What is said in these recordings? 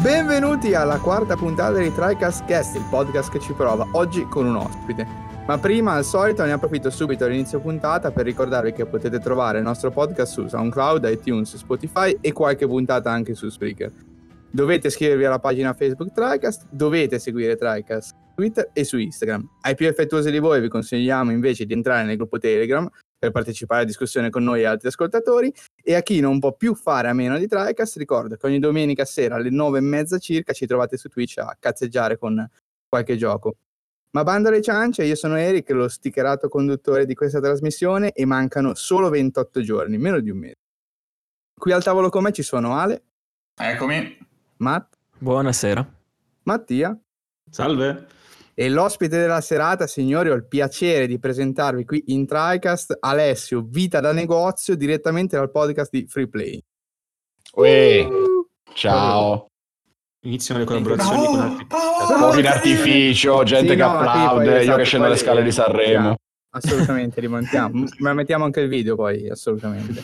Benvenuti alla quarta puntata di TriCast Guest, il podcast che ci prova, oggi con un ospite. Ma prima, al solito, ne approfitto subito all'inizio puntata per ricordarvi che potete trovare il nostro podcast su SoundCloud, iTunes, Spotify e qualche puntata anche su Spreaker. Dovete iscrivervi alla pagina Facebook TriCast, dovete seguire TriCast su Twitter e su Instagram. Ai più affettuosi di voi vi consigliamo invece di entrare nel gruppo Telegram per partecipare alla discussione con noi e altri ascoltatori, e a chi non può più fare a meno di TriCast ricordo che ogni domenica sera alle 9:30 circa ci trovate su Twitch a cazzeggiare con qualche gioco. Ma bando alle ciance, io sono Eric, lo stickerato conduttore di questa trasmissione, e mancano solo 28 giorni, meno di un mese. Qui al tavolo con me ci sono Ale. Eccomi. Matt. Buonasera. Mattia. Salve. E l'ospite della serata, signori, ho il piacere di presentarvi qui in TriCast Alessio, vita da negozio, direttamente dal podcast di Free Play. Ciao. Iniziano le collaborazioni con altri. Fuochi d'artificio, gente che applaude, io che scendo le scale di Sanremo. Assolutamente, rimontiamo. Ma mettiamo anche il video poi, assolutamente.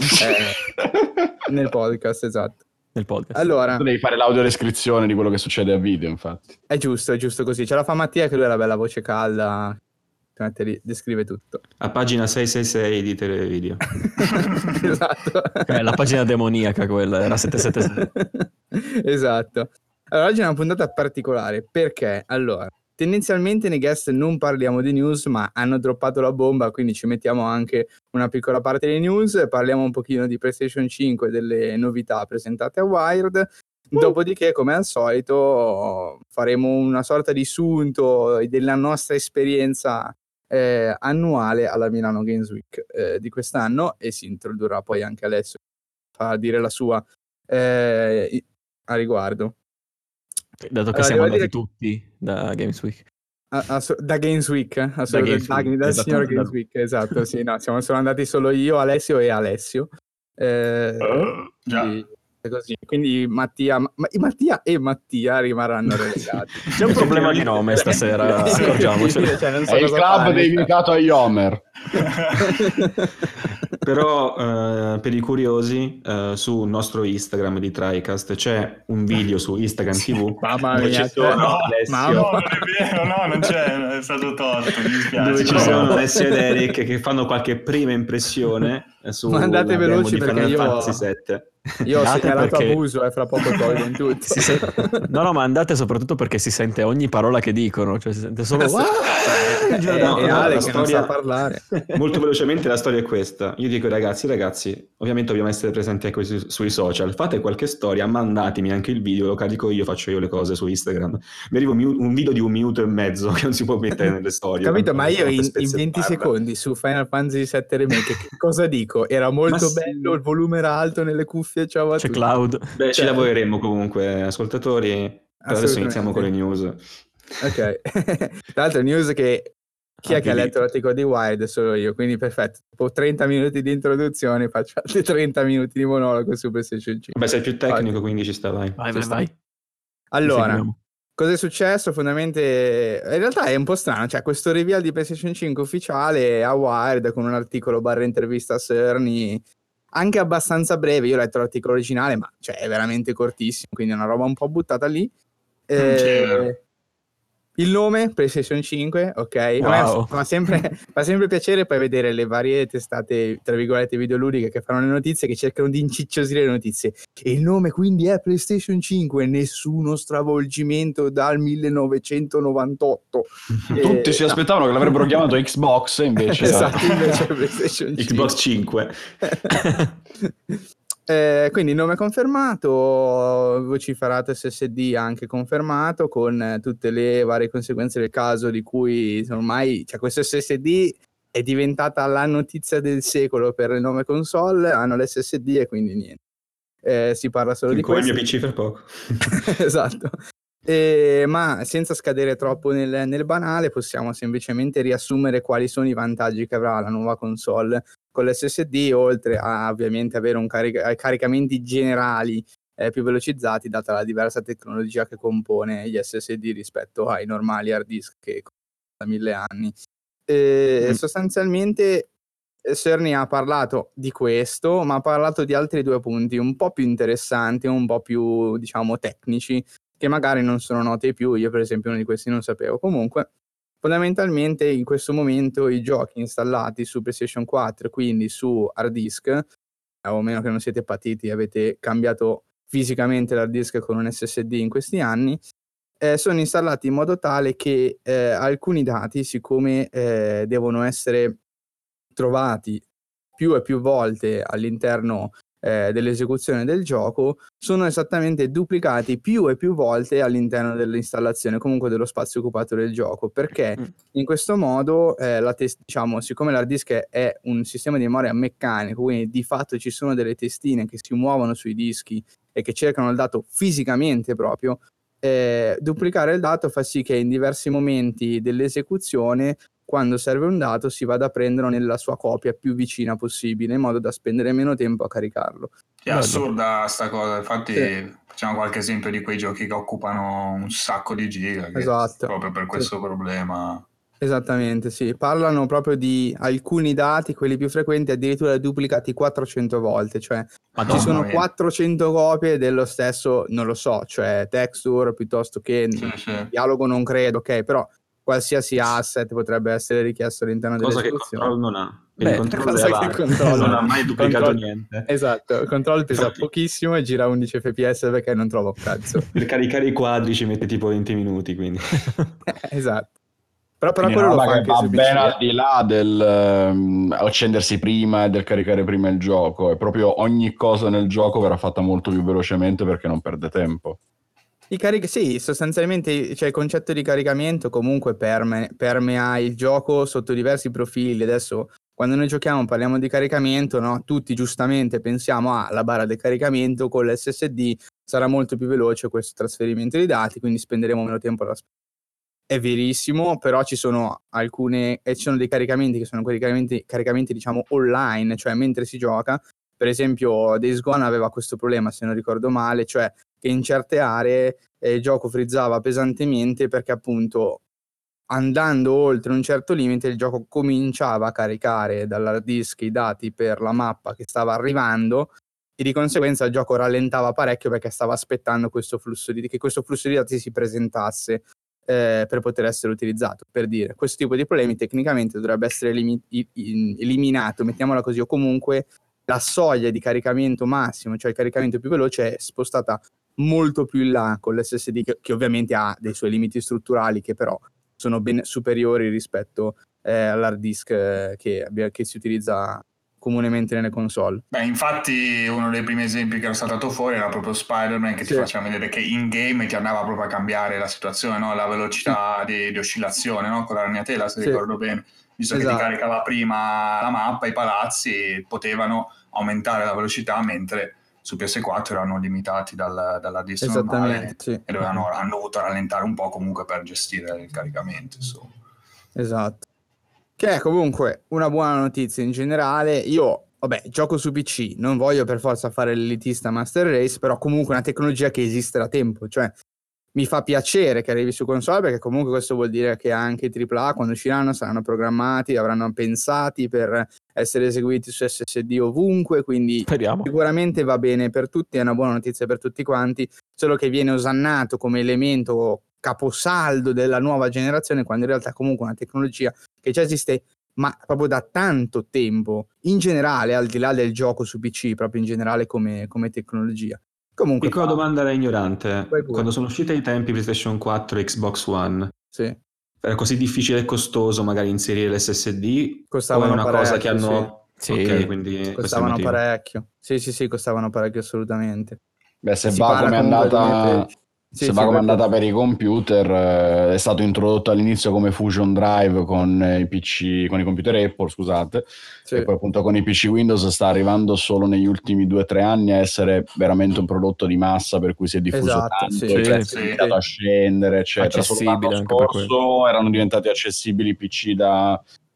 Nel podcast, esatto. Nel podcast. Allora, Tu devi fare l'audiodescrizione di quello che succede a video, infatti. è giusto così. Ce la fa Mattia, che lui ha la bella voce calda, descrive tutto. A pagina 666 di Televideo. Esatto. La pagina demoniaca quella, era 777. Esatto. Allora, oggi è una puntata particolare, perché, allora, tendenzialmente nei guest non parliamo di news, ma hanno droppato la bomba, quindi ci mettiamo anche una piccola parte di news, parliamo un pochino di PlayStation 5 e delle novità presentate a Wired, dopodiché, come al solito, faremo una sorta di sunto della nostra esperienza annuale alla Milano Games Week di quest'anno, e si introdurrà poi anche Alessio a dire la sua a riguardo. Dato che siamo andati tutti da Games Week. Da Games Week, assolutamente, dal signor Games Week, esatto, sì, no, siamo andati solo io, Alessio e Alessio. Quindi Mattia e Mattia rimarranno relegati. C'è un problema di nome stasera, accorgiamoci. Cioè, non so È il cosa club fare, dedicato agli Homer. Però per i curiosi, sul nostro Instagram di TriCast c'è un video su Instagram TV. Mamma dove mia, ci sono mamma. No, non è vero, no, non c'è, è stato tolto, mi dispiace. dove ci sono Alessio ed Eric che fanno qualche prima impressione su Ma andate veloci, perché Final io Fantasy VII. Io ho segnalato perché... abuso, fra poco tolgo in tutti. No, ma andate soprattutto perché si sente ogni parola che dicono, cioè si sente solo e Ale che non sa parlare. Molto velocemente la storia è questa. Io dico ai ragazzi, ovviamente dobbiamo essere presenti anche sui social, fate qualche storia, mandatemi anche il video, lo carico io, faccio io le cose su Instagram. Mi arriva un video di 1 minuto e mezzo che non si può mettere nelle storie. Capito, ma io in 20 secondi su Final Fantasy VII Remake che cosa dico? Era molto bello, il volume era alto nelle cuffie, ciao a c'è tutti. Cloud. Beh, ci lavoreremo comunque, ascoltatori. Per adesso iniziamo con le news. Ok. Tra l'altro news che chi è che ha letto l'articolo di Wired? Solo io, quindi perfetto. Dopo 30 minuti di introduzione faccio altri 30 minuti di monologo su PlayStation 5. Beh, sei più tecnico, quindi ci sta, vai. Vai. Allora, cosa è successo? Fondamentalmente, in realtà è un po' strano, cioè questo reveal di PlayStation 5 ufficiale a Wired con un articolo / intervista a Cerny, anche abbastanza breve. Io ho letto l'articolo originale, ma cioè è veramente cortissimo, quindi è una roba un po' buttata lì. Il nome PlayStation 5, ok. Wow. A me fa sempre piacere poi vedere le varie testate, tra virgolette, videoludiche che fanno le notizie, che cercano di incicciosire le notizie. E il nome quindi è PlayStation 5, nessuno stravolgimento dal 1998. Tutti si aspettavano che l'avrebbero chiamato Xbox, invece esatto, invece PlayStation 5. Xbox 5. Quindi nome confermato, vociferato SSD anche confermato, con tutte le varie conseguenze del caso, di cui ormai, cioè, questo SSD è diventata la notizia del secolo per il nome console. Hanno l'SSD e quindi niente, si parla solo di questo. Come il mio PC per poco. Esatto. Ma senza scadere troppo nel banale, possiamo semplicemente riassumere quali sono i vantaggi che avrà la nuova console con l'SSD, oltre a ovviamente avere caricamenti generali più velocizzati, data la diversa tecnologia che compone gli SSD rispetto ai normali hard disk che da 1000 anni. Sostanzialmente Cerny ha parlato di questo, ma ha parlato di altri due punti un po' più interessanti, un po' più, diciamo, tecnici, che magari non sono noti ai più. Io per esempio uno di questi non sapevo. Comunque, fondamentalmente in questo momento i giochi installati su PlayStation 4, quindi su hard disk, o meno che non siete patiti e avete cambiato fisicamente l'hard disk con un SSD in questi anni, sono installati in modo tale che alcuni dati, siccome devono essere trovati più e più volte all'interno dell'esecuzione del gioco, sono esattamente duplicati più e più volte all'interno dell'installazione, comunque dello spazio occupato del gioco, perché in questo modo diciamo, siccome l'hard disk è un sistema di memoria meccanico, quindi di fatto ci sono delle testine che si muovono sui dischi e che cercano il dato fisicamente proprio, duplicare il dato fa sì che in diversi momenti dell'esecuzione, quando serve un dato, si vada a prenderlo nella sua copia più vicina possibile, in modo da spendere meno tempo a caricarlo. È assurda sta cosa, infatti Sì. facciamo qualche esempio di quei giochi che occupano un sacco di giga, che Esatto. proprio per questo problema. Esattamente, sì. Parlano proprio di alcuni dati, quelli più frequenti, addirittura duplicati 400 volte, cioè Madonna ci sono mia. 400 copie dello stesso, non lo so, cioè texture piuttosto che Sì. dialogo non credo, ok, però qualsiasi asset potrebbe essere richiesto all'interno Cosa che dell'esecuzione. Control non ha. Quindi Control cosa è che avanti, Control non ha mai duplicato Control- niente. Esatto, Control pesa Infatti- pochissimo e gira 11 fps perché non trova un cazzo. Per caricare i quadri ci mette tipo 20 minuti, quindi. Esatto. Però Quindi quello una lo roba fa che anche va su ben PC, al di là del accendersi prima e del caricare prima il gioco. È proprio ogni cosa nel gioco verrà fatta molto più velocemente perché non perde tempo. Sì, sostanzialmente, cioè, il concetto di caricamento comunque permea il gioco sotto diversi profili. Adesso, quando noi giochiamo, parliamo di caricamento, no? Tutti giustamente pensiamo alla barra del caricamento, con l'SSD sarà molto più veloce questo trasferimento di dati, quindi spenderemo meno tempo alla spesa. È verissimo, però ci sono dei caricamenti che sono caricamenti diciamo online, cioè mentre si gioca. Per esempio Days Gone aveva questo problema, se non ricordo male, cioè che in certe aree il gioco frizzava pesantemente perché appunto andando oltre un certo limite il gioco cominciava a caricare dall'hard disk i dati per la mappa che stava arrivando e di conseguenza il gioco rallentava parecchio perché stava aspettando che questo flusso di dati si presentasse per poter essere utilizzato. Per dire, questo tipo di problemi tecnicamente dovrebbe essere eliminato, mettiamola così, o comunque la soglia di caricamento massimo, cioè il caricamento più veloce, è spostata molto più in là con l'SSD che ovviamente ha dei suoi limiti strutturali che però sono ben superiori rispetto all'hard disk che si utilizza comunemente nelle console. Beh, infatti uno dei primi esempi che era saltato fuori era proprio Spider-Man, che ti faceva vedere che in game ti andava proprio a cambiare la situazione, no? La velocità di oscillazione, no? Con la ragnatela, se ricordo bene, visto che ti caricava prima la mappa, i palazzi potevano aumentare la velocità, mentre su PS4 erano limitati dalla disk normale e hanno dovuto rallentare un po' comunque per gestire il caricamento, insomma. Esatto. Che è comunque una buona notizia in generale. Io, vabbè, gioco su PC, non voglio per forza fare l'elitista Master Race, però comunque è una tecnologia che esiste da tempo, cioè mi fa piacere che arrivi su console perché comunque questo vuol dire che anche i AAA quando usciranno saranno programmati, avranno pensati per essere eseguiti su SSD ovunque, quindi Speriamo. sicuramente va bene per tutti, è una buona notizia per tutti quanti, solo che viene osannato come elemento caposaldo della nuova generazione quando in realtà è comunque una tecnologia che già esiste ma proprio da tanto tempo, in generale, al di là del gioco su PC, proprio in generale come tecnologia. Comunque Piccola domanda da ignorante. Vai pure. Quando sono usciti ai tempi PlayStation 4 e Xbox One, sì, era così difficile e costoso magari inserire l'SSD? costavano o è una cosa che parecchio, hanno... sì. Ok, quindi costavano questo è il motivo. parecchio. Sì, costavano parecchio assolutamente. Beh, se Si va parla come è comunque del andata, 2013. se va come è andata per i computer, è stato introdotto all'inizio come Fusion Drive con i PC, con i computer Apple, scusate, e poi appunto con i PC Windows sta arrivando solo negli ultimi 2-3 anni a essere veramente un prodotto di massa, per cui si è diffuso tanto, i prezzi hanno iniziato a scendere, eccetera. Solo l'anno Accessibile anche per quello. scorso erano diventati accessibili PC da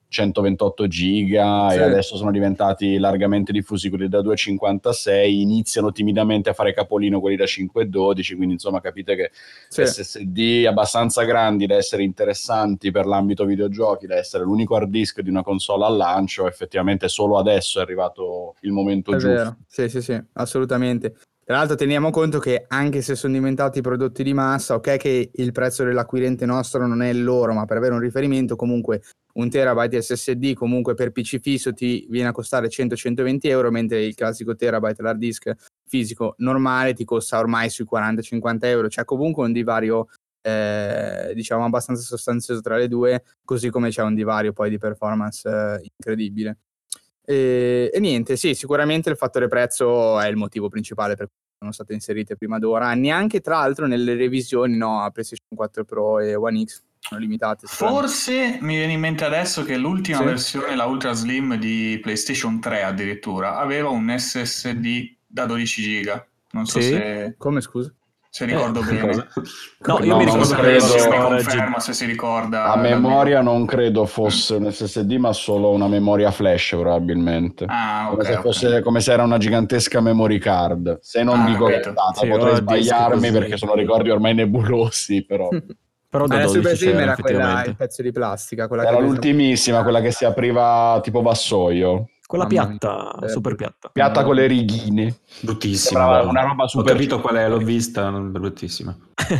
128 giga e adesso sono diventati largamente diffusi quelli da 2,56, iniziano timidamente a fare capolino quelli da 5,12, quindi insomma capite che SSD abbastanza grandi da essere interessanti per l'ambito videogiochi, da essere l'unico hard disk di una console al lancio, effettivamente solo adesso è arrivato il momento giusto. Vero. Sì, assolutamente. Tra l'altro teniamo conto che anche se sono diventati prodotti di massa, ok che il prezzo dell'acquirente nostro non è il loro, ma per avere un riferimento comunque un terabyte SSD comunque per PC fisso ti viene a costare 100-120 euro, mentre il classico terabyte hard disk fisico normale ti costa ormai sui 40-50 euro, c'è comunque un divario diciamo abbastanza sostanzioso tra le due, così come c'è un divario poi di performance incredibile. E niente, sì, sicuramente il fattore prezzo è il motivo principale per cui sono state inserite prima d'ora, neanche tra l'altro nelle revisioni a PlayStation 4 Pro e One X sono limitate. Forse mi viene in mente adesso che l'ultima versione, la Ultra Slim di PlayStation 3 addirittura, aveva un SSD da 12 giga, non so se... Come, scusa? Se ricordo bene. No, io mi ricordo mi conferma se si ricorda. A memoria non credo fosse un SSD, ma solo una memoria flash probabilmente. Come se era una gigantesca memory card. Se non dico cazzata, potrei sbagliarmi perché sono ricordi ormai nebulosi, però. Però da 12 c'era, era quella, il pezzo di plastica. Era l'ultimissima, quella che si apriva tipo vassoio. Quella piatta, super piatta. Piatta con le righine. Bruttissima. Una roba super. Ho capito qual è, l'ho vista, bruttissima.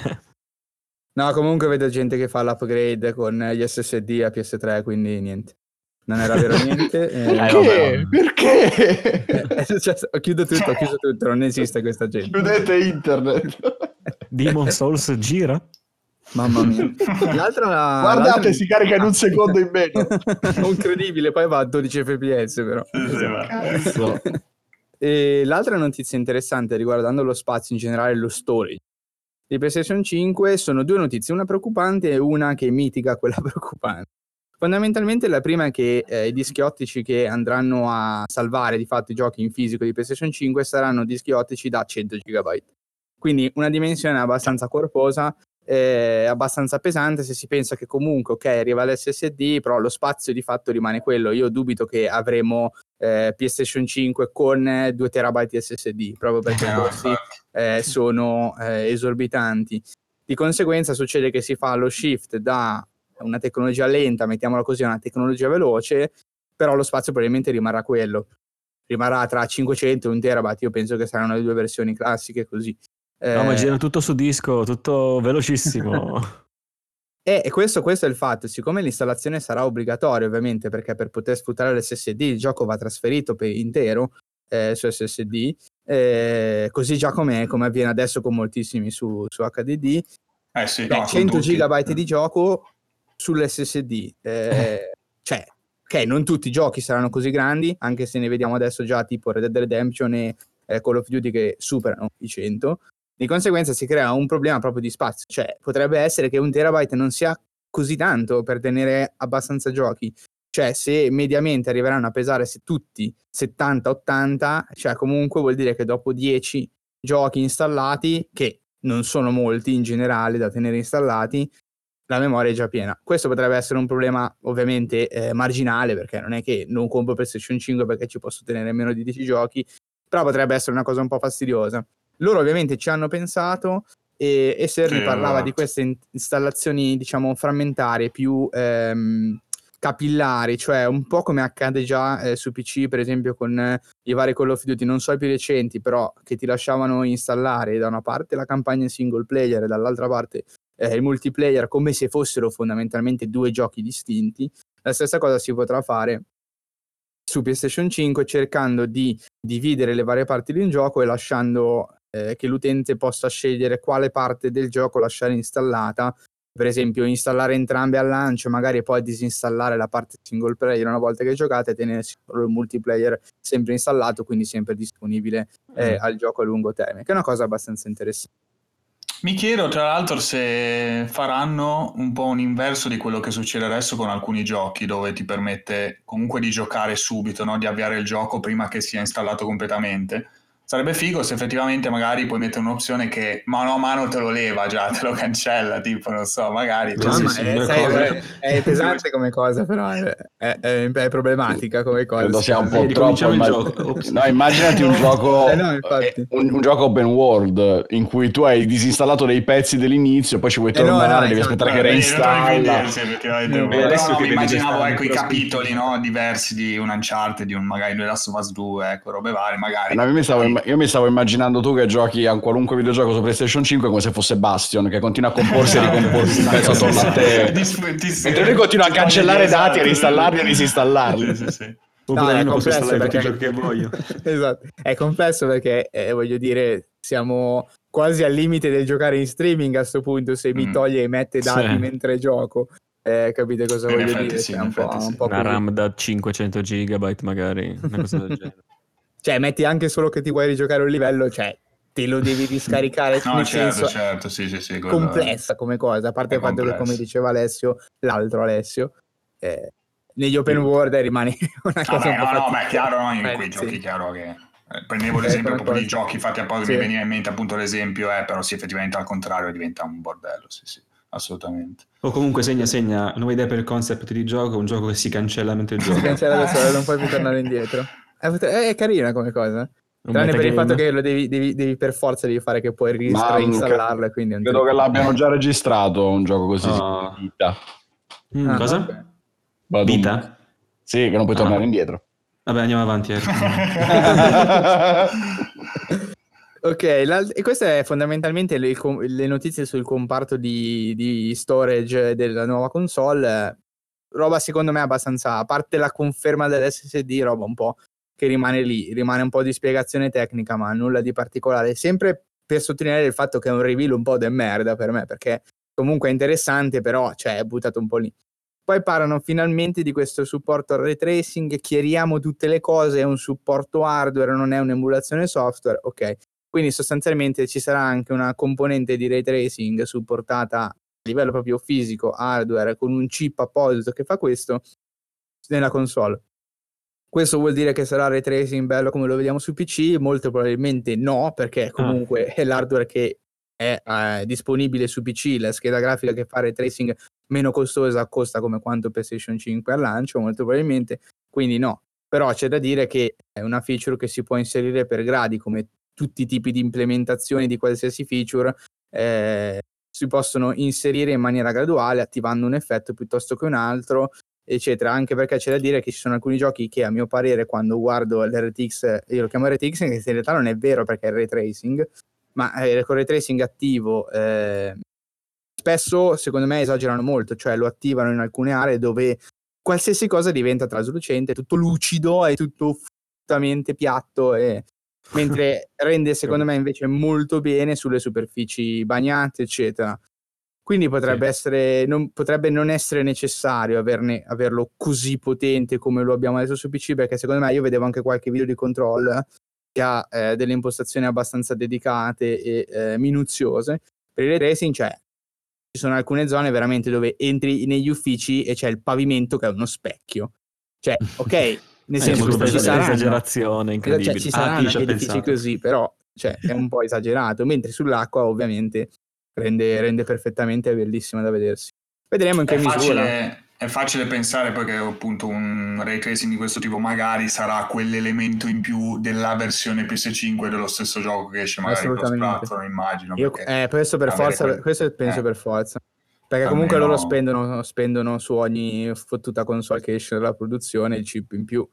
No, comunque vedo gente che fa l'upgrade con gli SSD a PS3, quindi niente. Non era vero niente. Perché? Chiuso tutto, non esiste questa gente. Chiudete internet. Demon Souls gira? Mamma mia. Guardate, si carica in un secondo in meno. Incredibile, poi va a 12 fps però. E l'altra notizia interessante riguardando lo spazio in generale, lo storage di PlayStation 5, sono due notizie, una preoccupante e una che mitiga quella preoccupante. Fondamentalmente la prima è che i dischi ottici che andranno a salvare di fatto i giochi in fisico di PlayStation 5 saranno dischi ottici da 100 GB, quindi una dimensione abbastanza corposa, abbastanza pesante se si pensa che comunque ok arriva l'SSD, però lo spazio di fatto rimane quello. Io dubito che avremo PlayStation 5 con 2 terabyte SSD proprio perché i costi sono esorbitanti. Di conseguenza succede che si fa lo shift da una tecnologia lenta, mettiamola così, a una tecnologia veloce, però lo spazio probabilmente rimarrà quello, rimarrà tra 500 e 1 terabyte. Io penso che saranno le due versioni classiche così. No, ma gira tutto su disco, tutto velocissimo. E questo è il fatto, siccome l'installazione sarà obbligatoria ovviamente, perché per poter sfruttare l'SSD il gioco va trasferito per intero su SSD, così già come avviene adesso con moltissimi su HDD, 100 GB di gioco sull'SSD, cioè ok, non tutti i giochi saranno così grandi, anche se ne vediamo adesso già tipo Red Dead Redemption e Call of Duty che superano i 100. Di conseguenza si crea un problema proprio di spazio, cioè potrebbe essere che 1 terabyte non sia così tanto per tenere abbastanza giochi, cioè se mediamente arriveranno a pesare tutti 70-80, cioè comunque vuol dire che dopo 10 giochi installati, che non sono molti in generale da tenere installati, la memoria è già piena. Questo potrebbe essere un problema ovviamente marginale, perché non è che non compro PlayStation 5 perché ci posso tenere meno di 10 giochi, però potrebbe essere una cosa un po' fastidiosa. Loro ovviamente ci hanno pensato e Cerny parlava di queste installazioni diciamo frammentarie, più capillari, cioè un po' come accade già su PC per esempio con i vari Call of Duty, non so i più recenti, però che ti lasciavano installare da una parte la campagna single player e dall'altra parte il multiplayer, come se fossero fondamentalmente due giochi distinti. La stessa cosa si potrà fare su PlayStation 5 cercando di dividere le varie parti di un gioco e lasciando che l'utente possa scegliere quale parte del gioco lasciare installata, per esempio installare entrambe al lancio, magari poi disinstallare la parte single player una volta che giocate e tenere solo il multiplayer sempre installato, quindi sempre disponibile al gioco a lungo termine, che è una cosa abbastanza interessante. Mi chiedo tra l'altro se faranno un po' un inverso di quello che succede adesso con alcuni giochi, dove ti permette comunque di giocare subito, no? Di avviare il gioco prima che sia installato completamente. Sarebbe figo se effettivamente magari puoi mettere un'opzione che mano a mano te lo leva già, te lo cancella, tipo non so, magari. È pesante come cosa, però è è problematica come cosa. Credo sia un po' ricominciamo il troppo. gioco. Ops. No, immaginati un gioco, no, infatti. un gioco open world in cui tu hai disinstallato dei pezzi dell'inizio, poi ci vuoi tornare, devi esatto. aspettare che reinstalla. Adesso mi che immaginavo devi i gestire capitoli, no, diversi di un Uncharted, di un magari The Last of Us 2, ecco, robe varie, magari. No, io mi stavo immaginando tu che giochi a qualunque videogioco su PlayStation 5 come se fosse Bastion, che continua a comporsi e ricomporsi in pezzo attorno a te. Mentre lui continua a cancellare dati, a reinstallarli e disinstallarli. Sì. Oppure No, è posso installare tutti i complesso giochi che voglio. Esatto, è complesso perché voglio dire, siamo quasi al limite del giocare in streaming a sto punto, se mi toglie e mette dati Sì. mentre gioco. Capite cosa In voglio effetti dire? sì, Cioè, in effetti sì. un po' Una così. RAM da 500 gigabyte magari, una cosa del genere. Cioè, metti anche solo che ti vuoi rigiocare un livello, cioè te lo devi riscaricare, No, nel certo, senso certo, sì, quello complessa come cosa, a parte è il fatto che, come complesso. diceva l'altro Alessio, negli open world rimane una cosa un po' Beh, chiaro, no, in quei sì. giochi, chiaro che... prendevo l'esempio Come proprio di cosa. giochi fatti apposta, Sì. mi veniva in mente appunto l'esempio, però sì, effettivamente al contrario diventa un bordello, sì, assolutamente. O comunque segna, nuova idea per il concept di gioco, un gioco che si cancella mentre Si giochi. cancella da solo, non puoi più tornare indietro. È carina come cosa. Tranne per il fatto che lo devi per forza devi fare che puoi reinstallarlo, e quindi è un credo che l'abbiano già registrato un gioco così, si chiama Vita. Cosa? Okay. Badum. Vita? Sì, che non puoi tornare indietro. Vabbè, andiamo avanti. Ok, e queste è fondamentalmente le notizie sul comparto di storage della nuova console. Roba secondo me abbastanza, a parte la conferma dell'SSD, roba un po' che rimane lì, rimane un po' di spiegazione tecnica, ma nulla di particolare. Sempre per sottolineare il fatto che è un reveal un po' de merda per me, perché comunque è interessante, però cioè, è buttato un po' lì. Poi parlano finalmente di questo supporto al ray tracing, chiariamo tutte le cose, è un supporto hardware, non è un'emulazione software, ok. Quindi sostanzialmente ci sarà anche una componente di ray tracing supportata a livello proprio fisico, hardware, con un chip apposito che fa questo nella console. Questo vuol dire che sarà ray tracing bello come lo vediamo su PC? Molto probabilmente no, perché comunque è l'hardware che è disponibile su PC, la scheda grafica che fa ray tracing meno costosa costa come quanto PlayStation 5 al lancio, molto probabilmente, quindi no. Però c'è da dire che è una feature che si può inserire per gradi, come tutti i tipi di implementazioni di qualsiasi feature, si possono inserire in maniera graduale, attivando un effetto piuttosto che un altro, eccetera, anche perché c'è da dire che ci sono alcuni giochi che a mio parere quando guardo l'RTX, io lo chiamo RTX che in realtà non è vero perché è ray tracing, ma con ray tracing attivo spesso secondo me esagerano molto, cioè lo attivano in alcune aree dove qualsiasi cosa diventa traslucente, tutto lucido e tutto fottamente piatto, mentre rende secondo me invece molto bene sulle superfici bagnate eccetera. Quindi potrebbe potrebbe non essere necessario averlo così potente come lo abbiamo adesso su PC, perché secondo me, io vedevo anche qualche video di control che ha delle impostazioni abbastanza dedicate e minuziose. Per il ray tracing ci sono alcune zone veramente dove entri negli uffici e c'è il pavimento che è uno specchio. Cioè, ok, nel senso questa ci saranno, esagerazione incredibile. cioè, ci saranno chi ci ha anche edifici pensato? così, però è un po' esagerato, mentre sull'acqua ovviamente rende perfettamente bellissima da vedersi. Vedremo in che misura. È facile pensare poi che appunto un ray tracing di questo tipo magari sarà quell'elemento in più della versione PS5 dello stesso gioco che esce magari cross platform, immagino. Questo per forza, questo penso per forza. Perché comunque loro spendono su ogni fottuta console che esce dalla produzione il chip in più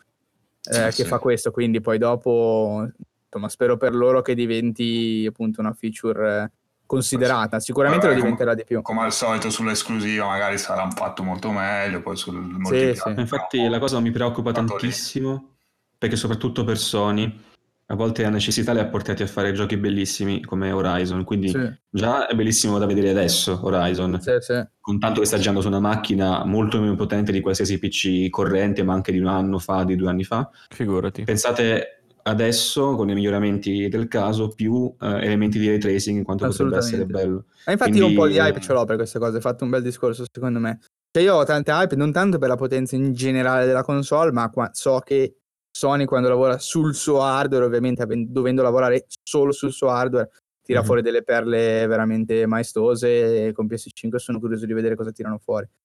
che fa questo, quindi poi dopo insomma spero per loro che diventi appunto una feature considerata, sicuramente lo diventerà di più. Come al solito sull'esclusiva magari sarà fatto molto meglio, poi sul multiplayer. Infatti la cosa mi preoccupa tantissimo, perché soprattutto per Sony a volte la necessità li ha portati a fare giochi bellissimi come Horizon, quindi già è bellissimo da vedere adesso Horizon, con tanto che sta girando su una macchina molto meno potente di qualsiasi PC corrente, ma anche di un anno fa, di 2 anni fa. Figurati. Pensate adesso con i miglioramenti del caso più elementi di ray tracing, in quanto potrebbe essere bello. Infatti io un po' di hype ce l'ho per queste cose, hai fatto un bel discorso secondo me. Cioè io ho tante hype non tanto per la potenza in generale della console, ma so che Sony quando lavora sul suo hardware, ovviamente dovendo lavorare solo sul suo hardware, tira fuori delle perle veramente maestose, e con PS5 sono curioso di vedere cosa tirano fuori.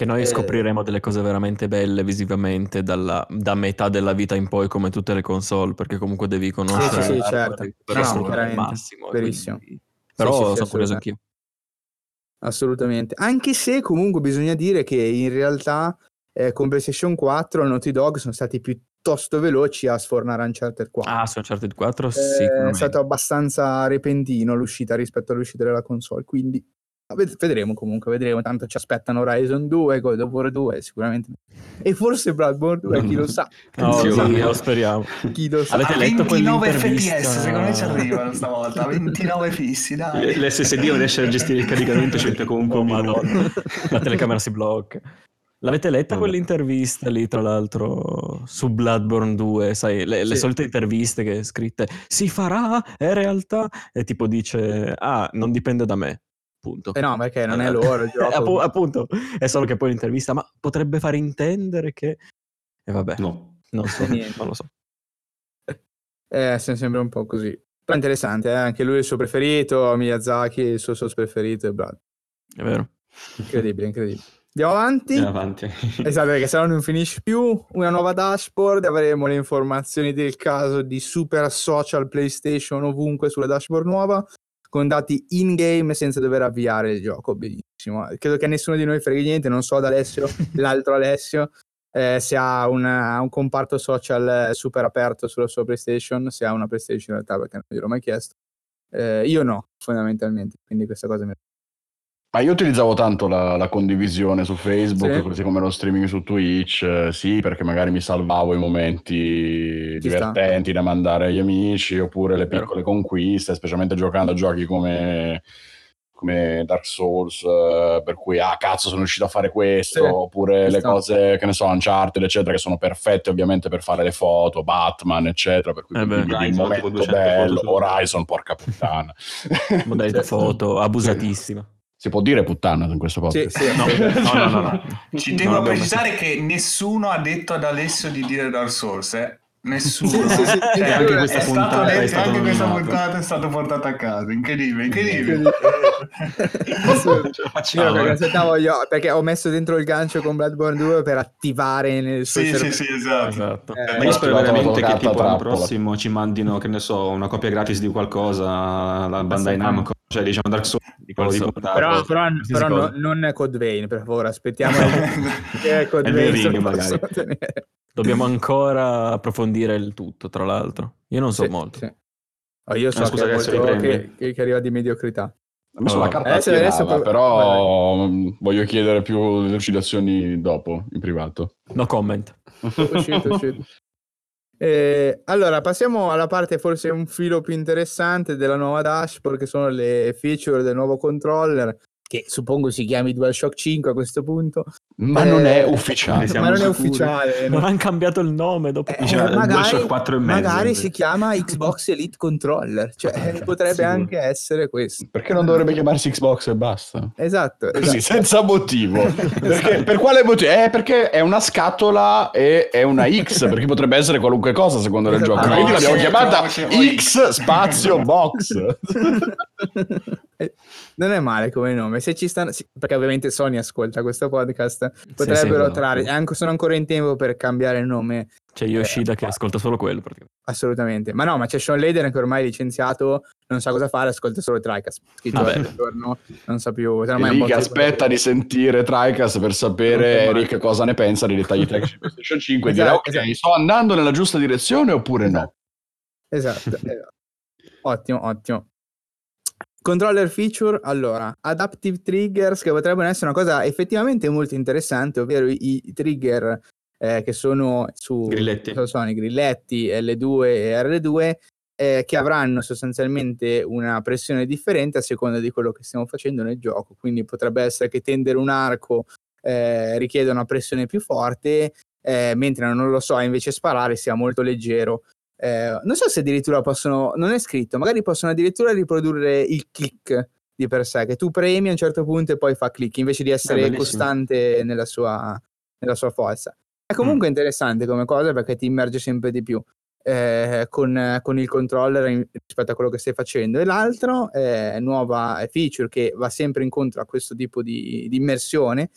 Che noi scopriremo delle cose veramente belle visivamente da metà della vita in poi, come tutte le console, perché comunque devi conoscere sì, l'hardware certo. per No, sfruttare al chiaramente. massimo. Verissimo. Però Sì, sono curioso assolutamente. anch'io. Assolutamente. Anche se comunque bisogna dire che in realtà con PlayStation 4 Naughty Dog sono stati piuttosto veloci a sfornare Uncharted 4. Ah, su Uncharted 4 È sicuramente. stato abbastanza repentino l'uscita rispetto all'uscita della console, quindi vedremo comunque, tanto ci aspettano Horizon 2, God of War 2 sicuramente, e forse Bloodborne 2, chi lo sa. No, Sì, sì, ma- lo speriamo. Chi lo sa. Avete A letto 29 quell'intervista? fps, secondo me ci arrivano stavolta. 29 fissi, dai. L'SSD non riesce a gestire il caricamento, ci mette comunque Oh, un minuto. Madonna. La telecamera si blocca. L'avete letta Vabbè. quell'intervista lì, tra l'altro, su Bloodborne 2, sai, le Sì. solite interviste che scritte si farà, è realtà, e tipo dice, non dipende da me, punto. No, perché non è loro il gioco. Appunto, è solo che poi l'intervista, ma potrebbe far intendere che... E vabbè, No. non so, Niente. non lo so. Sembra un po' così. Però interessante, anche lui è il suo preferito, Miyazaki il suo preferito, e Blood. È vero. Incredibile. Andiamo avanti. Andiamo avanti. Esatto, perché se no non finisce più. Una nuova dashboard, avremo le informazioni del caso di super social PlayStation ovunque sulla dashboard nuova, con dati in game senza dover avviare il gioco. Benissimo. Credo che a nessuno di noi freghi niente, non so ad Alessio, l'altro Alessio, se ha un comparto social super aperto sulla sua PlayStation, se ha una PlayStation in realtà, perché non gliel'ho mai chiesto. Io no, fondamentalmente, quindi questa cosa mi... Ma io utilizzavo tanto la condivisione su Facebook, Sì. così come lo streaming su Twitch, sì, perché magari mi salvavo i momenti divertenti da mandare agli amici, oppure le piccole conquiste, specialmente giocando a giochi come Dark Souls, per cui cazzo sono riuscito a fare questo, Sì, oppure le sta. cose, che ne so, Uncharted eccetera, che sono perfette ovviamente per fare le foto, Batman eccetera, per cui condividi il Horizon, momento tipo 200 bello, foto su- Horizon, porca puttana. Modello foto, abusatissima. Si può dire puttana in questo podcast? Sì, No. Ci Non tengo a abbiamo precisare che nessuno ha detto ad Alessio di dire Dark Souls, nessuno. Sì. Cioè, anche questa è stato puntata detto, è stato anche questa nominato. puntata è stata portata a casa. Incredibile. Ce la facciamo, perché aspettavo io, perché ho messo dentro il gancio con Bloodborne 2 per attivare nel suo Sì, cervello. esatto. Ma io spero veramente che tipo l'anno trappola. prossimo ci mandino, che ne so, una copia gratis di qualcosa, la Bandai Namco, cioè diciamo Dark Souls, tipo di puntarlo. Però non Code Vein, per favore, aspettiamo Code Elden Vein, se Ring, lo magari. possono tenere. Dobbiamo ancora approfondire il tutto, tra l'altro. Io non so molto. Sì. Io so scusa, che è adesso molto riprendi. che arriva di mediocrità. Ha messo la carta adesso però voglio chiedere più delucidazioni dopo, in privato. No comment. Uscito. Allora, passiamo alla parte forse un filo più interessante della nuova dashboard, che sono le feature del nuovo controller, che suppongo si chiami DualShock 5 a questo punto. Ma non è ufficiale. Ma non è ufficiale. Non hanno cambiato il nome dopo. Magari si chiama Xbox Elite Controller, cioè potrebbe anche essere questo. Perché non dovrebbe chiamarsi Xbox e basta? Esatto. Così, senza motivo. Perché, per quale motivo? Perché è una scatola e è una X, perché potrebbe essere qualunque cosa secondo il gioco. Quindi l'abbiamo chiamata X spazio box. Non è male come nome, se ci stanno, perché ovviamente Sony ascolta questo podcast, potrebbero trarre, sono ancora in tempo per cambiare il nome. C'è Yoshida che ascolta solo quello praticamente. Assolutamente, ma no, ma c'è Sean Layden che ormai è licenziato, non sa cosa fare, ascolta solo TriCast, non sa più. È lì che aspetta di sentire TriCast per sapere Eric cosa ne pensa dei dettagli tecnici di PlayStation 5 e dire ok, sto andando nella giusta direzione oppure no. Esatto. Ottimo. Controller feature, allora, adaptive triggers, che potrebbero essere una cosa effettivamente molto interessante, ovvero i trigger che sono su sono i grilletti L2 e R2, che avranno sostanzialmente una pressione differente a seconda di quello che stiamo facendo nel gioco, quindi potrebbe essere che tendere un arco richiede una pressione più forte, mentre non lo so, invece sparare sia molto leggero. Non so se addirittura possono, non è scritto, magari possono addirittura riprodurre il click di per sé, che tu premi a un certo punto e poi fa click, invece di essere costante nella sua forza. È comunque interessante come cosa, perché ti immerge sempre di più con il controller rispetto a quello che stai facendo. E l'altro nuova feature che va sempre incontro a questo tipo di immersione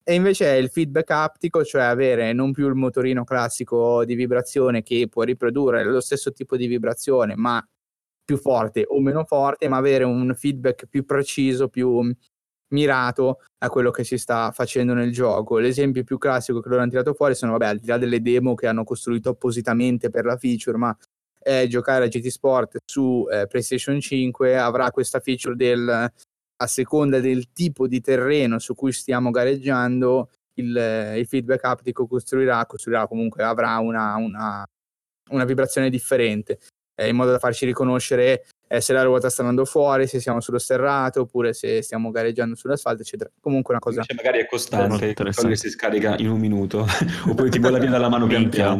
E invece è il feedback aptico, cioè avere non più il motorino classico di vibrazione che può riprodurre lo stesso tipo di vibrazione, ma più forte o meno forte, ma avere un feedback più preciso, più mirato a quello che si sta facendo nel gioco. L'esempio più classico che loro hanno tirato fuori sono, vabbè, al di là delle demo che hanno costruito appositamente per la feature, ma giocare a GT Sport su PlayStation 5 avrà questa feature del, a seconda del tipo di terreno su cui stiamo gareggiando, il feedback aptico costruirà comunque, avrà una vibrazione differente, in modo da farci riconoscere se la ruota sta andando fuori, se siamo sullo sterrato, oppure se stiamo gareggiando sull'asfalto, eccetera. Comunque una cosa... Invece magari è costante, quello che si scarica in un minuto, oppure ti vola via dalla mano pian piano.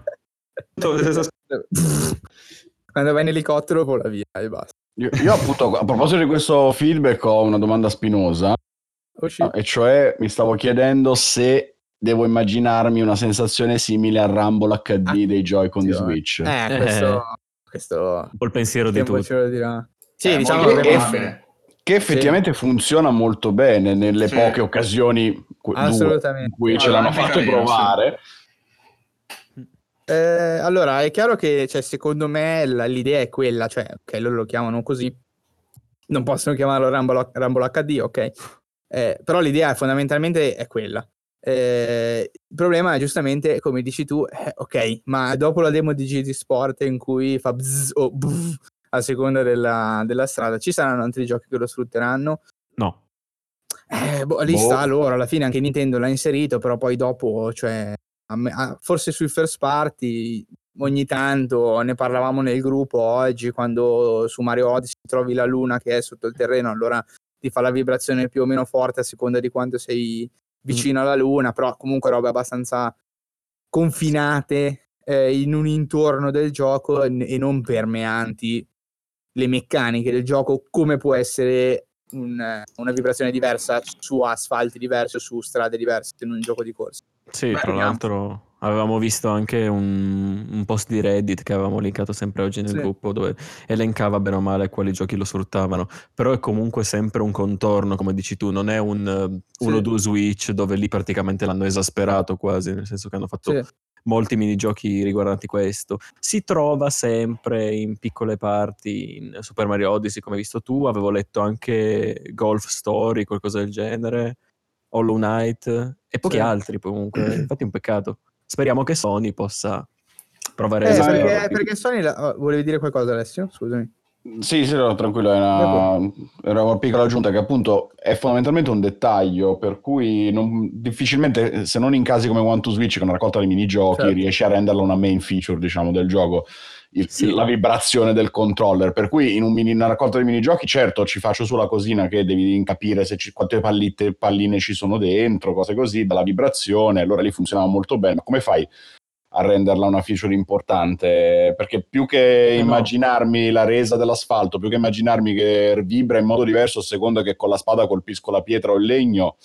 Quando vai in elicottero vola via e basta. Io appunto, a proposito di questo feedback, ho una domanda spinosa, e cioè mi stavo chiedendo se devo immaginarmi una sensazione simile al Rumble HD dei Joy-Con di Switch. Questo un po' il pensiero di tutti. Ce lo dirà. Sì, diciamo che effettivamente funziona molto bene nelle poche occasioni in cui ce l'hanno fatto provare. Allora, è chiaro che, cioè, secondo me l'idea è quella, cioè, ok, loro lo chiamano così, non possono chiamarlo Rumble HD, ok, però l'idea fondamentalmente è quella. Il problema è giustamente, come dici tu, ok, ma dopo la demo di GT Sport in cui fa bzz o bzz a seconda della strada, ci saranno altri giochi che lo sfrutteranno? No. Lì sta loro, alla fine anche Nintendo l'ha inserito, però poi dopo, cioè, forse sui first party ogni tanto ne parlavamo nel gruppo oggi, quando su Mario Odyssey trovi la luna che è sotto il terreno, allora ti fa la vibrazione più o meno forte a seconda di quanto sei vicino alla luna, però comunque robe abbastanza confinate in un intorno del gioco e non permeanti le meccaniche del gioco, come può essere una vibrazione diversa su asfalti diversi o su strade diverse in un gioco di corsa. Sì, tra l'altro avevamo visto anche un post di Reddit che avevamo linkato sempre oggi nel gruppo, dove elencava bene o male quali giochi lo sfruttavano, però è comunque sempre un contorno, come dici tu, non è un 1-2 Switch dove lì praticamente l'hanno esasperato quasi, nel senso che hanno fatto molti minigiochi riguardanti questo. Si trova sempre in piccole parti in Super Mario Odyssey, come hai visto tu, avevo letto anche Golf Story, qualcosa del genere, Hollow Knight e pochi altri comunque, infatti è un peccato. Speriamo che Sony possa provare a perché Sony volevi dire qualcosa, Alessio? Scusami. Sì, no, tranquillo, era una piccola aggiunta che appunto è fondamentalmente un dettaglio, per cui difficilmente, se non in casi come One to Switch, che è una raccolta di minigiochi, riesci a renderla una main feature, diciamo, del gioco, la vibrazione del controller, per cui in una raccolta di minigiochi, certo, ci faccio sulla cosina che devi capire quante palline ci sono dentro, cose così, dalla vibrazione, allora lì funzionava molto bene, ma come fai a renderla una feature importante? Perché più che immaginarmi la resa dell'asfalto, più che immaginarmi che vibra in modo diverso a seconda che con la spada colpisco la pietra o il legno,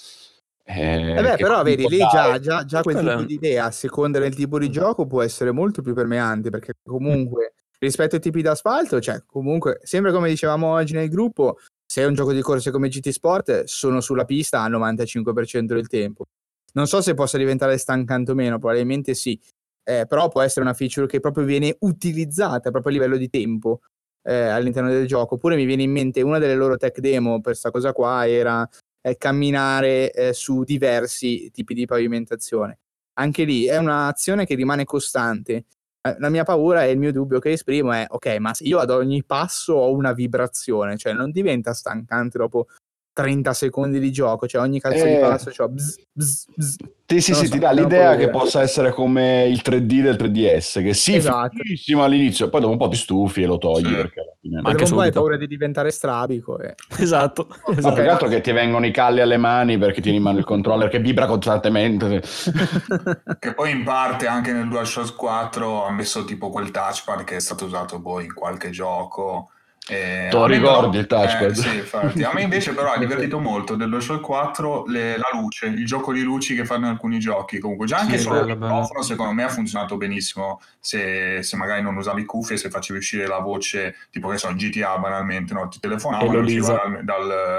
però vedi, lì già quel tipo di idea, a seconda del tipo di gioco, può essere molto più permeante, perché comunque rispetto ai tipi d'asfalto, cioè comunque, sempre come dicevamo oggi nel gruppo, se è un gioco di corse come GT Sport, sono sulla pista al 95% del tempo. Non so se possa diventare stancante o meno, probabilmente sì, però può essere una feature che proprio viene utilizzata proprio a livello di tempo all'interno del gioco. Oppure mi viene in mente una delle loro tech demo per sta cosa qua era camminare su diversi tipi di pavimentazione. Anche lì è un'azione che rimane costante. La mia paura e il mio dubbio che esprimo è: ok, ma se io ad ogni passo ho una vibrazione, cioè non diventa stancante dopo 30 secondi di gioco, cioè ogni cazzo di passo c'ho bzz, bzz, bzz. Sì, ti dà l'idea che possa essere come il 3D del 3DS, che fighissimo all'inizio, poi dopo un po' ti stufi e lo togli, perché alla fine anche un po' hai paura di diventare strabico. Esatto. Ma più che altro che ti vengono i calli alle mani perché tieni in mano il controller che vibra costantemente. Che poi in parte anche nel DualShock 4 ha messo tipo quel touchpad che è stato usato poi in qualche gioco. Te lo ricordi il touchpad? Sì, infatti. A me invece però ha divertito molto dello DualShock 4 la luce, il gioco di luci che fanno in alcuni giochi. Comunque già anche solo il microfono secondo me ha funzionato benissimo se magari non usavi cuffie, se facevi uscire la voce tipo che so GTA banalmente, no? Ti telefonavano e usciva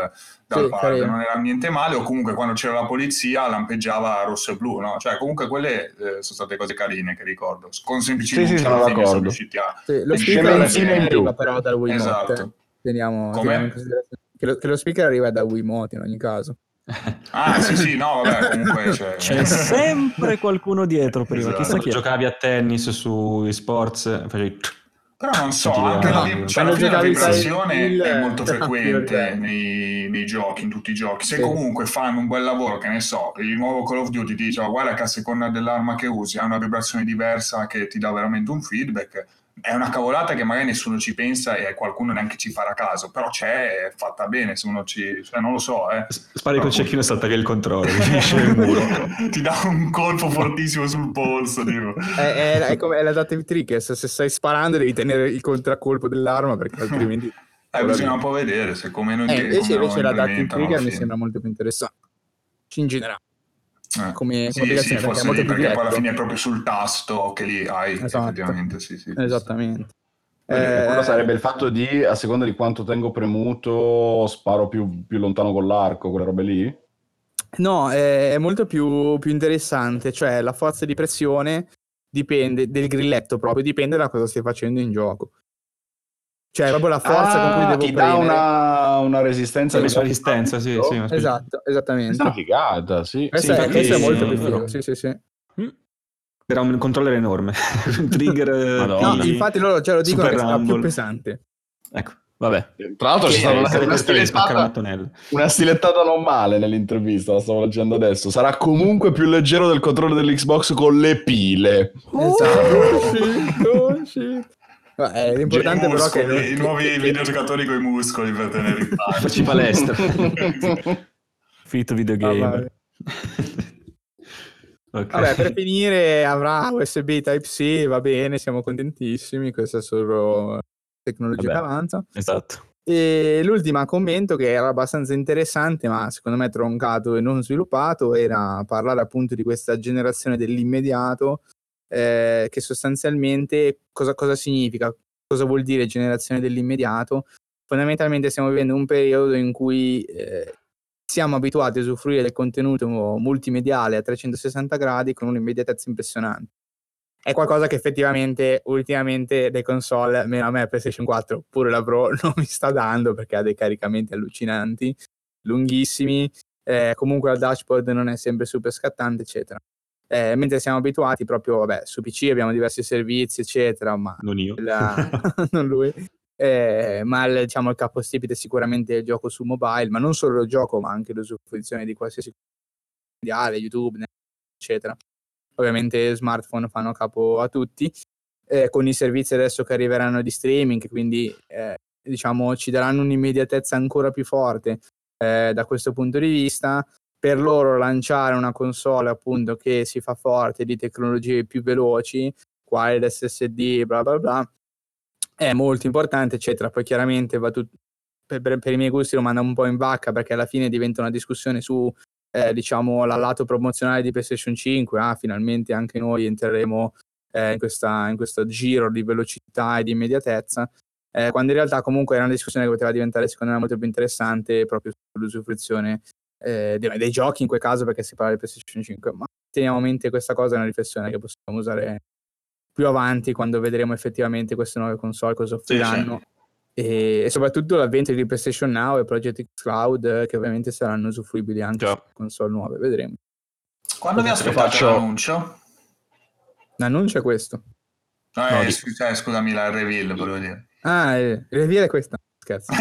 dal pad, non era niente male, o comunque quando c'era la polizia lampeggiava rosso e blu, no? Cioè comunque quelle sono state cose carine che ricordo, con semplici luci sono alla fine sono d'accordo. riusciti a... lo speaker arriva però dal Wiimote. Esatto. Teniamo in considerazione che lo speaker arriva da Wiimote in ogni caso. Sì, no, vabbè, comunque c'è sempre qualcuno dietro prima. Esatto. Chissà chi giocavi a tennis su eSports, facevi... Però non so, anche la vibrazione è molto frequente nei giochi, in tutti i giochi. Se comunque fanno un bel lavoro, che ne so, il nuovo Call of Duty ti dice guarda che a seconda dell'arma che usi ha una vibrazione diversa che ti dà veramente un feedback. È una cavolata che magari nessuno ci pensa e qualcuno neanche ci farà caso, però è fatta bene se uno non lo so. Spari col cecchino e salta via il controllo, ti dà un colpo fortissimo sul polso. Tipo. È come l'adaptive trigger, se stai sparando devi tenere il contraccolpo dell'arma perché altrimenti... bisogna un po' vedere se come noi invece l'adaptive trigger mi sembra molto più interessante in generale. Come forse perché poi alla fine è proprio sul tasto che lì hai effettivamente esattamente. Quello sarebbe il fatto di, a seconda di quanto tengo premuto, sparo più lontano con l'arco, quelle robe lì? No, è molto più interessante, cioè la forza di pressione dipende del grilletto proprio, dipende da cosa stai facendo in gioco. Cioè proprio la forza con cui devo ti premere. Dà una resistenza. Una resistenza, sì. Esatto, esattamente. È una figata, sì. Questa è molto più figo, sì. Era un controller enorme. Un trigger... No, infatti loro ce lo dicono che sarà più pesante. Ecco. Vabbè. Tra l'altro c'è stata una stilettata non male nell'intervista, la stavo leggendo adesso. Sarà comunque più leggero del controller dell'Xbox con le pile. Esatto. Sì. L'importante però è che i nuovi videogiocatori con i muscoli per tenere in palio. Facci palestra. Fit videogame. Vabbè, per finire avrà USB Type-C, va bene, siamo contentissimi, questa è solo tecnologia che avanza. Esatto. E l'ultimo commento che era abbastanza interessante, ma secondo me troncato e non sviluppato, era parlare appunto di questa generazione dell'immediato, che sostanzialmente cosa significa, cosa vuol dire generazione dell'immediato. Fondamentalmente stiamo vivendo un periodo in cui siamo abituati a usufruire del contenuto multimediale a 360 gradi con un'immediatezza impressionante. È qualcosa che effettivamente ultimamente le console, meno a me PlayStation 4, pure la Pro, non mi sta dando perché ha dei caricamenti allucinanti, lunghissimi, comunque il dashboard non è sempre super scattante, eccetera. Mentre siamo abituati proprio, su PC abbiamo diversi servizi, eccetera, ma non io. non lui. Ma il capostipite è sicuramente il gioco su mobile, ma non solo il gioco, ma anche l'usufruzione di qualsiasi mediale, YouTube, eccetera. Ovviamente smartphone fanno capo a tutti, con i servizi adesso che arriveranno di streaming, quindi ci daranno un'immediatezza ancora più forte da questo punto di vista. Per loro lanciare una console appunto che si fa forte di tecnologie più veloci, wireless SSD, bla bla bla, è molto importante, eccetera. Poi chiaramente va tutto per i miei gusti lo manda un po' in vacca, perché alla fine diventa una discussione su lato promozionale di PlayStation 5. Finalmente anche noi entreremo in questo giro di velocità e di immediatezza, quando in realtà comunque era una discussione che poteva diventare secondo me molto più interessante proprio sull'usufruzione dei giochi in quel caso, perché si parla di PlayStation 5, ma teniamo a mente questa cosa, è una riflessione che possiamo usare più avanti quando vedremo effettivamente queste nuove console cosa offriranno. E soprattutto l'avvento di PlayStation Now e Project X Cloud, che ovviamente saranno usufruibili anche su console nuove, vedremo. Quando vi aspettate l'annuncio? L'annuncio è questo. Scusami, la reveal volevo dire. Il reveal è questa, scherzo.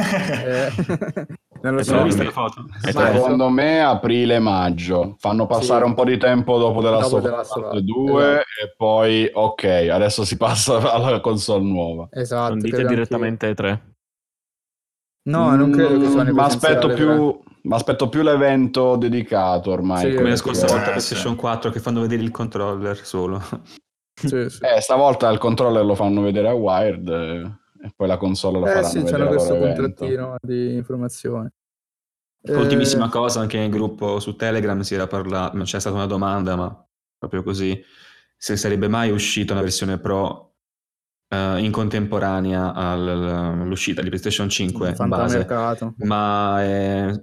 Non lo so, vista la foto. Secondo me aprile-maggio fanno passare un po' di tempo dopo The Last of Us 2 e poi ok, adesso si passa alla console nuova. Esatto. Non dite direttamente E3? No, non credo che suoni ma aspetto più l'evento dedicato ormai. Come la scorsa volta PlayStation 4 che fanno vedere il controller solo. Sì. Stavolta il controller lo fanno vedere a Wired e poi la console lo faranno vedere. C'hanno questo contrattino di informazione. Ultimissima cosa, anche nel gruppo su Telegram si era parlato, c'è stata una domanda, ma proprio così, se sarebbe mai uscita una versione Pro in contemporanea all'uscita di PlayStation 5 in base, ma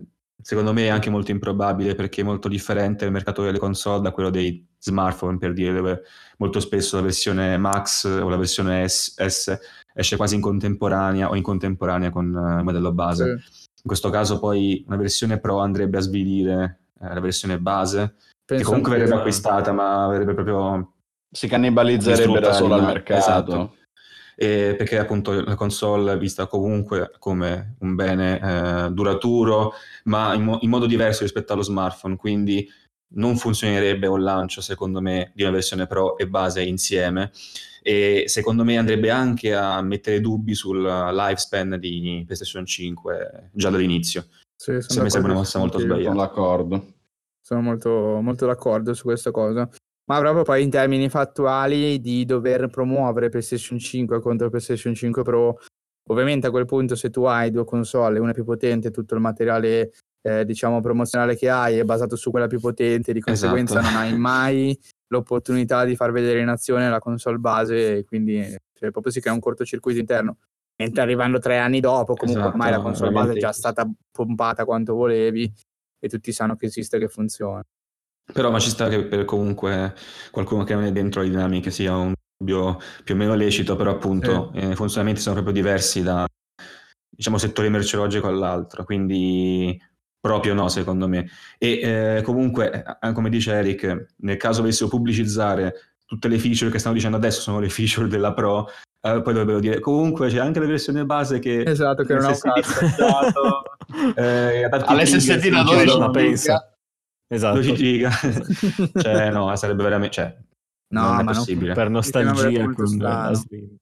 secondo me è anche molto improbabile, perché è molto differente il mercato delle console da quello dei smartphone, per dire, dove molto spesso la versione Max o la versione S esce quasi in contemporanea o in contemporanea con il modello base. In questo caso poi una versione Pro andrebbe a svilire la versione base, che comunque verrebbe acquistata, ma verrebbe proprio... Si cannibalizzerebbe da solo al mercato. Esatto. Perché appunto la console è vista comunque come un bene duraturo, ma in modo diverso rispetto allo smartphone, quindi non funzionerebbe un lancio, secondo me, di una versione Pro e base insieme, e secondo me andrebbe anche a mettere dubbi sul lifespan di PlayStation 5 già dall'inizio. Sì, se mi sembra una mossa molto sbagliata. Sono d'accordo. Sono molto, molto d'accordo su questa cosa. Ma proprio poi in termini fattuali di dover promuovere PlayStation 5 contro PlayStation 5 Pro, ovviamente a quel punto se tu hai due console, una più potente, tutto il materiale diciamo promozionale che hai è basato su quella più potente, di conseguenza non hai mai l'opportunità di far vedere in azione la console base, e quindi proprio si crea un cortocircuito interno. Mentre arrivando 3 anni dopo, comunque ormai la console base è già stata pompata quanto volevi e tutti sanno che esiste, che funziona. Però ma ci sta che per comunque qualcuno che non è dentro le dinamiche sia un dubbio più o meno lecito, però appunto i funzionamenti sono proprio diversi da, diciamo, settore merceologico all'altro, quindi proprio no, secondo me. E comunque, come dice Eric, nel caso dovessero pubblicizzare tutte le feature che stanno dicendo adesso sono le feature della Pro, poi dovrebbero dire comunque c'è anche la versione base che che non ha un cazzo all'SSD da 12 la pensa. Esatto. 12 giga. Cioè no, sarebbe veramente, cioè, no, non è ma possibile. Per nostalgia con la Slim.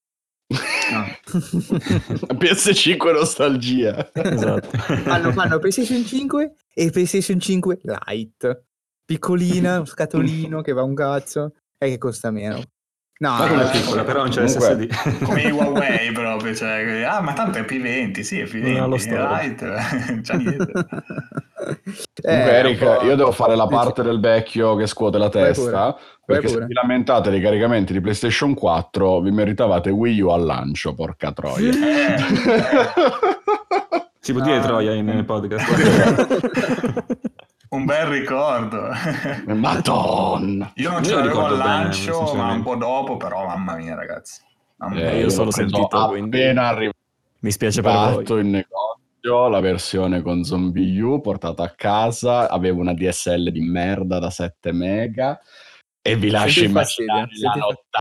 PS5 nostalgia. Esatto. Fanno PlayStation 5 e PlayStation 5 Lite, piccolina, un scatolino che va un cazzo e che costa meno. No, ma come piccola, però non c'è l'SSD. Come i Huawei proprio, cioè, ma tanto è P20, sì, è P20, Lite, c'è niente. Comunque Eric, io devo fare la parte del vecchio che scuote la testa, perché se vi lamentate dei caricamenti di PlayStation 4 vi meritavate Wii U al lancio, porca troia. Si può dire troia in podcast? Un bel ricordo. Madonna. Io non ce l'avevo al lancio, ma un po' dopo, però mamma mia ragazzi. Io solo sentito appena arrivato. Mi spiace per voi. In negozio la versione con Zombie U portata a casa, avevo una DSL di merda da 7 mega e vi lascio immaginare la nottata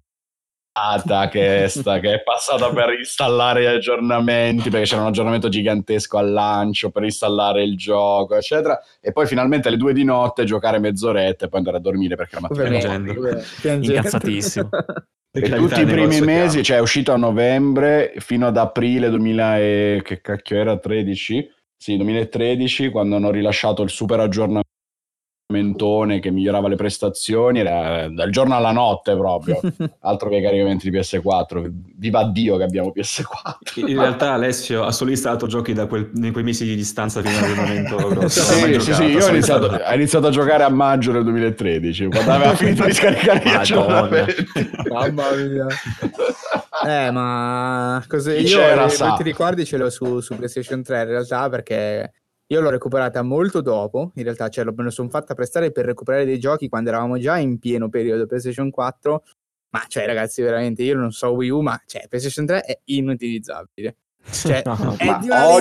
che è passata per installare gli aggiornamenti, perché c'era un aggiornamento gigantesco al lancio per installare il gioco eccetera, e poi finalmente alle 2 di notte giocare mezz'oretta e poi andare a dormire perché la mattina incazzatissimo. E tutti i primi mesi, cioè è uscito a novembre fino ad aprile 2000 che cacchio era, 13? Sì, 2013, quando hanno rilasciato il super aggiornamento che migliorava le prestazioni, era dal giorno alla notte proprio, altro che i caricamenti di PS4, viva Dio che abbiamo PS4. In realtà Alessio ha solo installato giochi in quei mesi di distanza fino all'aggiornamento grosso. Sì, io ho iniziato a giocare a maggio del 2013, quando aveva finito di scaricare gli aggiornamenti. Mamma mia. Ma così io ti ricordi ce l'ho su PlayStation 3 in realtà, perché io l'ho recuperata molto dopo, in realtà, cioè me lo sono fatta prestare per recuperare dei giochi quando eravamo già in pieno periodo PlayStation 4, ma cioè ragazzi veramente io non so Wii U, ma cioè PlayStation 3 è inutilizzabile, cioè è di una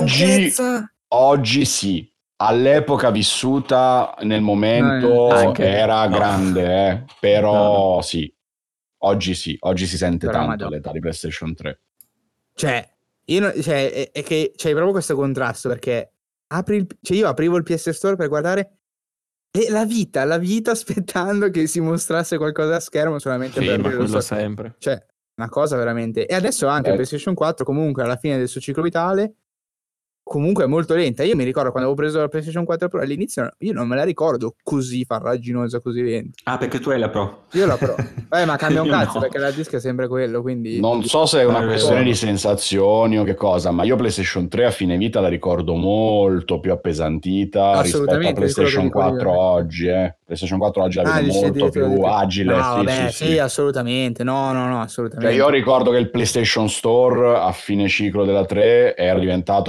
oggi sì, all'epoca vissuta nel momento era grande, però sì, oggi si sente però tanto all'età di PlayStation 3. Cioè, è che c'è proprio questo contrasto, perché io aprivo il PS Store per guardare e la vita aspettando che si mostrasse qualcosa a schermo solamente per quello sempre. Cioè, una cosa veramente. E adesso anche PlayStation 4 comunque alla fine del suo ciclo vitale comunque è molto lenta. Io mi ricordo quando avevo preso la PlayStation 4 Pro all'inizio, io non me la ricordo così farraginosa, così lenta. Perché tu hai la Pro. Io la Pro. Ma cambia un cazzo, perché la disc è sempre quello, quindi non so se è una questione di sensazioni o che cosa, ma io PlayStation 3 a fine vita la ricordo molto più appesantita rispetto a PlayStation 4 oggi, PlayStation 4 oggi la vedo molto più agile. Sì, assolutamente. No, assolutamente. Cioè, io ricordo che il PlayStation Store a fine ciclo della 3 era diventato innavigabile.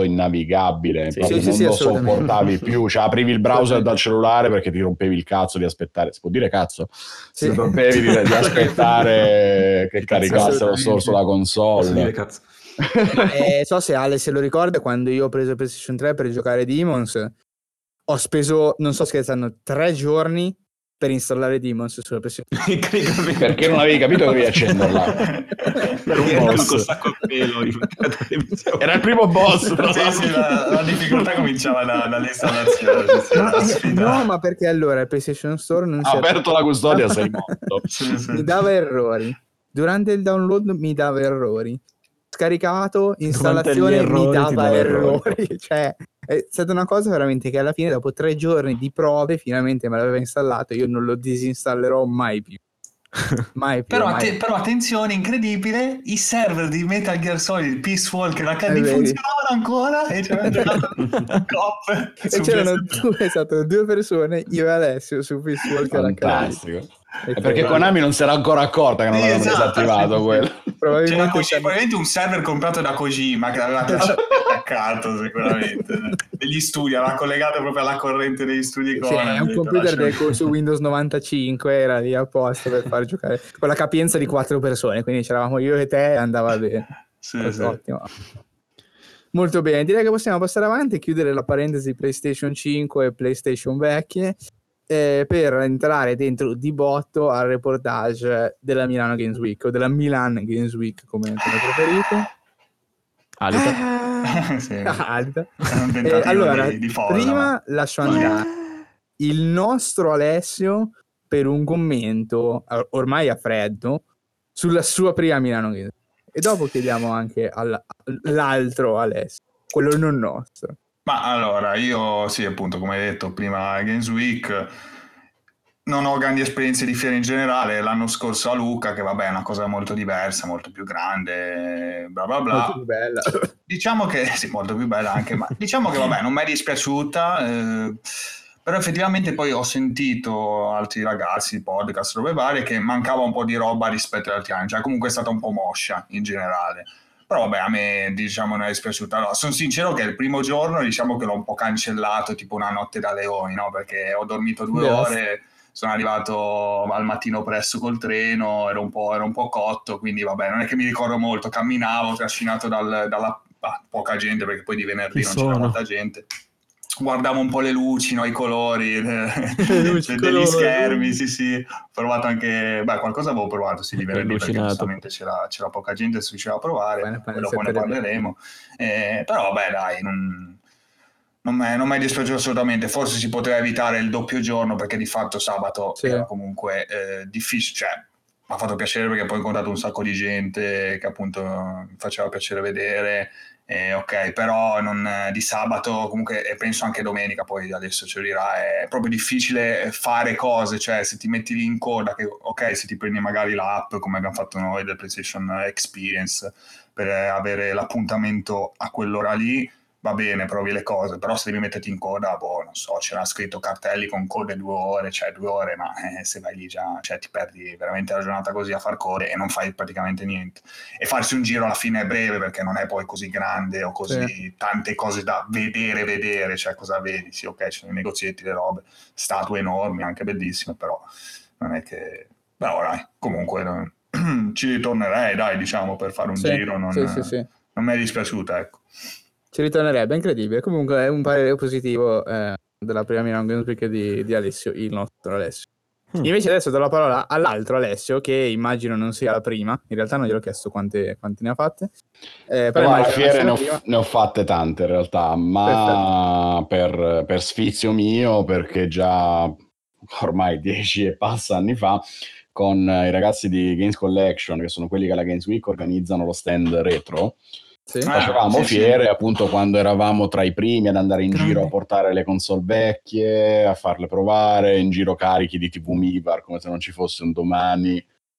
innavigabile, Sì, proprio sì, non lo assolutamente. sopportavi più, cioè aprivi il browser dal cellulare perché ti rompevi il cazzo di aspettare, si può dire cazzo? Sì. Ti rompevi di aspettare che caricasse lo store sulla Posso dire console. cazzo? Ma so se Ale se lo ricorda, quando io ho preso PlayStation 3 per giocare Demons, ho speso, non sto scherzando, 3 giorni per installare Demons sulla PlayStation. Perché non avevi capito che dovevi accenderla? Per un boss. Col sacco a pelo Era il primo boss, tra l'altro. Sì, la difficoltà cominciava dall'installazione. No, ma perché allora il PlayStation Store non si Ha aperto la custodia, sei morto. mi dava errori. Durante il download mi dava errori. Scaricato, installazione mi errori ti dava dava errori. Cioè, è stata una cosa veramente che alla fine, dopo 3 giorni di prove, finalmente me l'aveva installato. Io non lo disinstallerò mai più. Mai più. Però, mai. però attenzione, incredibile, i server di Metal Gear Solid Peace Walker HD vedi. funzionavano ancora e c'erano giocato COP E c'erano due persone, io e Alessio, su Peace Walker Fantastico. HD. È perché Konami non si era ancora accorta che non avevano disattivato quello. Probabilmente probabilmente un server comprato da Kojima che l'aveva attaccato sicuramente degli studi, aveva collegato proprio alla corrente degli studi è un computer su Windows 95, era lì apposta per far giocare con la capienza di 4 persone, quindi c'eravamo io e te e andava bene. Sì. Ottimo. Molto bene, direi che possiamo passare avanti e chiudere la parentesi PlayStation 5 e PlayStation vecchie per entrare dentro di botto al reportage della Milano Games Week o della Milan Games Week come preferite. Alita. Sì. Alita. Allora, prima lascio andare il nostro Alessio per un commento ormai a freddo sulla sua prima Milano Games Week. E dopo chiediamo anche all'altro Alessio, quello non nostro. Ma allora, io sì, appunto, come hai detto prima, Games Week, non ho grandi esperienze di fiera in generale. L'anno scorso a Lucca, che vabbè è una cosa molto diversa, molto più grande, bla bla bla. Molto più bella. Diciamo che, sì, molto più bella anche, ma diciamo che vabbè, non mi è dispiaciuta, però effettivamente poi ho sentito altri ragazzi, podcast, robe varie, che mancava un po' di roba rispetto agli altri anni, cioè comunque è stata un po' moscia in generale. Però vabbè, a me diciamo non è dispiaciuta. Allora, sono sincero che il primo giorno diciamo che l'ho un po' cancellato, tipo una notte da leoni, no? Perché ho dormito 2 ore, sono arrivato al mattino presto col treno, ero un po' cotto, quindi vabbè, non è che mi ricordo molto, camminavo trascinato dalla poca gente, perché poi di venerdì non c'era molta gente. Guardavo un po' le luci, no, i colori degli schermi, sì. Ho provato anche, qualcosa avevo provato, sì, di venerdì, perché giustamente c'era poca gente, si riusciva a provare, dopo ne parleremo. Però vabbè, dai, non mi è dispiaciuto assolutamente. Forse si poteva evitare il doppio giorno, perché di fatto sabato era comunque difficile, cioè mi ha fatto piacere perché poi ho incontrato un sacco di gente che appunto mi faceva piacere vedere. Ok, però di sabato comunque, e penso anche domenica, poi adesso ce lo dirà, è proprio difficile fare cose, cioè se ti metti lì in coda, che ok, se ti prendi magari l'app come abbiamo fatto noi del PlayStation Experience per avere l'appuntamento a quell'ora lì, va bene, provi le cose, però se devi metterti in coda, non so, c'era scritto cartelli con code 2 ore, cioè 2 ore, ma se vai lì già, cioè ti perdi veramente la giornata così a far code e non fai praticamente niente. E farsi un giro alla fine è breve, perché non è poi così grande o così tante cose da vedere, cioè cosa vedi? Sì, ok, ci sono i negozietti, le robe, statue enormi, anche bellissime, però non è che... Però dai, comunque ci ritornerei, dai, diciamo, per fare un giro, non mi è dispiaciuta, ecco. Ci ritornerebbe, incredibile. Comunque è un parere positivo della prima Milano Games Week di Alessio, il nostro Alessio. Invece adesso do la parola all'altro Alessio, che immagino non sia la prima. In realtà non gliel'ho chiesto quante ne ha fatte. Però a fiere ne ho fatte tante in realtà, ma per sfizio mio, perché già ormai 10 e passa anni fa, con i ragazzi di Games Collection, che sono quelli che alla Games Week organizzano lo stand retro, facevamo fiere appunto quando eravamo tra i primi ad andare in giro a portare le console vecchie, a farle provare, in giro carichi di TV Mivar come se non ci fosse un domani,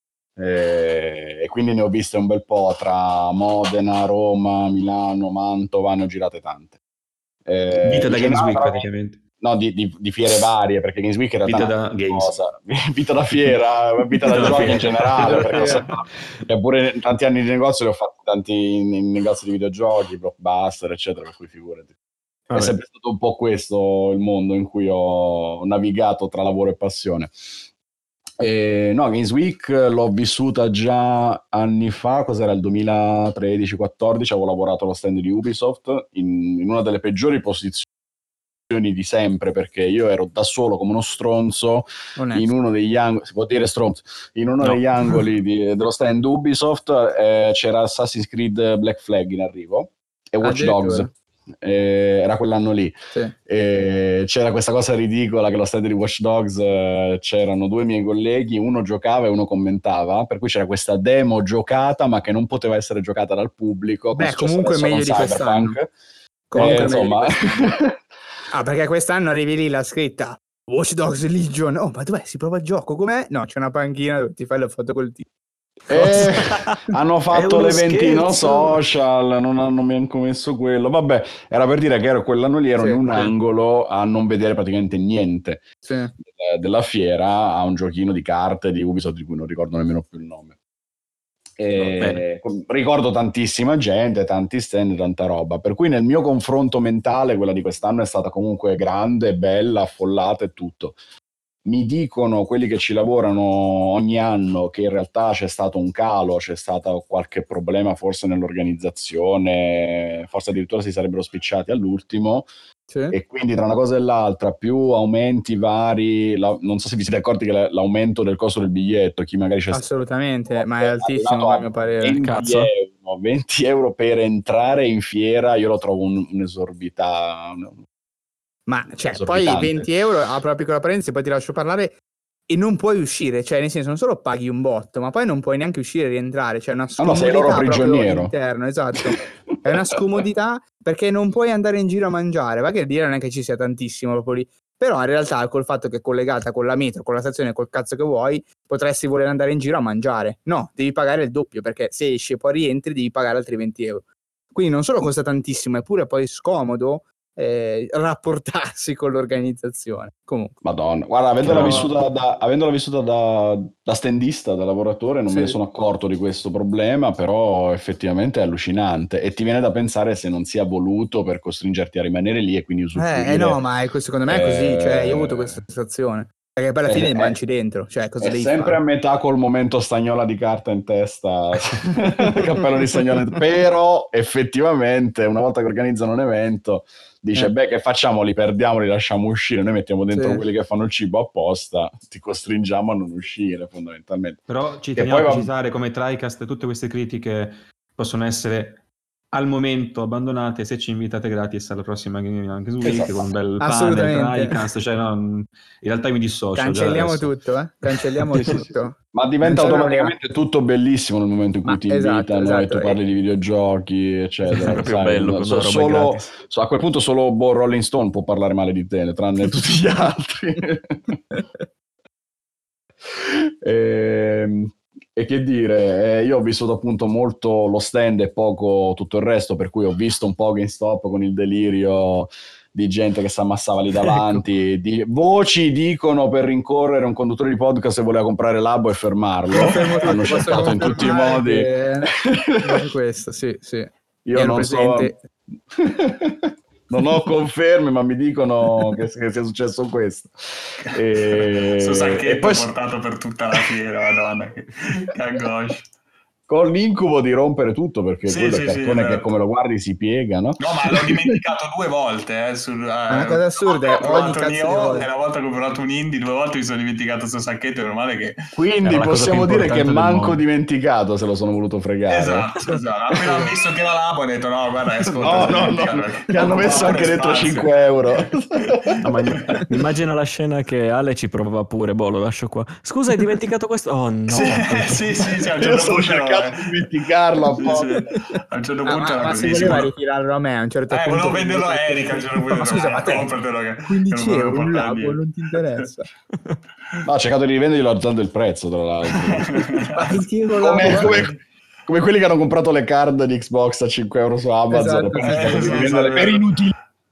e quindi ne ho viste un bel po' tra Modena, Roma, Milano, Mantova, ne ho girate tante. Vita da Games Week praticamente. no, di fiere varie, perché Games Week in realtà vita da games, vita da fiera, vita da giochi in generale, perché pure tanti anni di negozio li ho fatti tanti in negozi di videogiochi, Blockbuster, eccetera, per cui figurati. È sempre stato un po' questo il mondo in cui ho navigato tra lavoro e passione. No, Games Week l'ho vissuta già anni fa, cos'era il 2013-14, avevo lavorato allo stand di Ubisoft in una delle peggiori posizioni di sempre, perché io ero da solo come uno stronzo in uno degli angoli, si può dire stronzo, in uno degli angoli dello stand Ubisoft c'era Assassin's Creed Black Flag in arrivo e Watch Dogs. Era quell'anno lì, sì. C'era questa cosa ridicola che lo stand di Watch Dogs c'erano due miei colleghi, uno giocava e uno commentava, per cui c'era questa demo giocata ma che non poteva essere giocata dal pubblico. Beh, comunque meglio di quest'anno. Insomma perché quest'anno arrivi lì la scritta Watch Dogs Legion, ma dov'è? Si prova il gioco, com'è? No, c'è una panchina dove ti fai la foto col tipo. Hanno fatto l'eventino social, non hanno neanche messo quello. Vabbè, era per dire che quell'anno lì ero in un angolo a non vedere praticamente niente della fiera, a un giochino di carte di Ubisoft di cui non ricordo nemmeno più il nome. Ricordo tantissima gente, tanti stand, tanta roba, per cui nel mio confronto mentale quella di quest'anno è stata comunque grande, bella, affollata e tutto. Mi dicono quelli che ci lavorano ogni anno che in realtà c'è stato un calo, c'è stato qualche problema forse nell'organizzazione, forse addirittura si sarebbero spicciati all'ultimo, e quindi tra una cosa e l'altra più aumenti vari, non so se vi siete accorti che l'aumento del costo del biglietto, chi magari c'è assolutamente, ma è altissimo a mio parere. 20 euro per entrare in fiera, io lo trovo un'esorbità. Ma poi 20 euro, apro la piccola parentesi, poi ti lascio parlare, e non puoi uscire, cioè nel senso non solo paghi un botto, ma poi non puoi neanche uscire e rientrare, cioè una scomodità proprio all'interno, esatto. È una scomodità perché non puoi andare in giro a mangiare, va che dire non è che ci sia tantissimo proprio lì, però in realtà col fatto che è collegata con la metro, con la stazione, col cazzo che vuoi, potresti voler andare in giro a mangiare. No, devi pagare il doppio, perché se esci e poi rientri devi pagare altri 20 euro. Quindi non solo costa tantissimo, è pure poi scomodo rapportarsi con l'organizzazione. Comunque, Madonna, guarda, avendola vissuta da standista, da lavoratore, non me ne sono accorto di questo problema, però effettivamente è allucinante e ti viene da pensare se non sia voluto per costringerti a rimanere lì e quindi usufruire. No, ma secondo me è così, cioè io ho avuto questa sensazione. Perché poi alla fine mangi dentro, cioè cosa devi fare? È sempre a metà col momento stagnola di carta in testa, cappello di stagnola, però effettivamente una volta che organizzano un evento dice che facciamo, li perdiamo, li lasciamo uscire, noi mettiamo dentro quelli che fanno il cibo apposta, ti costringiamo a non uscire fondamentalmente. Però ci teniamo a precisare come TriCast tutte queste critiche possono essere al momento abbandonate se ci invitate gratis alla prossima Games Week con un bel panel TriCast, cioè in realtà mi dissocio. Cancelliamo tutto, cancelliamo tutto. Ma diventa automaticamente tutto bellissimo nel momento in cui ti invitano e tu parli di videogiochi, eccetera. È più bello a quel punto solo Rolling Stone può parlare male di te, tranne tutti gli altri. E che dire, io ho vissuto appunto molto lo stand e poco tutto il resto, per cui ho visto un po' GameStop con il delirio di gente che si ammassava lì davanti, voci dicono per rincorrere un conduttore di podcast che voleva comprare Labo e fermarlo. Hanno cercato in tutti i modi. Questo, sì. Io non presente. Non ho conferme, ma mi dicono che sia successo questo. Su sacchetto portato per tutta la fiera, madonna, che angoscia. Con l'incubo di rompere tutto, perché quello è il cartone che come lo guardi si piega, no? No, ma l'ho dimenticato 2 volte. Una cosa assurda, ogni cazzo di volta. E una volta che ho provato un indie, 2 volte mi sono dimenticato sto sacchetto, è normale che... Quindi possiamo dire che manco dimenticato, se lo sono voluto fregare. Esatto. Appena ho visto che era Labo ho detto no, guarda, ascolta. No. Che hanno messo anche dentro 5 euro. Immagina la scena che Ale ci provava pure, lo lascio qua. Scusa, hai dimenticato questo? Oh no. Sì, a un certo punto dimenticarlo a un certo punto ma se voleva ritirarlo a me a un certo punto volevo venderlo a Erika a un certo punto. Ma scusa, ma te 15 euro un Labo non ti interessa? No, ho cercato di rivenderglielo alzando il prezzo, tra l'altro. Come quelli che hanno comprato le card di Xbox a 5 euro su Amazon, per inutili.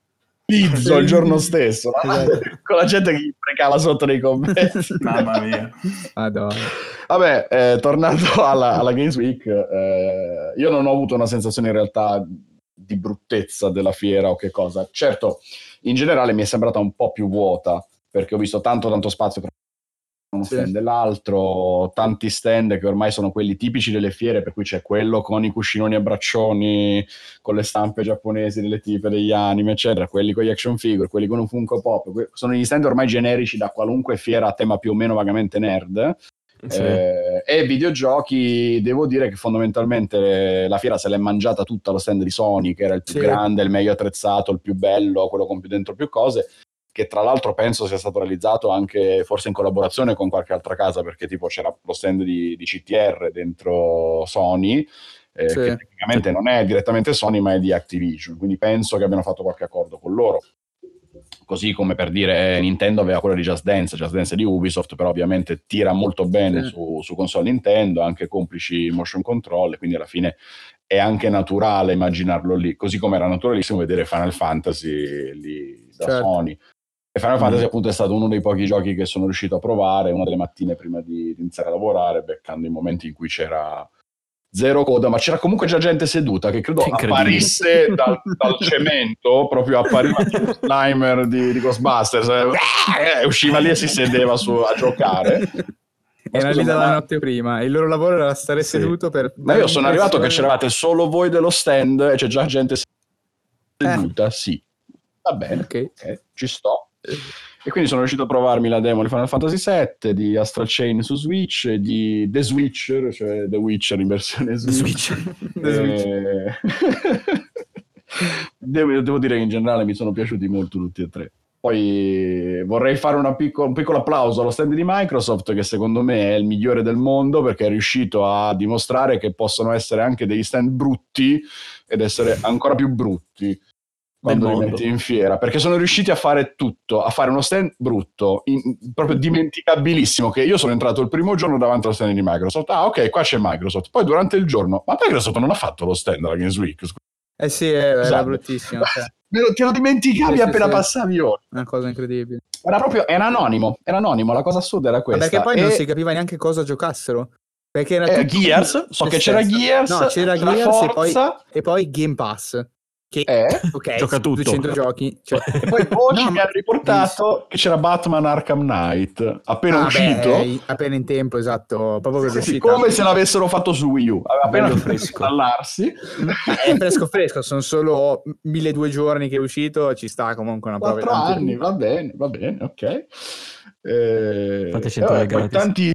Pizzo il giorno stesso, con la gente che gli precava sotto nei commenti. Mamma mia. Madonna. Vabbè, tornando alla Games Week, io non ho avuto una sensazione in realtà di bruttezza della fiera o che cosa. Certo, in generale mi è sembrata un po' più vuota, perché ho visto tanto spazio per uno stand e l'altro, tanti stand che ormai sono quelli tipici delle fiere, per cui c'è quello con i cuscinoni a braccioni, con le stampe giapponesi delle tipe degli anime, eccetera, quelli con gli action figure, quelli con un Funko Pop, sono gli stand ormai generici da qualunque fiera a tema più o meno vagamente nerd. Sì. E videogiochi, devo dire che fondamentalmente la fiera se l'è mangiata tutta lo stand di Sony, che era il più grande, il meglio attrezzato, il più bello, quello con più dentro più cose, che tra l'altro penso sia stato realizzato anche forse in collaborazione con qualche altra casa, perché tipo c'era lo stand di CTR dentro Sony, che tecnicamente non è direttamente Sony ma è di Activision, quindi penso che abbiano fatto qualche accordo con loro. Così come per dire Nintendo aveva quello di Just Dance è di Ubisoft, però ovviamente tira molto bene su console Nintendo, anche complici motion control, quindi alla fine è anche naturale immaginarlo lì, così come era naturalissimo vedere Final Fantasy lì da Sony. E Final Fantasy appunto è stato uno dei pochi giochi che sono riuscito a provare una delle mattine prima di iniziare a lavorare, beccando i momenti in cui c'era zero coda, ma c'era comunque già gente seduta che credo apparisse dal cemento, proprio appariva il Slimer di Ghostbusters, usciva lì e si sedeva a giocare. Era lì dalla notte prima, il loro lavoro era stare seduto per... Ma io sono arrivato che c'eravate solo voi dello stand e c'è già gente seduta, sì. Va bene, ok, ci sto. E quindi sono riuscito a provarmi la demo di Final Fantasy VII, di Astral Chain su Switch, di The Switcher, cioè The Witcher in versione Switch. Devo dire che in generale mi sono piaciuti molto tutti e tre. Poi vorrei fare un piccolo applauso allo stand di Microsoft, che secondo me è il migliore del mondo, perché è riuscito a dimostrare che possono essere anche degli stand brutti ed essere ancora più brutti quando li metti in fiera, perché sono riusciti a fare tutto, a fare uno stand brutto, proprio dimenticabilissimo, che io sono entrato il primo giorno davanti allo stand di Microsoft, ok, qua c'è Microsoft, poi durante il giorno, ma Microsoft non ha fatto lo stand alla Games Week, sì, era bruttissimo. Te lo dimenticavi appena passavi ora. Una cosa incredibile. Era anonimo, la cosa assurda era questa. Perché poi non si capiva neanche cosa giocassero. Perché era Gears, che c'era Gears, no, c'era Gears e poi Game Pass. Che gioca tutto, 200 giochi, e poi mi hanno riportato che c'era Batman Arkham Knight appena uscito, appena in tempo, esatto, proprio per come se l'avessero fatto su Wii U, aveva appena fresco installarsi. È fresco, sono solo 1200 giorni che è uscito, ci sta comunque una prova. 4 anni, va bene, ok. Fate 100 gratis.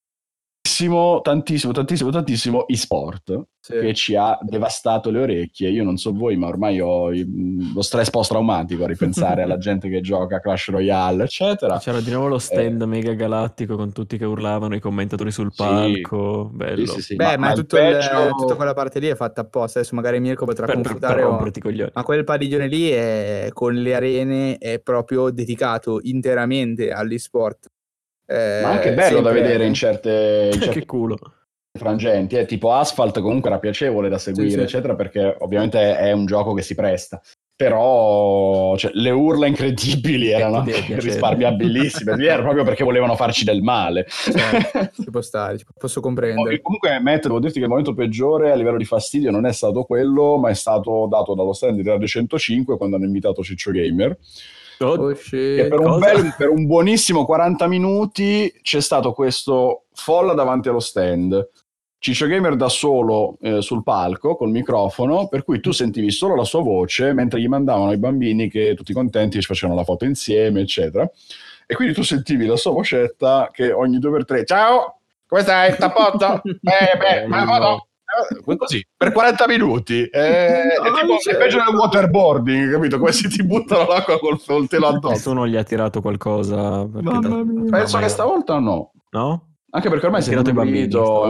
Tantissimo e-sport che ci ha devastato le orecchie. Io non so voi, ma ormai ho lo stress post-traumatico a ripensare alla gente che gioca Clash Royale, eccetera. C'era di nuovo lo stand mega galattico con tutti che urlavano, i commentatori sul palco, bello. Sì. Ma tutta quella parte lì è fatta apposta. Adesso magari Mirko potrà confutare, ma quel padiglione lì con le arene è proprio dedicato interamente all'e-sport. Ma anche bello da vedere in certe che culo frangenti, tipo Asphalt comunque era piacevole da seguire, eccetera, perché ovviamente è un gioco che si presta, però le urla incredibili erano risparmiabilissime, era proprio perché volevano farci del male. Ci può stare, posso comprendere. Comunque Matt, devo dirti che il momento peggiore a livello di fastidio non è stato quello, ma è stato dato dallo stand di Radio 105 quando hanno invitato Ciccio Gamer. Che per un buonissimo 40 minuti c'è stato questo folla davanti allo stand, Ciccio Gamer da solo sul palco col microfono, per cui tu sentivi solo la sua voce mentre gli mandavano i bambini che tutti contenti ci facevano la foto insieme, eccetera, e quindi tu sentivi la sua vocetta che ogni 2x3 ciao, come stai, tappotto? Una foto? Così per 40 minuti è peggio del waterboarding, capito? Come se ti buttano l'acqua col telo addosso. Nessuno gli ha tirato qualcosa? Penso che stavolta no, anche perché ormai si è imbambito.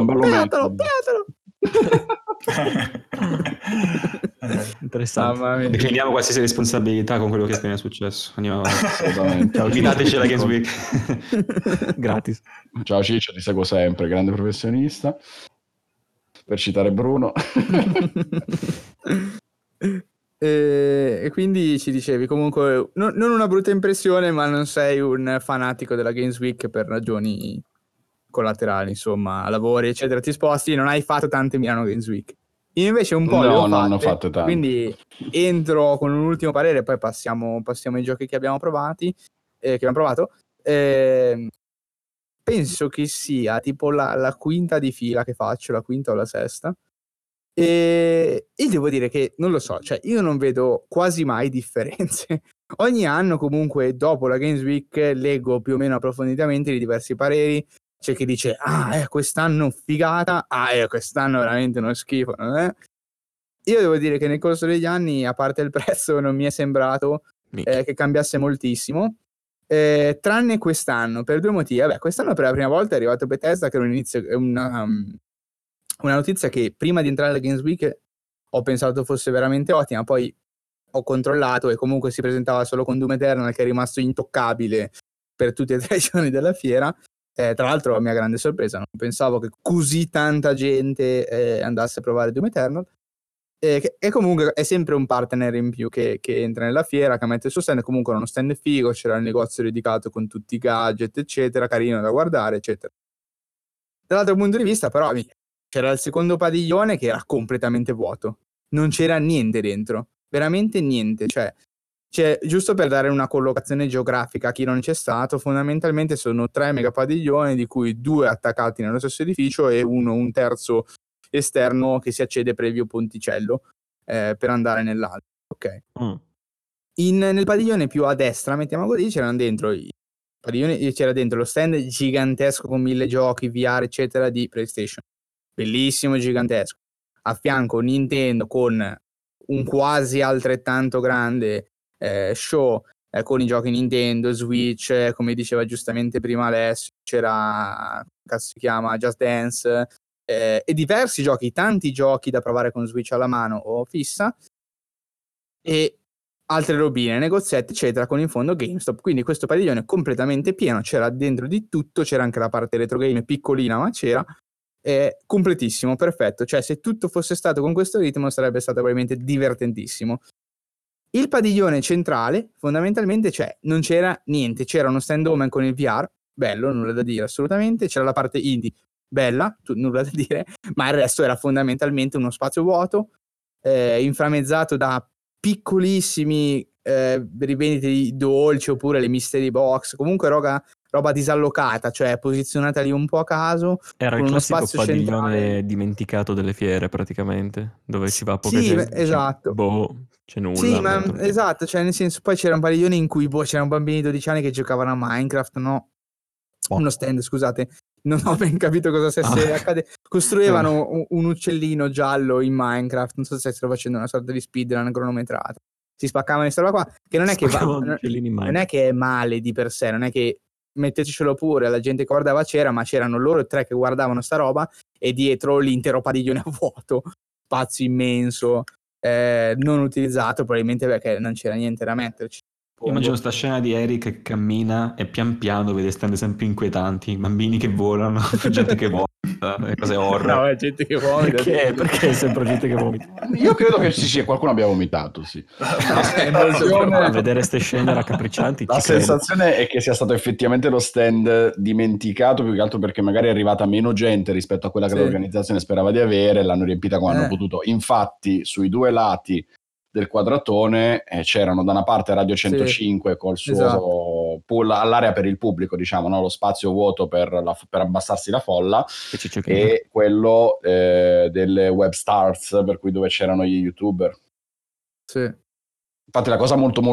Interessante. Decliniamo qualsiasi responsabilità con quello che è appena successo. Andiamo avanti. Invitateci alla Games Week gratis. Ciao Ciccio, ti seguo sempre, grande professionista, per citare Bruno. E quindi ci dicevi comunque non una brutta impressione, ma non sei un fanatico della Games Week per ragioni collaterali, insomma, lavori eccetera, ti sposti, non hai fatto tante Milano Games Week. Io invece un po' le ho non ho fatte, fatto tante. quindi entro con un ultimo parere, poi passiamo ai giochi che abbiamo provati, che abbiamo provato. Penso che sia tipo la quinta di fila che faccio, la quinta o la sesta. E devo dire che non lo so, cioè io non vedo quasi mai differenze. Ogni anno comunque dopo la Games Week leggo più o meno approfonditamente i diversi pareri. C'è chi dice quest'anno figata, quest'anno veramente uno schifo. Io devo dire che nel corso degli anni, a parte il prezzo, non mi è sembrato che cambiasse moltissimo, tranne quest'anno, per due motivi. Vabbè, quest'anno per la prima volta è arrivato Bethesda, che era una notizia che prima di entrare alla Games Week ho pensato fosse veramente ottima, poi ho controllato e comunque si presentava solo con Doom Eternal, che è rimasto intoccabile per tutti e 3 i giorni della fiera. Tra l'altro, a mia grande sorpresa, non pensavo che così tanta gente andasse a provare Doom Eternal. E comunque è sempre un partner in più che entra nella fiera, che mette il suo stand. Comunque uno stand figo, c'era il negozio dedicato con tutti i gadget eccetera, carino da guardare eccetera. Dall'altro punto di vista però c'era il secondo padiglione che era completamente vuoto, non c'era niente dentro, veramente niente. Cioè, giusto per dare una collocazione geografica a chi non c'è stato, fondamentalmente sono 3 megapadiglioni, di cui 2 attaccati nello stesso edificio e un terzo esterno che si accede previo ponticello per andare nell'altro. Ok. Nel padiglione più a destra, mettiamo così, c'era dentro lo stand gigantesco con 1000 giochi VR eccetera di PlayStation, bellissimo, gigantesco. A fianco Nintendo con un quasi altrettanto grande show con i giochi Nintendo, Switch, come diceva giustamente prima Alessio, c'era, cazzo si chiama, Just Dance, e diversi giochi, tanti giochi da provare con Switch alla mano o fissa, e altre robine, negozietti eccetera, con in fondo GameStop. Quindi questo padiglione completamente pieno, c'era dentro di tutto, c'era anche la parte retro game piccolina, ma c'era, completissimo, perfetto. Cioè, se tutto fosse stato con questo ritmo sarebbe stato veramente divertentissimo. Il padiglione centrale fondamentalmente non c'era niente, c'era uno stand home con il VR, bello, nulla da dire assolutamente, c'era la parte indie, bella, nulla da dire, ma il resto era fondamentalmente uno spazio vuoto, inframmezzato da piccolissimi rivendite di dolci oppure le mystery box, comunque roba disallocata, cioè posizionata lì un po' a caso. Era con il uno classico spazio padiglione centrale dimenticato delle fiere praticamente, dove ci va poca sì, gente. esatto. C'è nulla. Sì, ma esatto, cioè nel senso, poi c'era un padiglione in cui c'erano bambini di 12 anni che giocavano a Minecraft, no? Uno stand, scusate, non ho ben capito cosa stesse accade. Costruivano un uccellino giallo in Minecraft, non so se stessero facendo una sorta di speedrun cronometrata. Si spaccavano questa roba qua, che non è che è male di per sé, non è che mettetecelo pure, la gente che guardava c'era, ma c'erano loro 3 che guardavano sta roba e dietro l'intero padiglione vuoto, spazio immenso, non utilizzato, probabilmente perché non c'era niente da metterci. Immagino sta scena di Eric che cammina e pian piano vede stand sempre inquietanti, bambini che volano, gente che vomita, cose horror. No, è gente che vomita. Perché è sempre gente che vomita? Io credo che sì, qualcuno abbia vomitato, sì. A vedere queste scene raccapriccianti. La sensazione è che sia stato effettivamente lo stand dimenticato, più che altro perché magari è arrivata meno gente rispetto a quella che l'organizzazione sperava di avere, l'hanno riempita come hanno potuto. Infatti, sui 2 lati del quadratone c'erano da una parte Radio 105 col suo pool all'area per il pubblico, diciamo, no? Lo spazio vuoto per abbassarsi la folla, e quello delle web stars, per cui dove c'erano gli youtuber. Sì. Infatti la cosa molto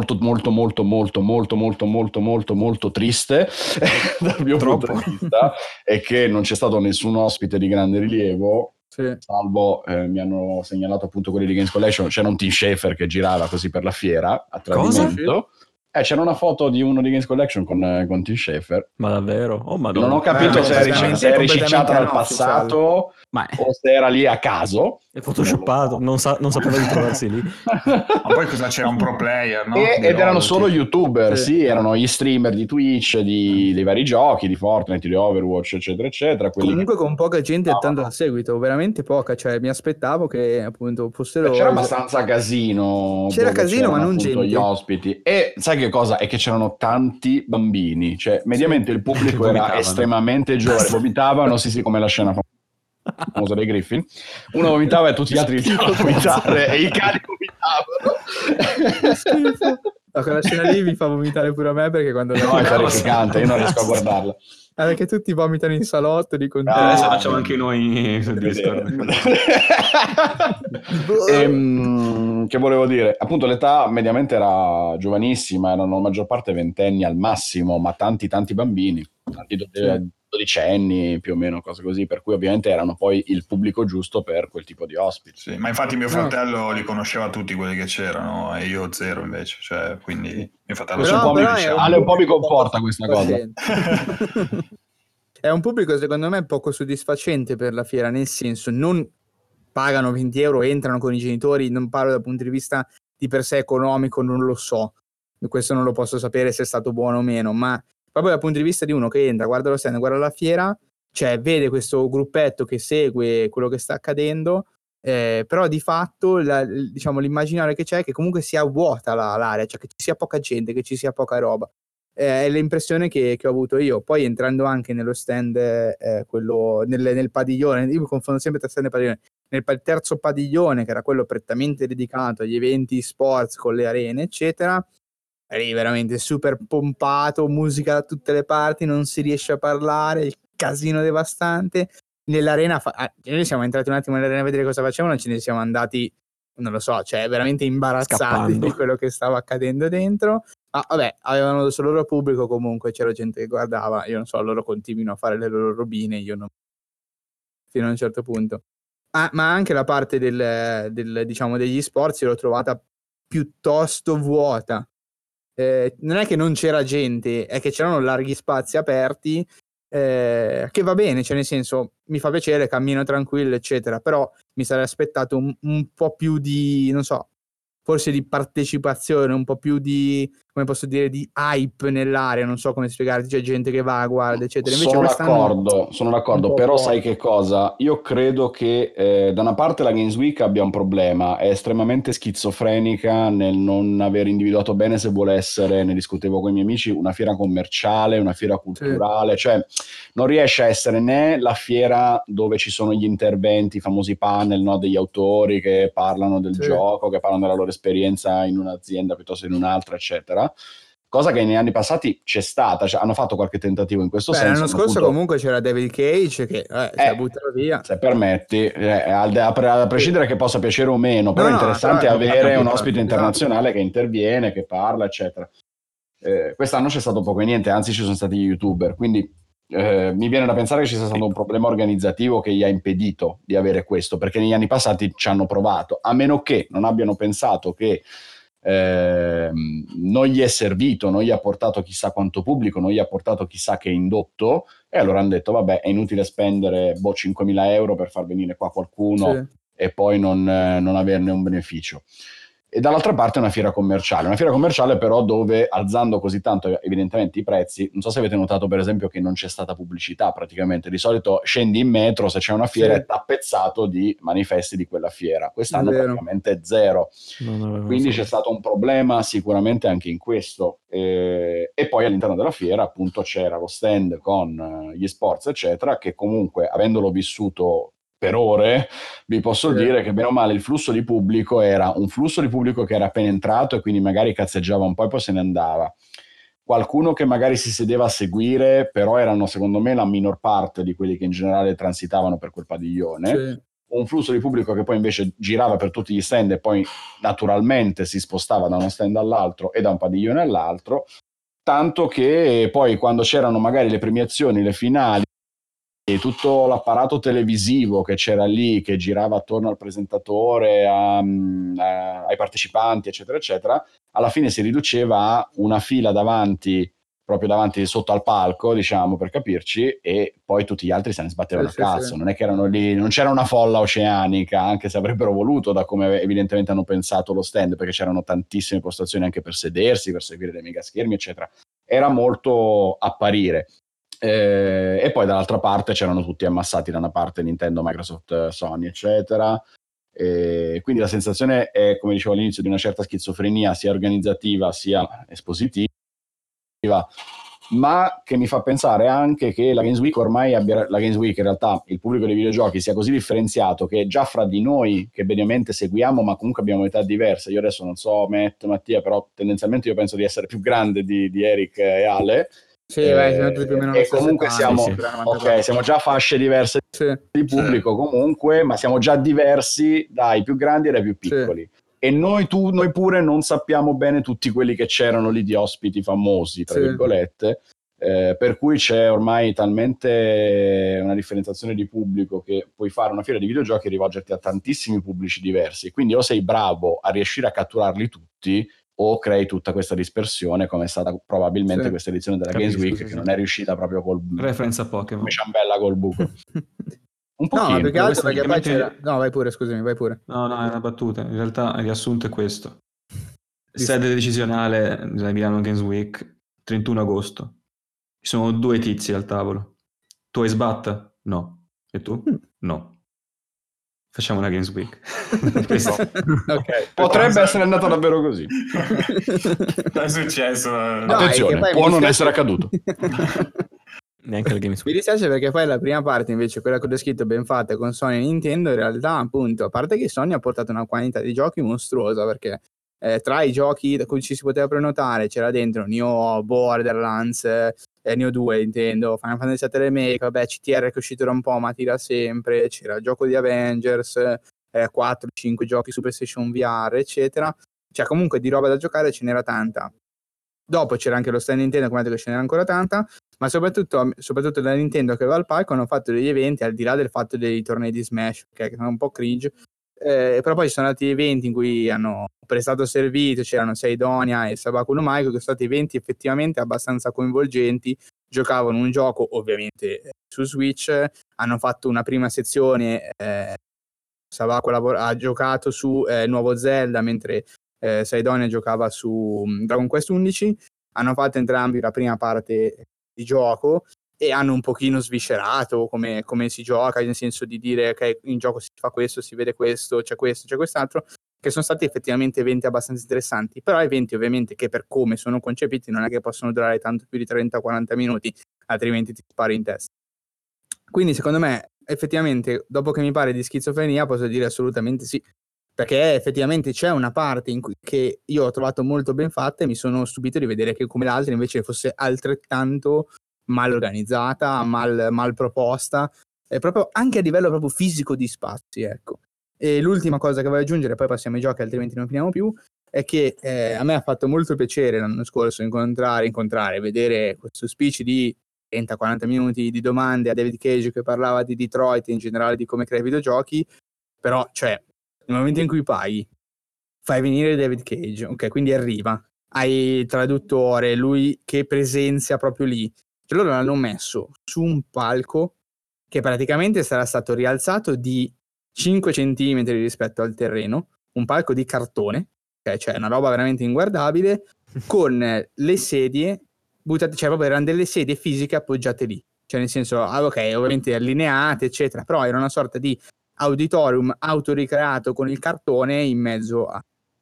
triste dal mio punto di vista è che non c'è stato nessun ospite di grande rilievo. Salvo mi hanno segnalato appunto quelli di Games Collection, c'era un Tim Schafer che girava così per la fiera a tradimento. C'era una foto di uno di Games Collection con Tim Schafer. Ma davvero? Oh, Madonna. Non ho capito se è ricicciata dal passato o se era lì a caso. È photoshoppato, non sapeva di trovarsi lì. Ma poi cosa c'era? Un pro player, no? Ed erano solo tipo. youtuber, sì, erano gli streamer di Twitch, dei vari giochi, di Fortnite, di Overwatch, eccetera, eccetera. Comunque con poca gente e tanto al seguito, veramente poca, cioè mi aspettavo che appunto fossero... C'era abbastanza casino. C'era casino, ma non appunto gente. Gli ospiti. E sai che cosa? È che c'erano tanti bambini, cioè mediamente il pubblico era estremamente giovane, vomitavano, sì, come la scena famosa dei Griffin. Uno vomitava e tutti gli altri iniziavano a vomitare e i cani vomitavano. Schifo. No, quella scena lì mi fa vomitare pure a me perché quando... No, è terrificante, io non riesco a guardarla. Perché tutti vomitano in salotto di continuo. Adesso facciamo anche noi su Discord. Che volevo dire? Appunto l'età mediamente era giovanissima, erano la maggior parte ventenni al massimo, ma tanti bambini, tanti dodicenni più o meno, cose così, per cui ovviamente erano poi il pubblico giusto per quel tipo di ospiti. Sì, ma infatti mio fratello li conosceva tutti quelli che c'erano e io zero invece, cioè, quindi mio fratello Ale un po' mi conforta questa cosa. È un pubblico secondo me poco soddisfacente per la fiera, nel senso non pagano 20 euro, entrano con i genitori, non parlo dal punto di vista di per sé economico, non lo so, questo non lo posso sapere se è stato buono o meno, ma proprio dal punto di vista di uno che entra, guarda lo stand, guarda la fiera, cioè vede questo gruppetto che segue quello che sta accadendo, però di fatto diciamo l'immaginario che c'è è che comunque sia vuota l'area, cioè che ci sia poca gente, che ci sia poca roba. È l'impressione che ho avuto io. Poi entrando anche nello stand, quello nel padiglione, io mi confondo sempre tra stand e padiglione, nel terzo padiglione, che era quello prettamente dedicato agli eventi sports con le arene, eccetera, lì veramente super pompato, musica da tutte le parti, non si riesce a parlare, il casino devastante. Nell'arena, noi siamo entrati un attimo nell'arena a vedere cosa facevano e ce ne siamo andati, non lo so, cioè veramente imbarazzati scappando di quello che stava accadendo dentro. Ma vabbè, avevano solo loro pubblico, comunque c'era gente che guardava, io non so, loro continuano a fare le loro robine, io non, fino a un certo punto. Ma anche la parte diciamo degli sport l'ho trovata piuttosto vuota. Non è che non c'era gente, è che c'erano larghi spazi aperti, che va bene, cioè nel senso mi fa piacere, cammino tranquillo eccetera, però mi sarei aspettato un po' più di, non so, forse di partecipazione, un po' più di, come posso dire, di hype nell'area, non so come spiegarti, c'è gente che va, guarda, eccetera. Invece sono d'accordo, però sai che cosa? Io credo che da una parte la Games Week abbia un problema, è estremamente schizofrenica nel non aver individuato bene se vuole essere, ne discutevo con i miei amici, una fiera commerciale, una fiera culturale, cioè non riesce a essere né la fiera dove ci sono gli interventi, i famosi panel, no, degli autori che parlano del gioco, che parlano della loro esperienza in un'azienda piuttosto che in un'altra, eccetera. Cosa che negli anni passati c'è stata, cioè hanno fatto qualche tentativo in questo senso. L'anno scorso comunque c'era David Cage che si buttava via. Se permetti, a prescindere che possa piacere o meno, però è interessante avere un ospite internazionale che interviene, che parla, eccetera. Quest'anno c'è stato poco e niente, anzi ci sono stati gli youtuber, quindi mi viene da pensare che ci sia stato un problema organizzativo che gli ha impedito di avere questo, perché negli anni passati ci hanno provato, a meno che non abbiano pensato che non gli è servito, non gli ha portato chissà quanto pubblico, non gli ha portato chissà che indotto, e allora hanno detto vabbè, è inutile spendere 5.000 euro per far venire qua qualcuno e poi non averne un beneficio. E dall'altra parte è una fiera commerciale però dove, alzando così tanto evidentemente i prezzi, non so se avete notato per esempio che non c'è stata pubblicità praticamente, di solito scendi in metro, se c'è una fiera è tappezzato di manifesti di quella fiera, quest'anno praticamente zero, quindi c'è stato un problema sicuramente anche in questo, e poi all'interno della fiera appunto c'era lo stand con gli sports eccetera, che comunque avendolo vissuto per ore, vi posso dire che bene o male il flusso di pubblico era un flusso di pubblico che era appena entrato e quindi magari cazzeggiava un po' e poi se ne andava. Qualcuno che magari si sedeva a seguire, però erano secondo me la minor parte di quelli che in generale transitavano per quel padiglione. Un flusso di pubblico che poi invece girava per tutti gli stand e poi naturalmente si spostava da uno stand all'altro e da un padiglione all'altro, tanto che poi quando c'erano magari le premiazioni, le finali, e tutto l'apparato televisivo che c'era lì, che girava attorno al presentatore, ai partecipanti, eccetera, eccetera, alla fine si riduceva a una fila davanti proprio davanti, sotto al palco, diciamo, per capirci, e poi tutti gli altri se ne sbattevano a cazzo. Non è che erano lì, non c'era una folla oceanica, anche se avrebbero voluto, da come evidentemente hanno pensato lo stand, perché c'erano tantissime postazioni anche per sedersi, per seguire dei mega schermi, eccetera. Era molto apparire. E poi dall'altra parte c'erano tutti ammassati, da una parte Nintendo, Microsoft, Sony, eccetera. Quindi la sensazione è, come dicevo all'inizio, di una certa schizofrenia sia organizzativa sia espositiva, ma che mi fa pensare anche che la Games Week ormai la Games Week, in realtà, il pubblico dei videogiochi sia così differenziato che già fra di noi, che mediamente seguiamo ma comunque abbiamo età diverse, io adesso non so Mattia, però tendenzialmente io penso di essere più grande di Eric e Ale. Sì, siamo tutti più o meno e comunque siamo, ok, siamo già fasce diverse di pubblico comunque, ma siamo già diversi dai più grandi e dai più piccoli. E noi pure non sappiamo bene tutti quelli che c'erano lì di ospiti famosi, tra virgolette, per cui c'è ormai talmente una differenziazione di pubblico che puoi fare una fiera di videogiochi e rivolgerti a tantissimi pubblici diversi, quindi o sei bravo a riuscire a catturarli tutti o crei tutta questa dispersione, come è stata probabilmente questa edizione della Games Week, che non è riuscita proprio col referenza a Pokémon, come ciambella col buco. Un pochino. No, ma più che altro perché poi c'era... No, vai pure, scusami, vai pure. No, è una battuta. In realtà il riassunto è questo. Sede decisionale della Milano Games Week, 31 agosto. Ci sono 2 tizi al tavolo. Tu hai sbatta? No. E tu? No. Facciamo una Games Week. Okay. Potrebbe essere andato davvero così. È successo. No, attenzione, può non essere accaduto. Neanche la Games Week. Mi dispiace perché poi la prima parte, invece, quella che ho descritto ben fatta con Sony e Nintendo, in realtà, appunto, a parte che Sony ha portato una quantità di giochi mostruosa, perché tra i giochi da cui ci si poteva prenotare c'era dentro Nioh, Borderlands, Nioh 2 intendo, Final Fantasy VII Remake, vabbè, CTR che è uscito da un po' ma tira sempre, c'era il gioco di Avengers, 4-5 giochi su PlayStation VR, eccetera. Cioè comunque di roba da giocare ce n'era tanta. Dopo c'era anche lo stand Nintendo, come detto, che ce n'era ancora tanta, ma soprattutto da Nintendo che aveva al palco hanno fatto degli eventi, al di là del fatto dei tornei di Smash, che sono un po' cringe, però poi ci sono stati eventi in cui hanno prestato servizio, c'erano Seidonia e Sabaku no Maiko, che sono stati eventi effettivamente abbastanza coinvolgenti, giocavano un gioco ovviamente su Switch, hanno fatto una prima sezione, Sabaku ha giocato su Nuovo Zelda, mentre Seidonia giocava su Dragon Quest 11, hanno fatto entrambi la prima parte di gioco e hanno un pochino sviscerato come si gioca, nel senso di dire che in gioco si fa questo, si vede questo, c'è quest'altro, che sono stati effettivamente eventi abbastanza interessanti, però eventi ovviamente che per come sono concepiti non è che possono durare tanto più di 30-40 minuti, altrimenti ti spari in testa. Quindi secondo me effettivamente, dopo che mi pare di schizofrenia, posso dire assolutamente sì, perché effettivamente c'è una parte in cui che io ho trovato molto ben fatta e mi sono stupito di vedere che come l'altra invece fosse altrettanto mal organizzata, mal proposta, proprio anche a livello proprio fisico di spazi, ecco. E l'ultima cosa che voglio aggiungere, poi passiamo ai giochi altrimenti non finiamo più, è che a me ha fatto molto piacere l'anno scorso incontrare, vedere questo speech di 30-40 minuti di domande a David Cage che parlava di Detroit e in generale di come crea videogiochi, però cioè nel momento in cui fai venire David Cage, ok, quindi arriva, hai il traduttore, lui che presenzia proprio lì, cioè loro l'hanno messo su un palco che praticamente sarà stato rialzato di 5 centimetri rispetto al terreno, un palco di cartone, okay? Cioè una roba veramente inguardabile, con le sedie buttate, cioè proprio erano delle sedie fisiche appoggiate lì, cioè nel senso, ok, ovviamente allineate, eccetera, però era una sorta di auditorium autoricreato con il cartone in mezzo a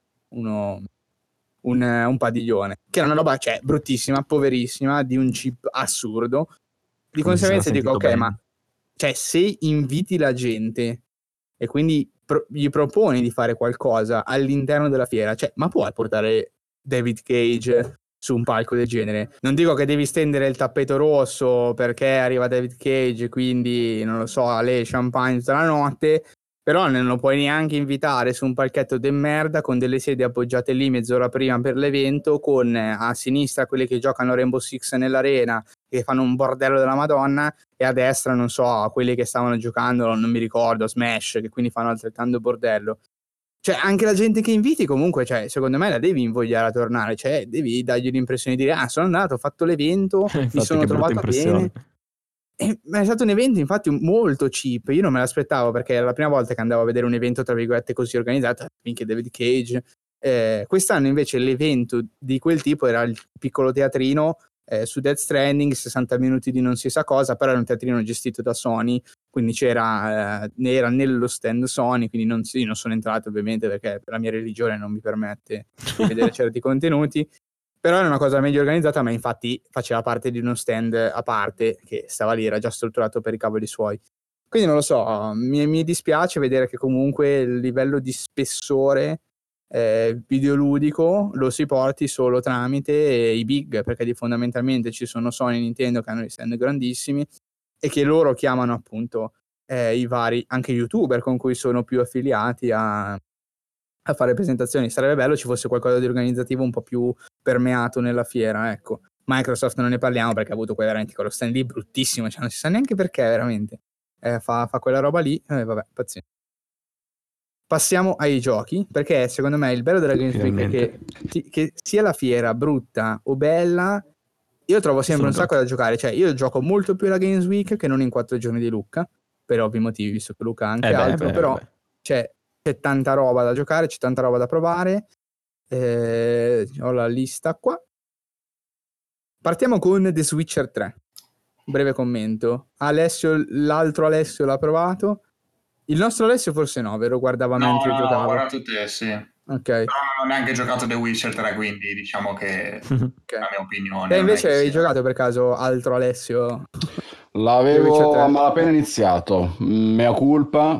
un padiglione, che era una roba, cioè, bruttissima, poverissima, di un chip assurdo. Di conseguenza dico, ok, bene. Ma cioè, se inviti la gente e quindi gli proponi di fare qualcosa all'interno della fiera, cioè, ma puoi portare David Cage su un palco del genere? Non dico che devi stendere il tappeto rosso perché arriva David Cage, quindi, non lo so, le champagne tutta la notte, però non lo puoi neanche invitare su un palchetto de merda con delle sedie appoggiate lì mezz'ora prima per l'evento, con a sinistra quelli che giocano Rainbow Six nell'arena che fanno un bordello della Madonna e a destra non so quelli che stavano giocando, non mi ricordo, Smash, che quindi fanno altrettanto bordello. cioè anche la gente che inviti comunque, cioè secondo me la devi invogliare a tornare, cioè devi dargli l'impressione di dire sono andato, ho fatto l'evento, mi sono trovato bene. Ma è stato un evento infatti molto cheap, io non me l'aspettavo perché era la prima volta che andavo a vedere un evento tra virgolette così organizzato, finché David Cage. Quest'anno invece l'evento di quel tipo era il piccolo teatrino su Death Stranding, 60 minuti di non si sa cosa, però era un teatrino gestito da Sony, quindi era nello stand Sony, quindi io non sono entrato ovviamente perché la mia religione non mi permette di vedere certi contenuti, però era una cosa meglio organizzata, ma infatti faceva parte di uno stand a parte che stava lì, era già strutturato per i cavoli suoi. Quindi non lo so, mi dispiace vedere che comunque il livello di spessore videoludico lo si porti solo tramite i big, perché fondamentalmente ci sono Sony e Nintendo che hanno dei stand grandissimi e che loro chiamano appunto i vari anche youtuber con cui sono più affiliati a fare presentazioni. Sarebbe bello ci fosse qualcosa di organizzativo un po' più permeato nella fiera, ecco. Microsoft non ne parliamo perché ha avuto veramente quello stand lì bruttissimo, cioè non si sa neanche perché veramente fa quella roba lì, vabbè, pazienza. Passiamo ai giochi, perché secondo me il bello della Games Week è che sia la fiera brutta o bella, io trovo sempre un sacco da giocare. Cioè io gioco molto più alla Games Week che non in 4 giorni di Lucca, per ovvi motivi, visto che Lucca ha anche altro, però c'è tanta roba da giocare, c'è tanta roba da provare. Ho la lista qua. Partiamo con The Switcher 3. Breve commento. L'altro Alessio l'ha provato. Il nostro Alessio forse no, vero? Guardava mentre io giocavo. No, guardato te, sì. Ok. Però non ho neanche giocato The Witcher 3, quindi diciamo che è la mia opinione. Te invece hai giocato per caso altro Alessio? L'avevo a malapena iniziato, mea culpa,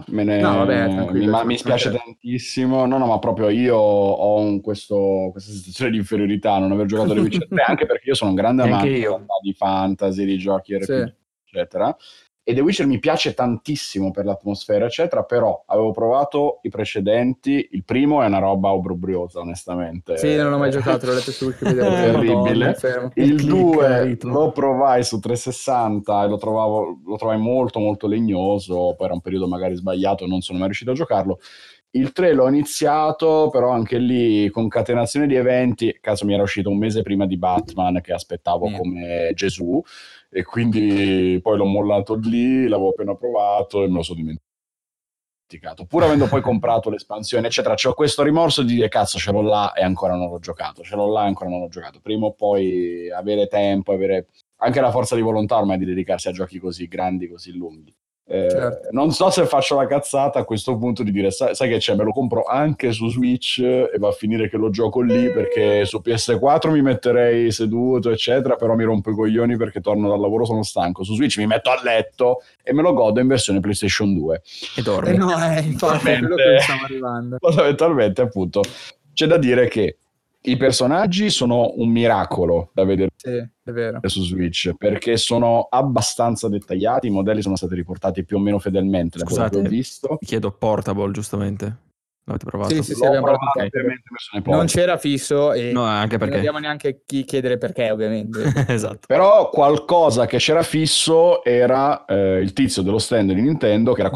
mi spiace tantissimo, no, ma proprio io ho questa sensazione di inferiorità a non aver giocato The Witcher 3, anche perché io sono un grande amante di fantasy, di giochi RPG, eccetera. E The Witcher mi piace tantissimo per l'atmosfera, eccetera, però avevo provato i precedenti, il primo è una roba obbrobriosa, onestamente. Sì, non l'ho mai giocato, l'ho letto su Wikipedia. Terribile. Il 2 lo provai su 360 e lo trovai molto molto legnoso, poi era un periodo magari sbagliato e non sono mai riuscito a giocarlo. Il 3 l'ho iniziato, però anche lì concatenazione di eventi, caso mi era uscito un mese prima di Batman che aspettavo come Gesù, e quindi poi l'ho mollato lì, l'avevo appena provato e me lo sono dimenticato, pur avendo poi comprato l'espansione eccetera. C'ho questo rimorso di dire cazzo, ce l'ho là e ancora non l'ho giocato, prima o poi avere tempo, avere anche la forza di volontà ormai di dedicarsi a giochi così grandi, così lunghi. Non so se faccio la cazzata a questo punto di dire sai che c'è, me lo compro anche su Switch e va a finire che lo gioco lì, perché su PS4 mi metterei seduto eccetera, però mi rompo i coglioni perché torno dal lavoro, sono stanco. Su Switch mi metto a letto e me lo godo in versione PlayStation 2 e dormi. Infatti è quello che stiamo arrivando. Fondamentalmente appunto c'è da dire che i personaggi sono un miracolo da vedere, sì, è vero, su Switch, perché sono abbastanza dettagliati, i modelli sono stati riportati più o meno fedelmente. Scusate, ho visto. Chiedo Portable, giustamente. L'avete provato? Sì, abbiamo provato. Non c'era fisso e no, anche perché non abbiamo neanche chi chiedere perché, ovviamente. Esatto. Però qualcosa che c'era fisso era il tizio dello stand di Nintendo che era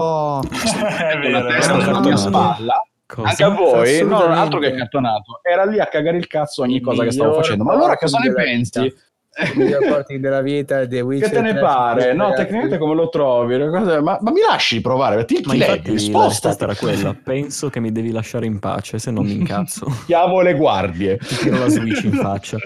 è vero, sulla mia spalla. Cosa? Anche a voi, no, altro che accattonato, era lì a cagare il cazzo ogni cosa che stavo facendo. Ma allora cosa ne pensi? Il miglior porting della vita, The Witcher. Che te ne pare? No, tecnicamente come lo trovi? Ma mi lasci provare? Ti leggi, la risposta era quella. Penso che mi devi lasciare in pace, se non mi incazzo. Chiamo le guardie. Ti tiro la Switch in faccia.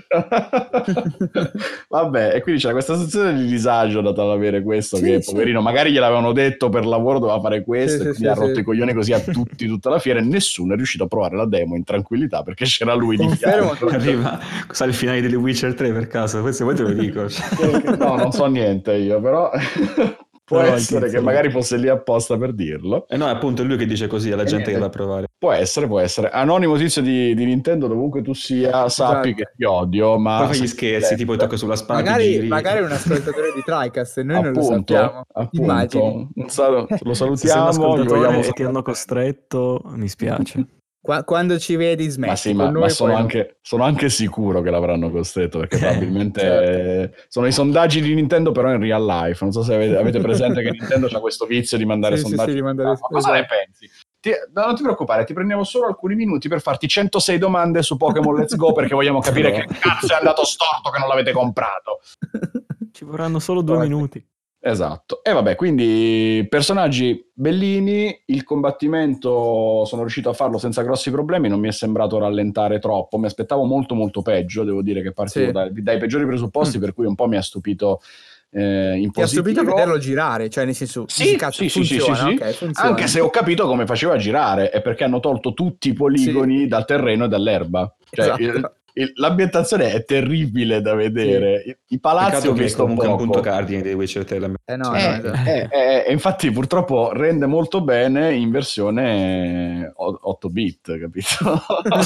Vabbè, e quindi c'era questa sensazione di disagio data ad avere questo, che poverino magari gliel'avevano detto per lavoro doveva fare questo, e quindi ha rotto i coglioni così a tutti tutta la fiera, e nessuno è riuscito a provare la demo in tranquillità perché c'era lui di fianco. Arriva, sa il finale di The Witcher 3 per caso? Se vuoi te lo dico. No, non so niente io, però può essere che magari fosse lì apposta per dirlo. No, appunto è lui che dice così alla gente che va a provare. Può essere. Anonimo tizio di Nintendo, dovunque tu sia, sappi che ti odio, ma... Poi fai gli scherzi, tipo tocco sulla spalla, magari un ascoltatore di TriCast, noi non lo sappiamo. Immagini. Lo salutiamo, gli vogliamo e ti hanno costretto, mi spiace. Quando ci vedi smetti. Ma sono anche sicuro che l'avranno costretto, perché probabilmente sono i sondaggi di Nintendo però in real life. Non so se avete presente che Nintendo c'ha questo vizio di mandare sondaggi. Sì, cosa ne pensi? non ti preoccupare, ti prendiamo solo alcuni minuti per farti 106 domande su Pokémon Let's Go, perché vogliamo capire che cazzo è andato storto che non l'avete comprato. Ci vorranno solo 2 minuti. Esatto. E vabbè, quindi personaggi bellini, il combattimento sono riuscito a farlo senza grossi problemi, non mi è sembrato rallentare troppo, mi aspettavo molto molto peggio, devo dire che partivo dai peggiori presupposti, per cui un po' mi ha stupito in positivo. Ti ha stupito vederlo girare, cioè nel senso funziona. Okay, funziona. Anche se ho capito come faceva a girare, è perché hanno tolto tutti i poligoni dal terreno e dall'erba. Cioè, esatto. L'ambientazione è terribile da vedere. I palazzi ho visto comunque poco. un punto cardine di Witcher 3. Infatti purtroppo rende molto bene in versione 8-bit, capito?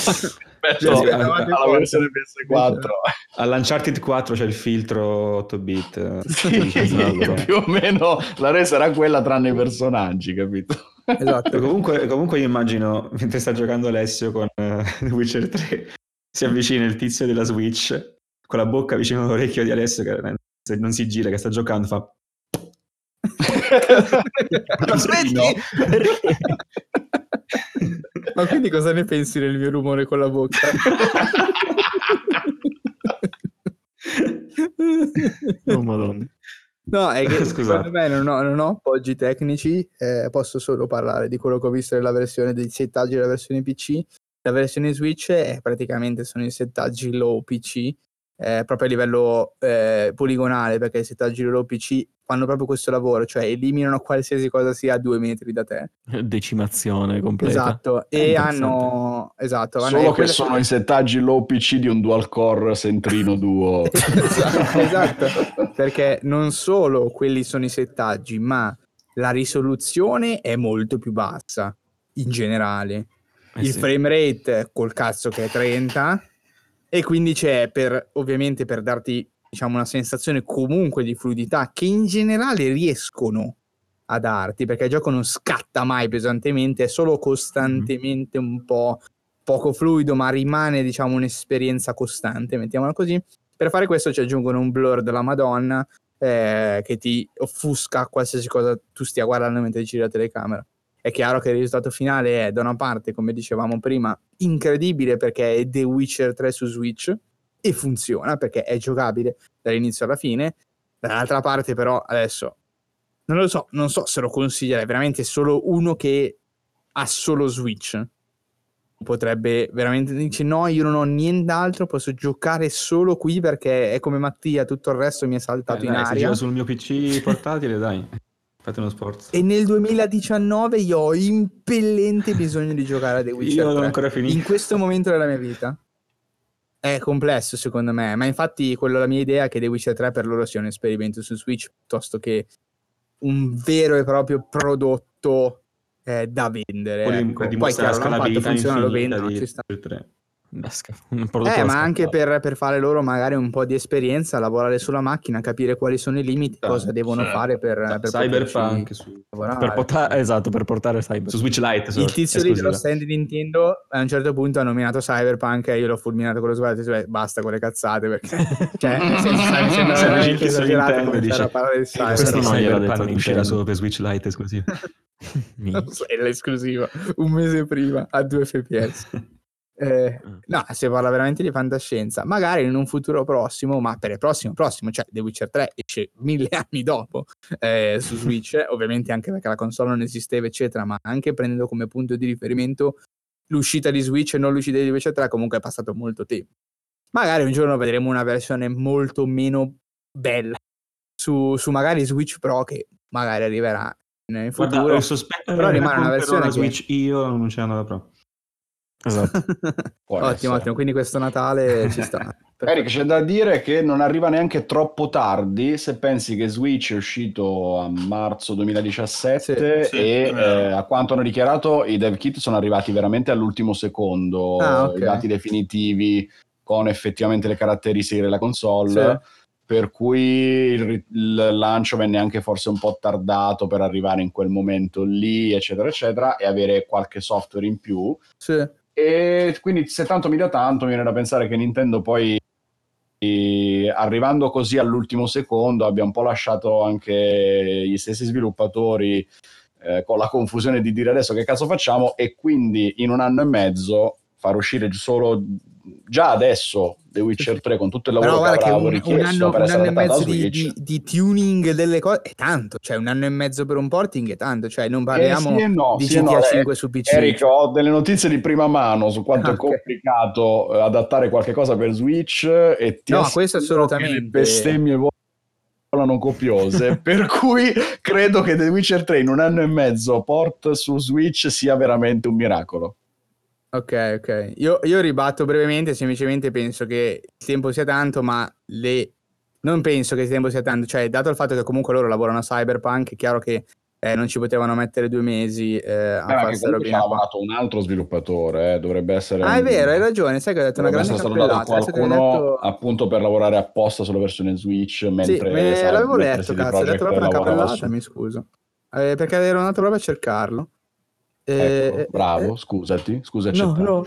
Alla versione PS4. All'Uncharted 4 c'è il filtro 8-bit. Sì, più o meno la resa era quella tranne i personaggi, capito? Esatto. Comunque io immagino, mentre sta giocando Alessio con The Witcher 3, si avvicina il tizio della Switch con la bocca vicino all'orecchio di Alessio che se non si gira, che sta giocando, fa aspetti! Ma quindi cosa ne pensi del mio rumore con la bocca? Oh madonna. No, è che Scusate. secondo me non ho appoggi tecnici, posso solo parlare di quello che ho visto nella versione dei settaggi della versione PC. La versione Switch è praticamente sono i settaggi low PC, proprio a livello poligonale, perché i settaggi low PC fanno proprio questo lavoro, cioè eliminano qualsiasi cosa sia a 2 metri da te. Decimazione completa. Esatto, e hanno solo che sono i settaggi low PC di un dual core Centrino Duo. esatto, perché non solo quelli sono i settaggi, ma la risoluzione è molto più bassa in generale. Il frame rate col cazzo che è 30, e quindi c'è ovviamente per darti, diciamo, una sensazione comunque di fluidità che in generale riescono a darti, perché il gioco non scatta mai pesantemente, è solo costantemente un po' poco fluido, ma rimane, diciamo, un'esperienza costante, mettiamola così. Per fare questo ci aggiungono un blur della Madonna che ti offusca qualsiasi cosa tu stia guardando mentre giri la telecamera. È chiaro che il risultato finale è, da una parte, come dicevamo prima, incredibile perché è The Witcher 3 su Switch e funziona perché è giocabile dall'inizio alla fine. Dall'altra parte però adesso non so se lo consiglierei, veramente solo uno che ha solo Switch potrebbe veramente dice no, io non ho nient'altro, posso giocare solo qui perché è come Mattia, tutto il resto mi è saltato in aria. Se giro sul mio PC portatile, dai, fate uno sforzo. E nel 2019 io ho impellente bisogno di giocare a The Witcher 3. Io non ho ancora finito. In questo momento della mia vita è complesso secondo me, ma infatti la mia idea è che The Witcher 3 per loro sia un esperimento su Switch piuttosto che un vero e proprio prodotto da vendere. Poi chiaro, l'hanno fatto, funziona, lo vendono, ci sta. Ma anche per fare loro magari un po' di esperienza, lavorare sulla macchina, capire quali sono i limiti, cosa devono fare per Cyberpunk per portare Cyberpunk su Switch Lite. Il tizio dello stand di Nintendo a un certo punto ha nominato Cyberpunk e io l'ho fulminato con lo sguardo, cioè basta con le cazzate, perché cioè nel senso sembra veramente esagerato cominciare a parlare di Cyberpunk uscirà solo per Switch Lite esclusivo. È l'esclusiva un mese prima a 2 fps. No, si parla veramente di fantascienza, magari in un futuro prossimo, ma per il prossimo, cioè The Witcher 3 esce 1000 anni dopo su Switch, ovviamente anche perché la console non esisteva eccetera, ma anche prendendo come punto di riferimento l'uscita di Switch e non l'uscita di The Witcher 3, comunque è passato molto tempo. Magari un giorno vedremo una versione molto meno bella su magari Switch Pro, che magari arriverà in futuro. Guarda, sospetto però rimane una versione Switch io non c'è nada Pro. Esatto. Ottimo, quindi questo Natale ci sta. Eric, c'è da dire che non arriva neanche troppo tardi se pensi che Switch è uscito a marzo 2017 a quanto hanno dichiarato i dev kit sono arrivati veramente all'ultimo secondo, i dati definitivi con effettivamente le caratteristiche della console, per cui il lancio venne anche forse un po' tardato per arrivare in quel momento lì, eccetera eccetera, e avere qualche software in più. E quindi se tanto mi dà tanto, mi viene da pensare che Nintendo poi, arrivando così all'ultimo secondo, abbia un po' lasciato anche gli stessi sviluppatori con la confusione di dire adesso che cazzo facciamo, e quindi in 1 anno e mezzo far uscire solo già adesso The Witcher 3 con tutto il lavoro che avrà richiesto per essere adattato a Switch. di tuning delle cose è tanto, cioè 1 anno e mezzo per un porting è tanto, cioè non parliamo di GTA 5 su PC. Eric, ho delle notizie di prima mano su quanto è complicato adattare qualche cosa per Switch, e ti questo assolutamente. Le bestemmie volano copiose, per cui credo che The Witcher 3 in 1 anno e mezzo port su Switch sia veramente un miracolo. Ok. Io ribatto brevemente, semplicemente penso che il tempo sia tanto, ma non penso che il tempo sia tanto, cioè dato il fatto che comunque loro lavorano a Cyberpunk, è chiaro che non ci potevano mettere 2 mesi a fare questa roba. Ci ha lavorato un altro sviluppatore, dovrebbe essere... è vero, hai ragione, sai che ho detto una grande cappellata. Qualcuno appunto per lavorare apposta sulla versione Switch, mentre... Sì, l'avevo letto, cazzo, ho detto proprio una cappellata, mi scuso. Perché ero andato proprio a cercarlo. Bravo, scusaci. No.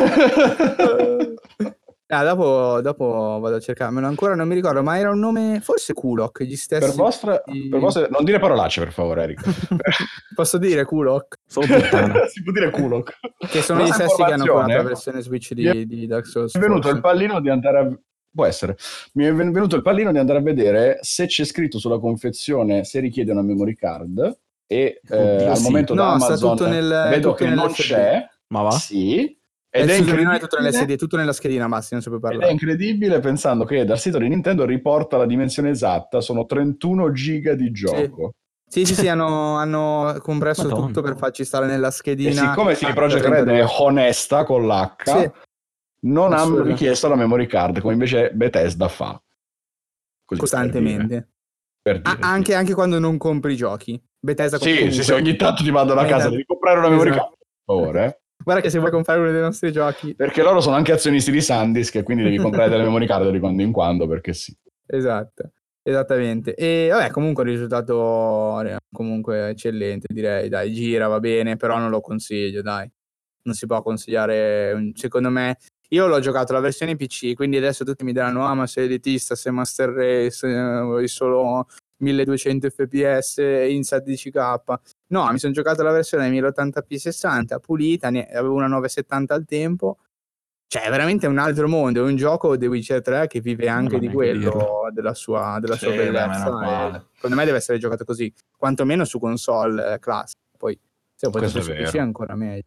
Dopo vado a cercarmelo, ancora non mi ricordo, ma era un nome, forse Kulok, gli stessi. Per vostre, non dire parolacce, per favore, Eric. Posso dire Kulok? Si può dire Kulok. Che sono gli stessi che hanno curato la versione Switch di Dark Souls. Mi è venuto il pallino di andare a... Può essere. Mi è venuto il pallino di andare a vedere se c'è scritto sulla confezione se richiede una memory card, e al momento da Amazon vedo che non c'è. Ma va? Sì. Ed è non è tutto nell'SD, è tutto nella schedina, basta, non so più parlare. Ed è incredibile pensando che dal sito di Nintendo riporta la dimensione esatta, sono 31 giga di gioco. Sì, hanno compresso tutto per farci stare nella schedina. E siccome CD Projekt Red è onesta con l'H, non hanno richiesto la memory card, come invece Bethesda fa. Così, costantemente. Per dire, anche quando non compri giochi. Bethesda sì, ogni tanto ti mandano a casa, devi comprare una memory card, per favore. Guarda che se vuoi comprare uno dei nostri giochi, perché loro sono anche azionisti di SanDisk, e quindi devi comprare delle memory card di quando in quando, perché sì. Esatto, esattamente. E vabbè, comunque il risultato comunque eccellente, direi. Dai, gira, va bene, però non lo consiglio, dai. Non si può consigliare, secondo me. Io l'ho giocato la versione PC, quindi adesso tutti mi diranno ma sei elitista, sei Master Race, vuoi solo 1200 fps in 16K. No, mi sono giocato la versione 1080p 60 pulita, avevo una 970 al tempo, cioè è veramente un altro mondo, è un gioco The Witcher 3 che vive anche di quello, della sua bellezza. Secondo me deve essere giocato così, quantomeno su console classica, poi se lo puoi giocare su PC è ancora meglio.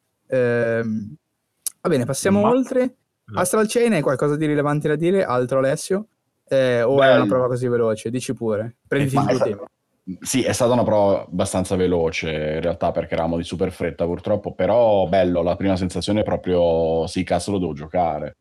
Va bene, passiamo oltre. Astral Chain, hai qualcosa di rilevante da dire? Altro, Alessio? O è una prova così veloce? Dici pure, prenditi il tuo tempo. Sì, è stata una prova abbastanza veloce in realtà, perché eravamo di super fretta purtroppo, però bello, la prima sensazione è proprio sì, cazzo, lo devo giocare.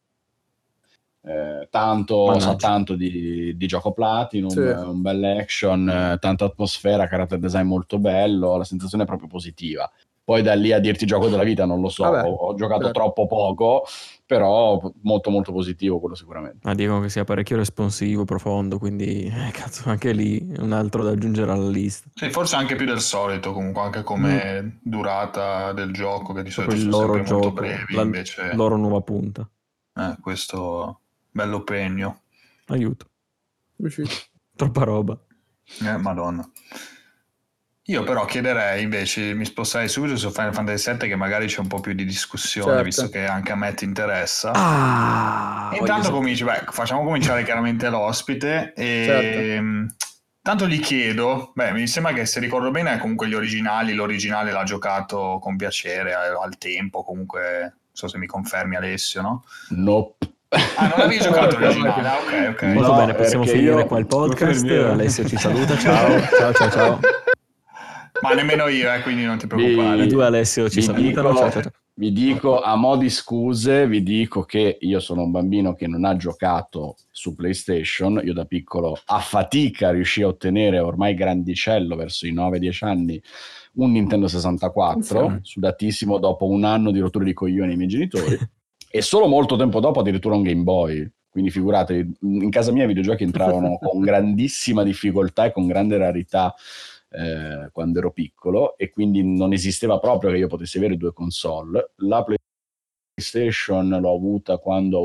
Tanto di gioco Platinum, sì. Un bel action, tanta atmosfera, character design molto bello, la sensazione è proprio positiva. Poi da lì a dirti gioco della vita non lo so, ho giocato troppo poco, però molto molto positivo quello sicuramente. Ma dicono che sia parecchio responsivo, profondo, quindi cazzo, anche lì un altro da aggiungere alla lista. Sì, forse anche più del solito, comunque anche come durata del gioco, che di solito sono loro sempre gioco, molto brevi, invece loro nuova punta. Questo bello pegno. Aiuto. Troppa roba. Madonna. Io però chiederei invece, mi sposterei subito su Final Fantasy VII, che magari c'è un po' più di discussione, visto che anche a me ti interessa. Intanto facciamo cominciare chiaramente l'ospite e tanto gli chiedo, mi sembra che se ricordo bene comunque l'originale l'ha giocato con piacere al tempo, comunque non so se mi confermi, Alessio, no? Nope. Non avevi giocato l'originale? Ok. Molto bene, possiamo finire qua il podcast. Alessio ci saluta, ciao. Ma nemmeno io, quindi non ti preoccupare. I due Alessio ci salutano. Ciao. Vi dico, a mo' di scuse, vi dico che io sono un bambino che non ha giocato su PlayStation. Io da piccolo a fatica riuscii a ottenere, ormai grandicello, verso i 9-10 anni, un Nintendo 64, sudatissimo dopo un anno di rotture di coglioni ai miei genitori, e solo molto tempo dopo addirittura un Game Boy. Quindi figurate, in casa mia i videogiochi entravano con grandissima difficoltà e con grande rarità quando ero piccolo, e quindi non esisteva proprio che io potessi avere due console. La PlayStation l'ho avuta quando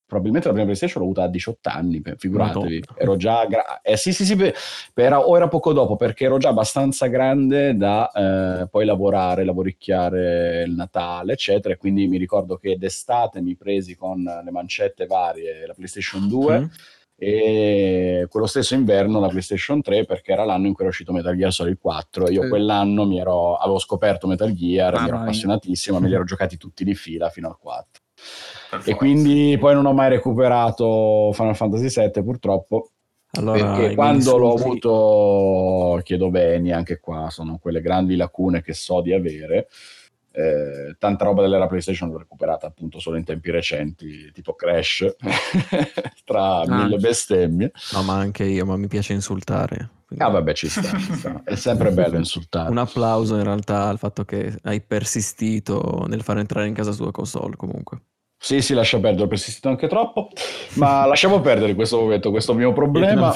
probabilmente la prima PlayStation l'ho avuta a 18 anni, figuratevi. Ero già era poco dopo, perché ero già abbastanza grande da poi lavoricchiare il Natale, eccetera, e quindi mi ricordo che d'estate mi presi con le mancette varie la PlayStation 2 e quello stesso inverno la PlayStation 3, perché era l'anno in cui era uscito Metal Gear Solid 4. Io quell'anno avevo scoperto Metal Gear, mi ero appassionatissimo, me li ero giocati tutti di fila fino al 4. E quindi poi non ho mai recuperato Final Fantasy VII, purtroppo, perché quando l'ho avuto, chiedo bene, anche qua sono quelle grandi lacune che so di avere. Tanta roba dell'era PlayStation l'ho recuperata appunto solo in tempi recenti, tipo Crash tra mille bestemmie. No, ma anche io, ma mi piace insultare, quindi... vabbè, ci sta. È sempre bello insultare. Un applauso in realtà al fatto che hai persistito nel far entrare in casa sua console, comunque. Sì, lascia perdere, ho persistito anche troppo, ma lasciamo perdere in questo momento questo mio problema.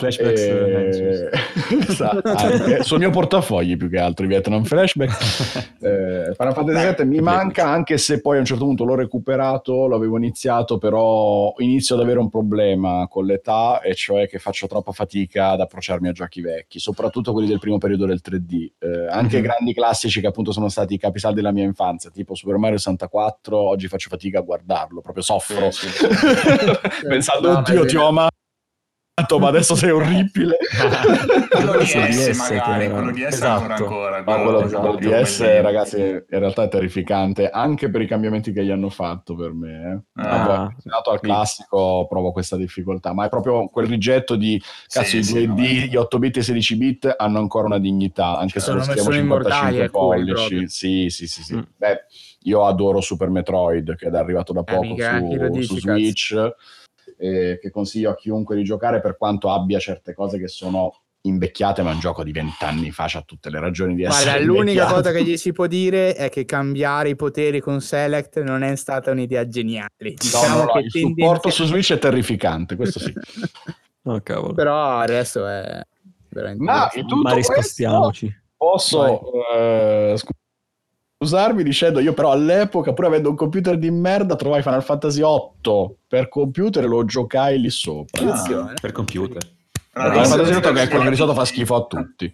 Anche sul mio portafogli, più che altro, i Vietnam flashback. Final Fantasy VII mi manca, anche se poi a un certo punto l'ho recuperato, l'avevo iniziato, però inizio ad avere un problema con l'età, e cioè che faccio troppa fatica ad approcciarmi a giochi vecchi, soprattutto quelli del primo periodo del 3D. Anche grandi classici che appunto sono stati i capisaldi della mia infanzia, tipo Super Mario 64, oggi faccio fatica a guardarlo, proprio soffro pensando, oddio, ti ho amato, ma adesso sei orribile. Quello DS magari, quello DS ancora. Quello DS, ragazzi, in realtà è terrificante, anche per i cambiamenti che gli hanno fatto per me. Nato al classico provo questa difficoltà, ma è proprio quel rigetto di cazzo, i 2D, gli 8 bit e i 16 bit hanno ancora una dignità, anche se lo schermo 55 pollici. Sì. Beh, io adoro Super Metroid, che è arrivato da poco su Switch, che consiglio a chiunque di giocare, per quanto abbia certe cose che sono invecchiate, ma un gioco di 20 anni fa c'ha tutte le ragioni di essere invecchiato. L'unica cosa che gli si può dire è che cambiare i poteri con Select non è stata un'idea geniale. No, il supporto su Switch è terrificante, questo sì. Oh, cavolo. Però adesso è veramente... Ma rispostiamoci. Posso scusarmi dicendo, io però all'epoca, pur avendo un computer di merda, trovai Final Fantasy 8 per computer e lo giocai lì sopra. Per computer. Final Fantasy 8 che è quello che di solito fa schifo a tutti.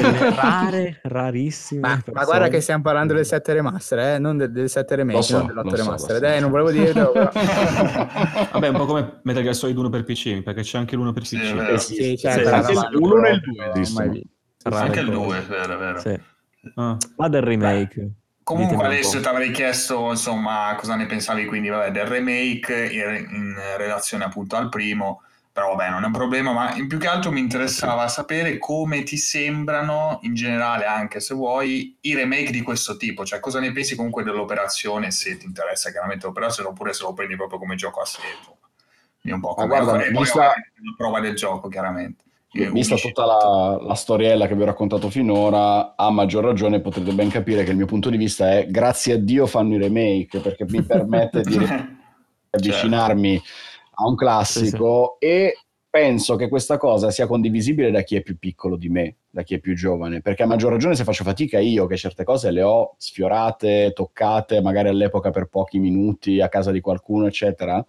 Rarissime. Ma guarda che stiamo parlando del 7 remaster, non del 7 remake, non dell'8 remaster. Dai, non volevo dirlo, però. Vabbè, un po' come Metal Gear Solid 1 per PC, perché c'è anche l'1 per PC. Sì, l'1 e il 2 esistono. Anche il 2, vero. Sì. Ma del remake... Comunque adesso ti avrei chiesto insomma cosa ne pensavi, quindi del remake in relazione appunto al primo, però vabbè, non è un problema, ma più che altro mi interessava sapere come ti sembrano in generale, anche se vuoi, i remake di questo tipo, cioè cosa ne pensi comunque dell'operazione, se ti interessa chiaramente l'operazione, oppure se lo prendi proprio come gioco a sé, quindi un po' come la prova del gioco, chiaramente. Vista tutta la storiella che vi ho raccontato finora, a maggior ragione potrete ben capire che il mio punto di vista è: grazie a Dio fanno i remake, perché mi permette di avvicinarmi a un classico, e penso che questa cosa sia condivisibile da chi è più piccolo di me, da chi è più giovane, perché a maggior ragione se faccio fatica io, che certe cose le ho sfiorate, toccate magari all'epoca per pochi minuti a casa di qualcuno, eccetera.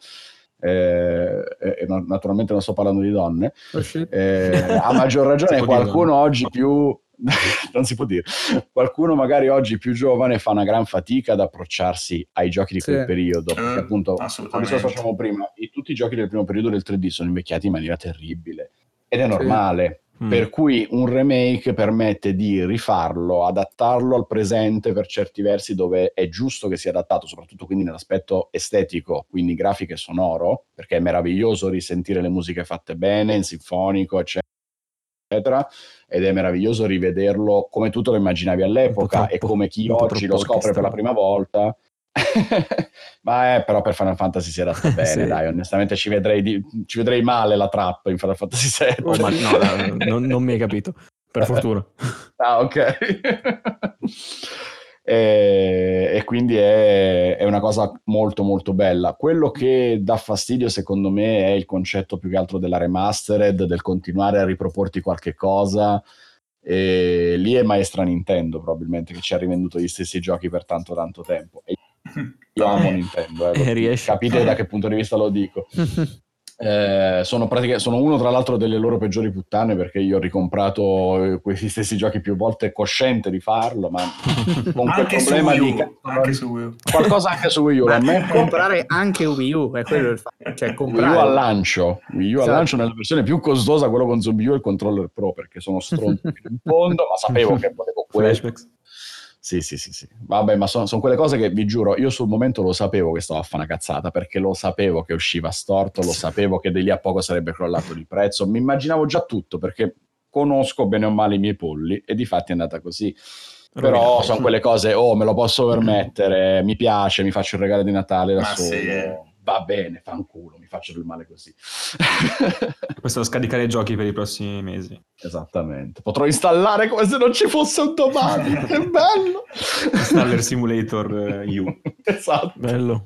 Naturalmente non sto parlando di donne, a maggior ragione qualcuno oggi più non si può dire, qualcuno magari oggi più giovane fa una gran fatica ad approcciarsi ai giochi di quel periodo, perché appunto come facciamo prima, tutti i giochi del primo periodo del 3D sono invecchiati in maniera terribile, ed è normale. Per cui un remake permette di rifarlo, adattarlo al presente per certi versi, dove è giusto che sia adattato, soprattutto quindi nell'aspetto estetico, quindi grafico e sonoro, perché è meraviglioso risentire le musiche fatte bene, in sinfonico, eccetera, ed è meraviglioso rivederlo come tu te lo immaginavi all'epoca e come chi oggi lo scopre per la prima volta. Ma però per Final Fantasy si adatta bene, sì. Dai, onestamente ci vedrei male la trap in Final Fantasy VII. Non mi hai capito, per fortuna. Ok. E quindi è una cosa molto molto bella. Quello che dà fastidio secondo me è il concetto più che altro della remastered, del continuare a riproporti qualche cosa, e lì è maestra Nintendo probabilmente, che ci ha rivenduto gli stessi giochi per tanto tempo. Io amo Nintendo, capite da che punto di vista lo dico. Sono uno tra l'altro delle loro peggiori puttane, perché io ho ricomprato questi stessi giochi più volte, cosciente di farlo, ma con quel problema anche su Wii U. Qualcosa anche su Wii U, comprare anche Wii U è quello il fatto, cioè comprare Wii U al lancio al lancio nella versione più costosa, quello con Wii U e il controller Pro, perché sono stronzo in fondo, ma sapevo che potevo flashbacks. Sì. Vabbè, ma sono quelle cose che vi giuro, io sul momento lo sapevo che stavo a fare una cazzata, perché lo sapevo che usciva storto, lo sapevo che di lì a poco sarebbe crollato di prezzo, mi immaginavo già tutto, perché conosco bene o male i miei polli, e difatti è andata così. Però sono quelle cose, me lo posso permettere, mi piace, mi faccio il regalo di Natale da solo. Va bene, fanculo, mi faccio del male così. Questo da scaricare giochi per i prossimi mesi. Esattamente. Potrò installare come se non ci fosse un domani. Che bello! Installer Simulator U. Esatto. Bello.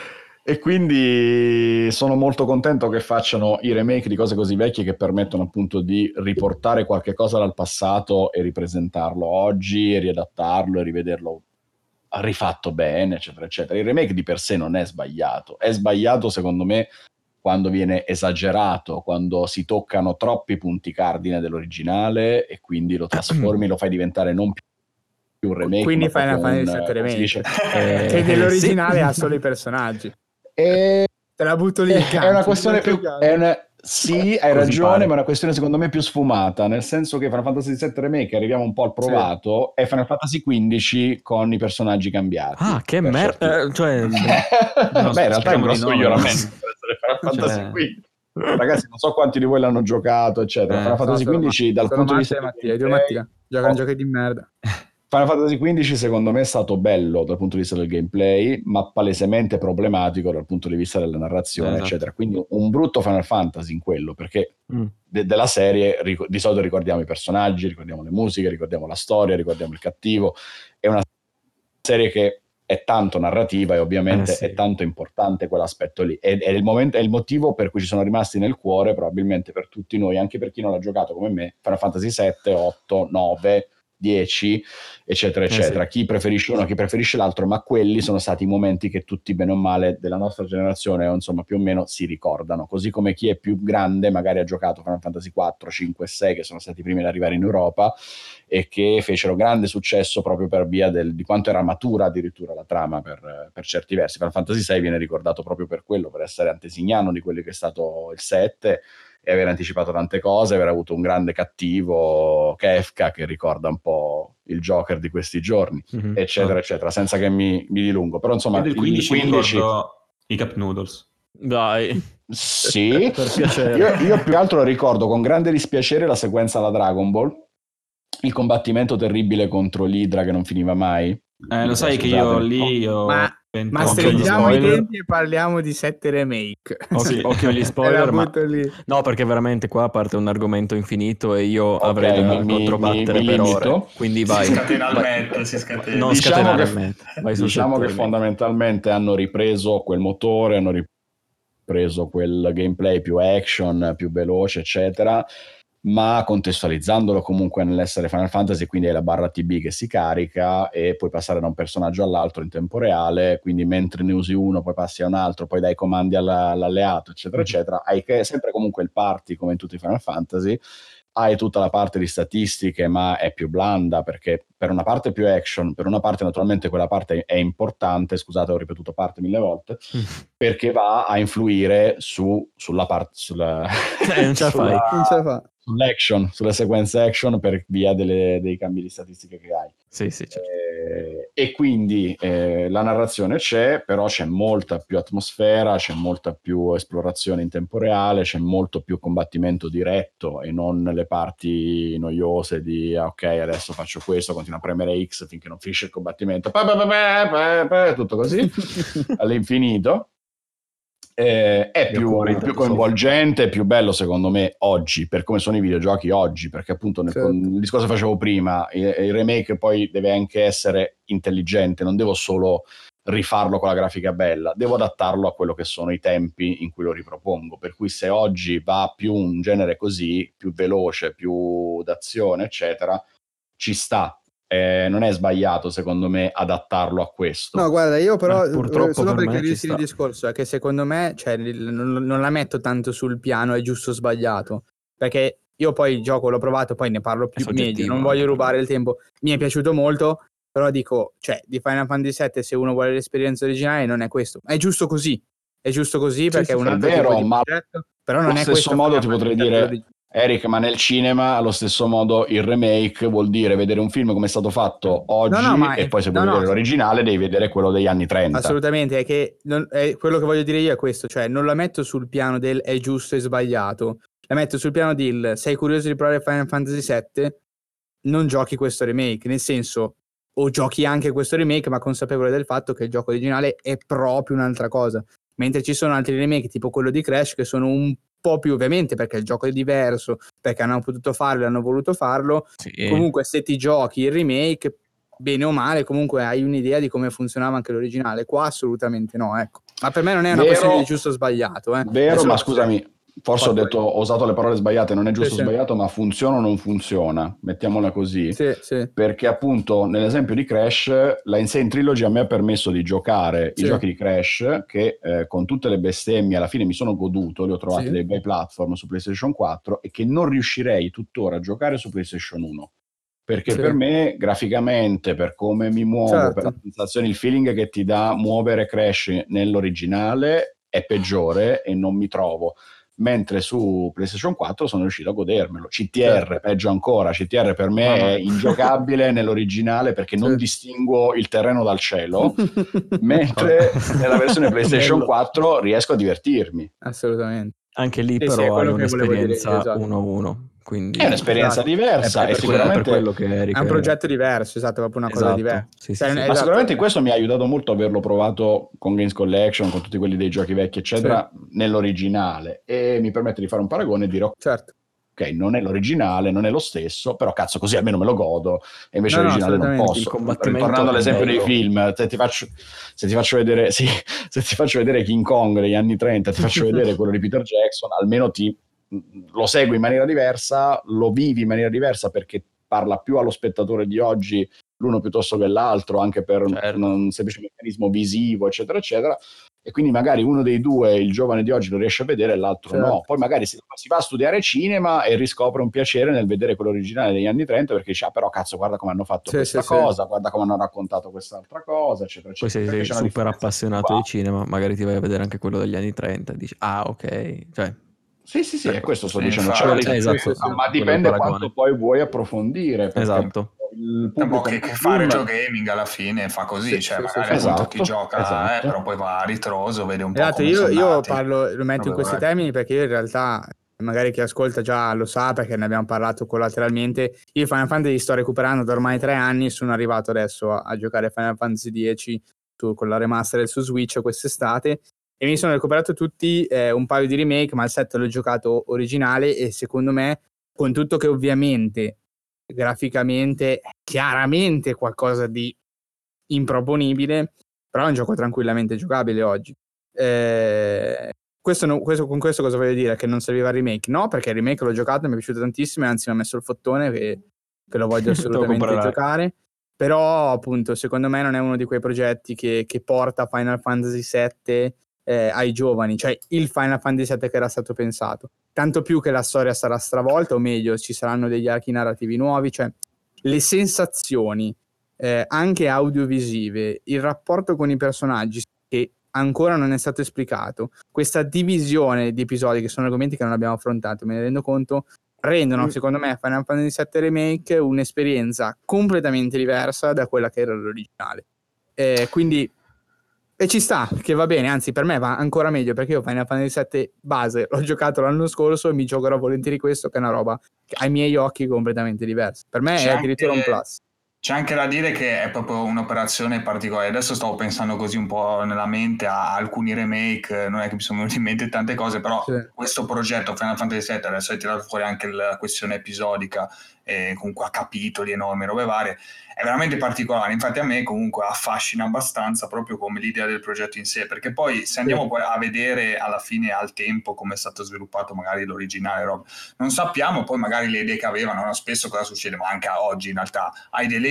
E quindi sono molto contento che facciano i remake di cose così vecchie, che permettono appunto di riportare qualche cosa dal passato e ripresentarlo oggi, e riadattarlo e rivederlo rifatto bene, eccetera, eccetera. Il remake di per sé non è sbagliato. È sbagliato, secondo me, quando viene esagerato, quando si toccano troppi punti cardine dell'originale e quindi lo trasformi, lo fai diventare non più un remake. Quindi fai una Final Fantasy remake, che dell'originale ha solo i personaggi. Te la butto lì. È una questione più... Sì, hai ragione, ma è una questione secondo me più sfumata, nel senso che Final Fantasy VII Remake, arriviamo un po' al provato, è Final Fantasy XV con i personaggi cambiati. Ah, che merda! Beh, in realtà è un grosso miglioramento per essere Final Fantasy XV. Ragazzi, non so quanti di voi l'hanno giocato, eccetera. Final Fantasy XV dal punto di vista Mattia, giocano giochi di merda. Final Fantasy XV secondo me è stato bello dal punto di vista del gameplay, ma palesemente problematico dal punto di vista della narrazione, eccetera. Quindi un brutto Final Fantasy in quello, perché della serie di solito ricordiamo i personaggi, ricordiamo le musiche, ricordiamo la storia, ricordiamo il cattivo. È una serie che è tanto narrativa e ovviamente è tanto importante quell'aspetto lì. È il motivo per cui ci sono rimasti nel cuore, probabilmente per tutti noi, anche per chi non l'ha giocato come me, Final Fantasy 7, 8, 9... 10, eccetera, eccetera. Chi preferisce uno, chi preferisce l'altro, ma quelli sono stati i momenti che tutti bene o male della nostra generazione, o insomma più o meno, si ricordano. Così come chi è più grande magari ha giocato Final Fantasy 4, 5 e 6, che sono stati i primi ad arrivare in Europa e che fecero grande successo proprio per via di quanto era matura addirittura la trama per certi versi. Final Fantasy 6 viene ricordato proprio per quello, per essere antesignano di quello che è stato il 7 e aver anticipato tante cose, aver avuto un grande cattivo, Kefka, che ricorda un po' il Joker di questi giorni, eccetera, eccetera, senza che mi dilungo. Però insomma, il 15 ricordo i Cup Noodles. Dai. Sì, per piacere. Io più che altro ricordo con grande dispiacere la sequenza alla Dragon Ball, il combattimento terribile contro l'Hydra che non finiva mai. Lo sai che io lì... Ma stringiamo i denti e parliamo di 7 remake. Occhio agli spoiler, no, perché veramente qua parte un argomento infinito e io avrei dovuto controbattere per ore. Quindi vai. Si scatena il metro, si scatena. Non diciamo diciamo che fondamentalmente hanno ripreso quel motore, hanno ripreso quel gameplay più action, più veloce, eccetera, ma contestualizzandolo comunque nell'essere Final Fantasy, quindi hai la barra TB che si carica e puoi passare da un personaggio all'altro in tempo reale, quindi mentre ne usi uno poi passi a un altro, poi dai comandi all'alleato, eccetera, eccetera. Hai sempre comunque il party come in tutti i Final Fantasy, hai tutta la parte di statistiche, ma è più blanda, perché per una parte è più action, per una parte naturalmente quella parte è importante, scusate ho ripetuto parte 1000 volte, perché va a influire sulla parte, non ce la fai. Sull'action, sulle sequenze action per via dei cambi di statistiche che hai. Sì, certo. E quindi la narrazione c'è, però c'è molta più atmosfera, c'è molta più esplorazione in tempo reale, c'è molto più combattimento diretto e non le parti noiose di ok, adesso faccio questo, continuo a premere X finché non finisce il combattimento, tutto così all'infinito. È più coinvolgente, è più bello secondo me oggi, per come sono i videogiochi oggi, perché appunto il discorso che facevo prima, il remake poi deve anche essere intelligente, non devo solo rifarlo con la grafica bella, devo adattarlo a quello che sono i tempi in cui lo ripropongo, per cui se oggi va più un genere così, più veloce, più d'azione eccetera, ci sta, non è sbagliato secondo me adattarlo a questo. No, guarda, io però purtroppo solo per per me chiarirsi il discorso è che secondo me, cioè, non la metto tanto sul piano è giusto o sbagliato, perché io poi il gioco l'ho provato, poi ne parlo più meglio, non voglio rubare il tempo, mi è piaciuto molto, però dico, cioè, di Final Fantasy VII, se uno vuole l'esperienza originale non è questo, è giusto così perché è un altro tipo di progetto, però non è questo. Allo stesso modo ti potrei dire, Eric, ma nel cinema allo stesso modo il remake vuol dire vedere un film come è stato fatto oggi e poi se vuoi vedere l'originale devi vedere quello degli anni 30. Assolutamente, è che quello che voglio dire io è questo, cioè non la metto sul piano del è giusto e sbagliato, la metto sul piano del sei curioso di provare Final Fantasy VII, non giochi questo remake, nel senso, o giochi anche questo remake ma consapevole del fatto che il gioco originale è proprio un'altra cosa, mentre ci sono altri remake tipo quello di Crash che sono un po' più, ovviamente perché il gioco è diverso, perché hanno potuto farlo e hanno voluto farlo, comunque se ti giochi il remake bene o male comunque hai un'idea di come funzionava anche l'originale, qua assolutamente no, ecco. Ma per me non è una questione di giusto o sbagliato, vero, ma scusami, forse ho usato le parole sbagliate, non è giusto o sbagliato, ma funziona o non funziona, mettiamola così, perché appunto nell'esempio di Crash la Insane Trilogy a me ha permesso di giocare i giochi di Crash che con tutte le bestemmie alla fine mi sono goduto, li ho trovati dei bei platform su PlayStation 4 e che non riuscirei tuttora a giocare su PlayStation 1. Perché per me, graficamente, per come mi muovo, per la sensazione, il feeling che ti dà muovere Crash nell'originale è peggiore e non mi trovo. Mentre su PlayStation 4 sono riuscito a godermelo. CTR, peggio ancora, CTR per me è ingiocabile nell'originale perché non distinguo il terreno dal cielo, mentre nella versione PlayStation 4 riesco a divertirmi. Assolutamente. Anche lì però hai un'esperienza 1-1. Quindi è un'esperienza diversa è sicuramente per quello che Eric è un progetto diverso, proprio una cosa diversa. Ma sicuramente questo mi ha aiutato molto averlo provato con Games Collection, con tutti quelli dei giochi vecchi eccetera, nell'originale, e mi permette di fare un paragone e dire ok, non è l'originale, non è lo stesso, però cazzo così almeno me lo godo, e invece l'originale non posso. Tornando all'esempio dei film, se ti faccio vedere King Kong degli anni 30, ti faccio vedere quello di Peter Jackson, almeno lo segui in maniera diversa, lo vivi in maniera diversa perché parla più allo spettatore di oggi l'uno piuttosto che l'altro, anche per un semplice meccanismo visivo eccetera eccetera, e quindi magari uno dei due, il giovane di oggi, lo riesce a vedere e l'altro no. Poi magari si va a studiare cinema e riscopre un piacere nel vedere quello originale degli anni 30 perché dice però cazzo guarda come hanno fatto questa cosa, guarda come hanno raccontato quest'altra cosa eccetera eccetera. Poi se sei super appassionato di cinema magari ti vai a vedere anche quello degli anni 30 e dici ok, cioè sì, è questo sto dicendo, ma dipende quanto poi vuoi approfondire. Esatto. Il pubblico che fa retro gaming alla fine fa così, magari appunto ti gioca, però poi va a ritroso, vede un po' come io parlo, lo metto in questi termini perché io in realtà, magari chi ascolta già lo sa perché ne abbiamo parlato collateralmente, io Final Fantasy sto recuperando da ormai 3 anni, sono arrivato adesso a giocare Final Fantasy X con la remaster su Switch quest'estate, e mi sono recuperato tutti un paio di remake, ma il 7 l'ho giocato originale e secondo me, con tutto che ovviamente graficamente chiaramente qualcosa di improponibile, però è un gioco tranquillamente giocabile oggi. Con questo cosa voglio dire? Che non serviva il remake? No, perché il remake l'ho giocato e mi è piaciuto tantissimo e anzi mi ha messo il fottone che lo voglio assolutamente giocare. Però appunto secondo me non è uno di quei progetti che porta Final Fantasy VII ai giovani, cioè il Final Fantasy VII che era stato pensato, tanto più che la storia sarà stravolta, o meglio ci saranno degli archi narrativi nuovi, cioè le sensazioni anche audiovisive, il rapporto con i personaggi che ancora non è stato esplicato, questa divisione di episodi che sono argomenti che non abbiamo affrontato, me ne rendo conto, rendono secondo me Final Fantasy VII Remake un'esperienza completamente diversa da quella che era l'originale, quindi e ci sta, che va bene, anzi per me va ancora meglio perché io Final Fantasy VII base l'ho giocato l'anno scorso e mi giocherò volentieri questo, che è una roba ai miei occhi completamente diversa, per me è addirittura un plus. C'è anche da dire che è proprio un'operazione particolare. Adesso stavo pensando così un po' nella mente a alcuni remake, non è che mi sono venuti in mente tante cose, però questo progetto Final Fantasy VII, adesso hai tirato fuori anche la questione episodica, comunque a capitoli enormi, robe varie, è veramente particolare. Infatti a me comunque affascina abbastanza proprio come l'idea del progetto in sé, perché poi se andiamo poi a vedere alla fine al tempo come è stato sviluppato magari l'originale, non sappiamo poi magari le idee che avevano, no? Spesso cosa succede, ma anche oggi in realtà hai delle idee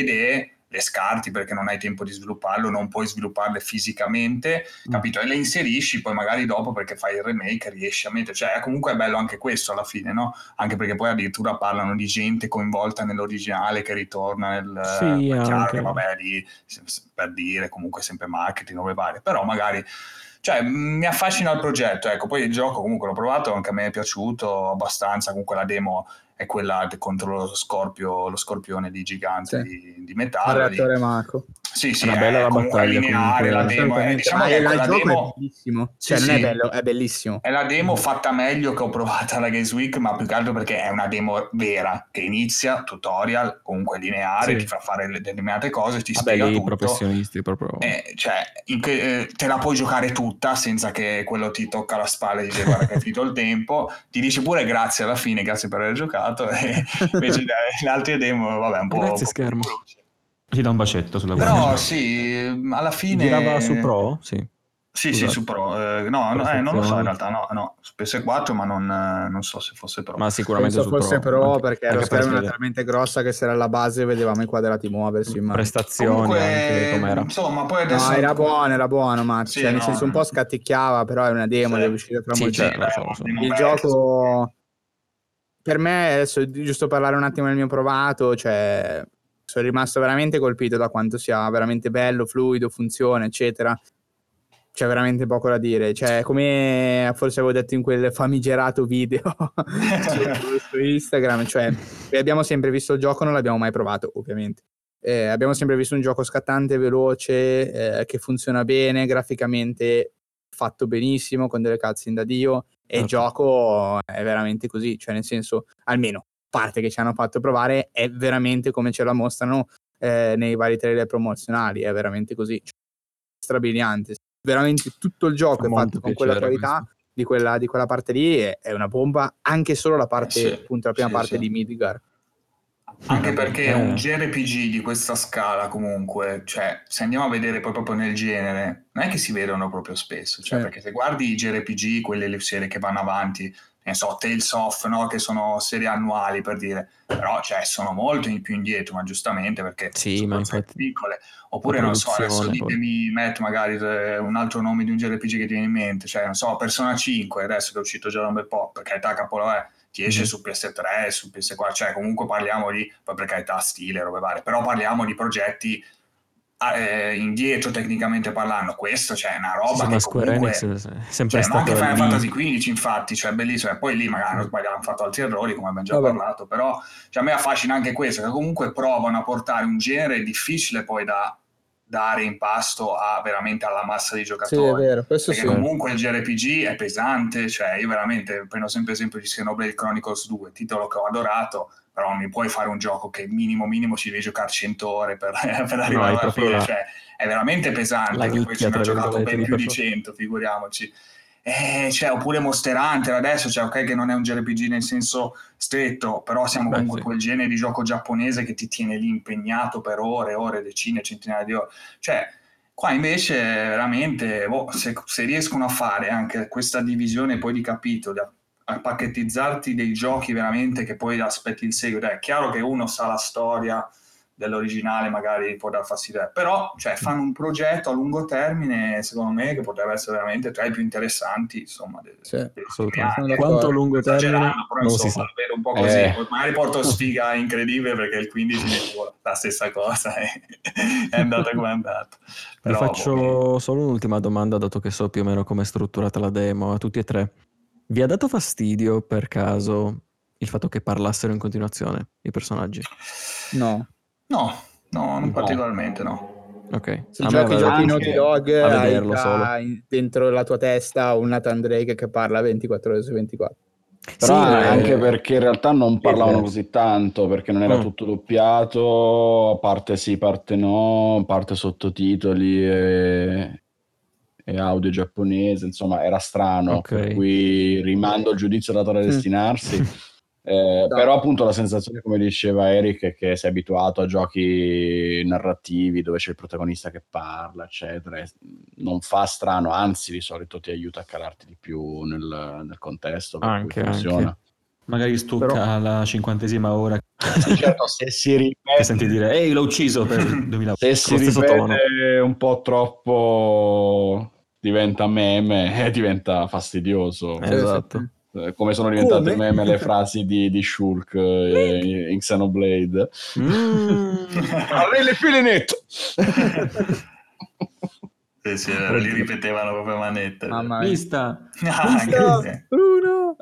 idee le scarti perché non hai tempo di svilupparlo, non puoi svilupparle fisicamente, capito? E le inserisci poi magari dopo perché fai il remake riesci a mettere, cioè comunque è bello anche questo alla fine, no? Anche perché poi addirittura parlano di gente coinvolta nell'originale che ritorna nel... Sì, è chiaro anche. che vabbè lì, per dire, comunque sempre marketing, dove varie, però magari... Cioè, mi affascina il progetto, ecco, poi il gioco comunque l'ho provato, anche a me è piaciuto abbastanza, comunque la demo è quella contro lo scorpione di gigante di metallo. Il reattore Mako. Sì, È una bella comunque battaglia, lineare, la demo è, diciamo che il la gioco demo... è bellissimo, Sì, cioè non è sì. bello, è bellissimo. È la demo fatta meglio che ho provato alla Games Week, ma più che altro perché è una demo vera, che inizia, tutorial, comunque lineare, Sì. ti fa fare determinate cose, ti Vabbè, spiega lì i tutto. professionisti proprio. Cioè, te la puoi giocare tutta senza che quello ti tocca la spalla e dice guarda che è finito il tempo, ti dice pure grazie alla fine, grazie per aver giocato, e invece le altre demo, vabbè, un po'... Grazie schermo. Ti dà un bacetto sulla Però guancia. sì, alla fine... Girava su Pro? Sì. Sì, Scusate. su Pro. Non lo so in realtà, no. Su PS4, ma non so se fosse Pro. Ma sicuramente Penso su fosse Pro perché lo anche schermo era per talmente grossa che se era alla base vedevamo i quadrati muoversi. prestazioni Comunque, anche com'era. Insomma, poi adesso... No, era buono, ma Sì, cioè, nel no. senso un po' scatticchiava, però è una demo, Sì. deve uscire tra Sì, molto cioè, tempo. lo so. Il gioco, per me, adesso giusto parlare un attimo del mio provato, cioè sono rimasto veramente colpito da quanto sia veramente bello, fluido, funziona, eccetera. C'è veramente poco da dire, cioè come forse avevo detto in quel famigerato video su Instagram, cioè abbiamo sempre visto il gioco, non l'abbiamo mai provato ovviamente, abbiamo sempre visto un gioco scattante, veloce, che funziona bene, graficamente fatto benissimo, con delle cutscene da Dio, e il gioco è veramente così, cioè nel senso, almeno parte che ci hanno fatto provare è veramente come ce la mostrano nei vari trailer promozionali, è veramente così, cioè, strabiliante. Veramente tutto il gioco è fatto con quella qualità di quella parte lì, è una bomba, anche solo la parte, appunto la prima parte di Midgar. Anche perché un JRPG di questa scala comunque, cioè se andiamo a vedere poi proprio nel genere, non è che si vedono proprio spesso, cioè perché se guardi i JRPG, quelle le serie che vanno avanti, ne so, Tales of, no? Che sono serie annuali per dire, però cioè sono molto più indietro, ma giustamente perché sono piccole. Oppure non so, adesso ditemi, Matt, magari un altro nome di un JRPG che ti viene in mente, cioè non so, Persona 5, adesso che è uscito già da un bel po', per carità capolavoro, ti esce su PS3, su PS4, cioè comunque parliamo di, poi per carità stile, robe varie, però parliamo di progetti indietro tecnicamente parlando. Questo cioè è una roba che Square comunque Enix è sempre stato ma anche Final Fantasy XV infatti, cioè bellissimo, poi lì magari hanno fatto altri errori come abbiamo già parlato, però cioè, a me affascina anche questo, che comunque provano a portare un genere difficile poi da dare in pasto veramente alla massa di giocatori. Sì, è vero, questo perché comunque il JRPG è pesante, cioè io veramente prendo sempre esempio di Xenoblade Chronicles 2, titolo che ho adorato, però non mi puoi fare un gioco che minimo ci devi giocare 100 ore per arrivare alla fine, cioè è veramente pesante, che poi ci hanno giocato ben più di 100, figuriamoci. Cioè, oppure Monster Hunter adesso, cioè ok che non è un JRPG nel senso stretto, però siamo comunque quel genere di gioco giapponese che ti tiene lì impegnato per ore, decine, centinaia di ore, cioè qua invece veramente se riescono a fare anche questa divisione poi di capitoli, a pacchettizzarti dei giochi veramente che poi aspetti il seguito, è chiaro che uno sa la storia dell'originale, magari può dar fastidio, però cioè, fanno un progetto a lungo termine, secondo me, che potrebbe essere veramente tra i più interessanti, insomma, assolutamente. Quanto lungo termine non si sa, vedo un po' così, magari porto sfiga incredibile perché il 15 la stessa cosa è andata come è andata. Vi faccio solo un'ultima domanda, dato che so più o meno come è strutturata la demo a tutti e tre. Vi ha dato fastidio per caso il fatto che parlassero in continuazione i personaggi? No, non particolarmente, no. Ok. Se giochi Naughty Dog a vederlo solo dentro la tua testa un Nathan Drake che parla 24 ore su 24. Però anche perché in realtà non parlavano così tanto, perché non era tutto doppiato, parte sì, parte no, parte sottotitoli e audio giapponese, insomma era strano, per cui rimando il giudizio dato da destinarsi. Però appunto la sensazione, come diceva Eric, è che sei abituato a giochi narrativi dove c'è il protagonista che parla, eccetera, non fa strano, anzi di solito ti aiuta a calarti di più nel contesto, per cui funziona. Magari stucca alla 50esima ora Sì, certo, se si Ti ripete, senti dire, ehi, l'ho ucciso per 2000 se si stesso tono. ripete un po' troppo diventa meme e diventa fastidioso. Esatto. Come sono diventate Come? meme le frasi di Shulk in Xenoblade. Avrei le file netto! Sì, li ripetevano proprio a manetta. Mamma mia. Vista! Bruno!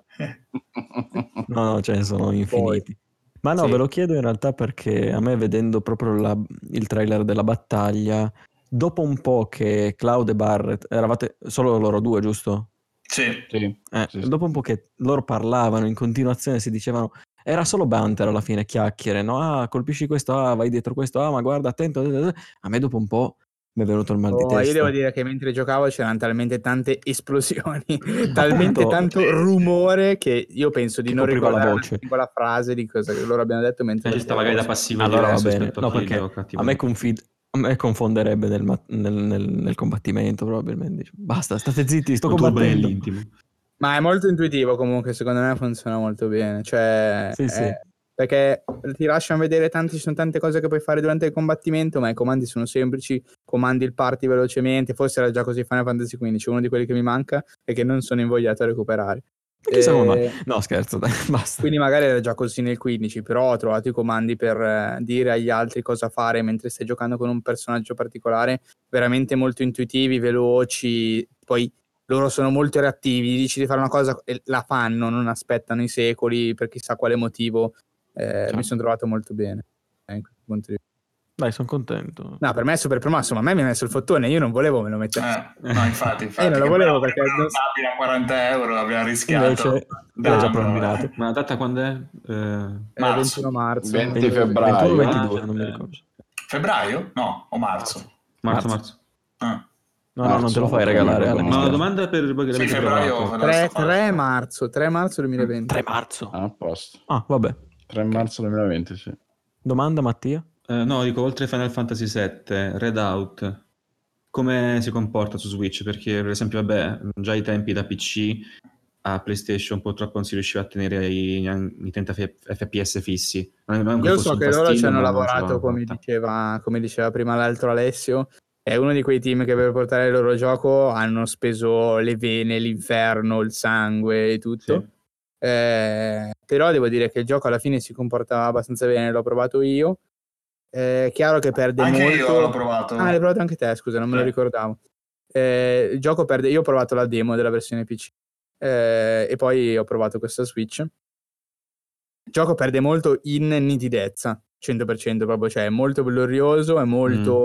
No, ce ne sono infiniti. Ma no, Sì. ve lo chiedo in realtà perché a me, vedendo proprio il trailer della battaglia, dopo un po' che Cloud e Barret, eravate solo loro due, giusto? Sì. Sì. Dopo un po' che loro parlavano in continuazione, si dicevano, era solo banter alla fine, chiacchiere, no? Ah, colpisci questo, ah, vai dietro questo, ah, ma guarda, attento. A me dopo un po' mi è venuto il mal di testa. Io devo dire che mentre giocavo c'erano talmente tante esplosioni, talmente Appunto. tanto rumore che io penso di Che non copriva la ricordare voce. una singola frase di cosa che loro abbiano detto mentre Ci sta magari da passivo è allora va diverso bene, rispetto no, a chi perché gioca a me, attivamente. a me confonderebbe nel combattimento, probabilmente. Dice, basta, state zitti, sto Un turbo combattendo. nell'intimo. Ma è molto intuitivo comunque, secondo me funziona molto bene. Cioè, Sì, sì. perché ti lasciano vedere ci sono tante cose che puoi fare durante il combattimento, ma i comandi sono semplici, comandi il party velocemente, forse era già così Final Fantasy XV, uno di quelli che mi manca e che non sono invogliato a recuperare. E chissà come mai. No, scherzo, dai, basta. Quindi magari era già così nel 15, però ho trovato i comandi per dire agli altri cosa fare mentre stai giocando con un personaggio particolare, veramente molto intuitivi, veloci, poi loro sono molto reattivi, gli dici di fare una cosa e la fanno, non aspettano i secoli per chissà quale motivo. Mi sono trovato molto bene in questo punto di vista. Dai, sono contento. No, per me è super promosso, ma a me mi ha messo il fottone, io non volevo me lo mettere. No, infatti. Io non lo volevo perché a 40 euro l'abbiamo rischiato. Invece era già preordinato. Ma la data quando è? Marzo. 21 marzo. 20 febbraio. 21-22, non mi ricordo. Febbraio? No, o marzo? Marzo. Ah. No, non te lo fai regalare, Ale. Ma una domanda per voi che Sì, l'avete febbraio. provato. 3 marzo 2020. 3 marzo. Ah, a posto. Ah, vabbè. 3 marzo 2020, sì. Domanda, Mattia? No, dico, oltre Final Fantasy VII, Redout, come si comporta su Switch? Perché, per esempio, vabbè, già ai tempi da PC a PlayStation purtroppo non si riusciva a tenere i 30 FPS fissi. Io so che loro ci hanno ma lavorato, come diceva prima l'altro Alessio. È uno di quei team che per portare il loro gioco hanno speso le vene, l'inferno, il sangue e tutto. Sì. Però devo dire che il gioco alla fine si comporta abbastanza bene, l'ho provato io. Chiaro che perde anche molto. Io l'ho provato. Ah, l'hai provato anche te, scusa, non me lo ricordavo. Il gioco perde. Io ho provato la demo della versione PC e poi ho provato questa Switch. Il gioco perde molto in nitidezza, 100% proprio, cioè è molto glorioso, è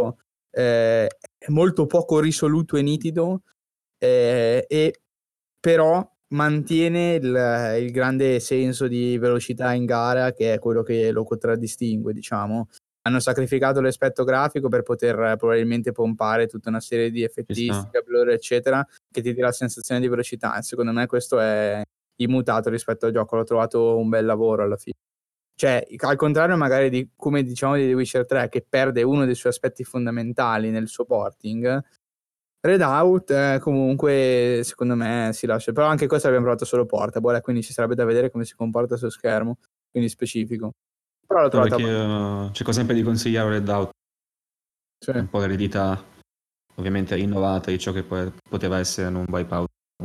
molto poco risoluto e nitido, e però mantiene il grande senso di velocità in gara, che è quello che lo contraddistingue, diciamo. Hanno sacrificato l'aspetto grafico per poter probabilmente pompare tutta una serie di effettistica, blur, eccetera, che ti dia la sensazione di velocità. E secondo me questo è immutato rispetto al gioco. L'ho trovato un bel lavoro alla fine. Cioè, al contrario magari di come diciamo di The Witcher 3, che perde uno dei suoi aspetti fondamentali nel suo porting, Redout comunque secondo me si lascia. Però anche questo l'abbiamo provato solo portable, quindi ci sarebbe da vedere come si comporta su schermo, quindi specifico. Però l'ho trovato perché cerco sempre di consigliare Redout, un po' l'eredità ovviamente innovata di ciò che poteva essere un Wipeout.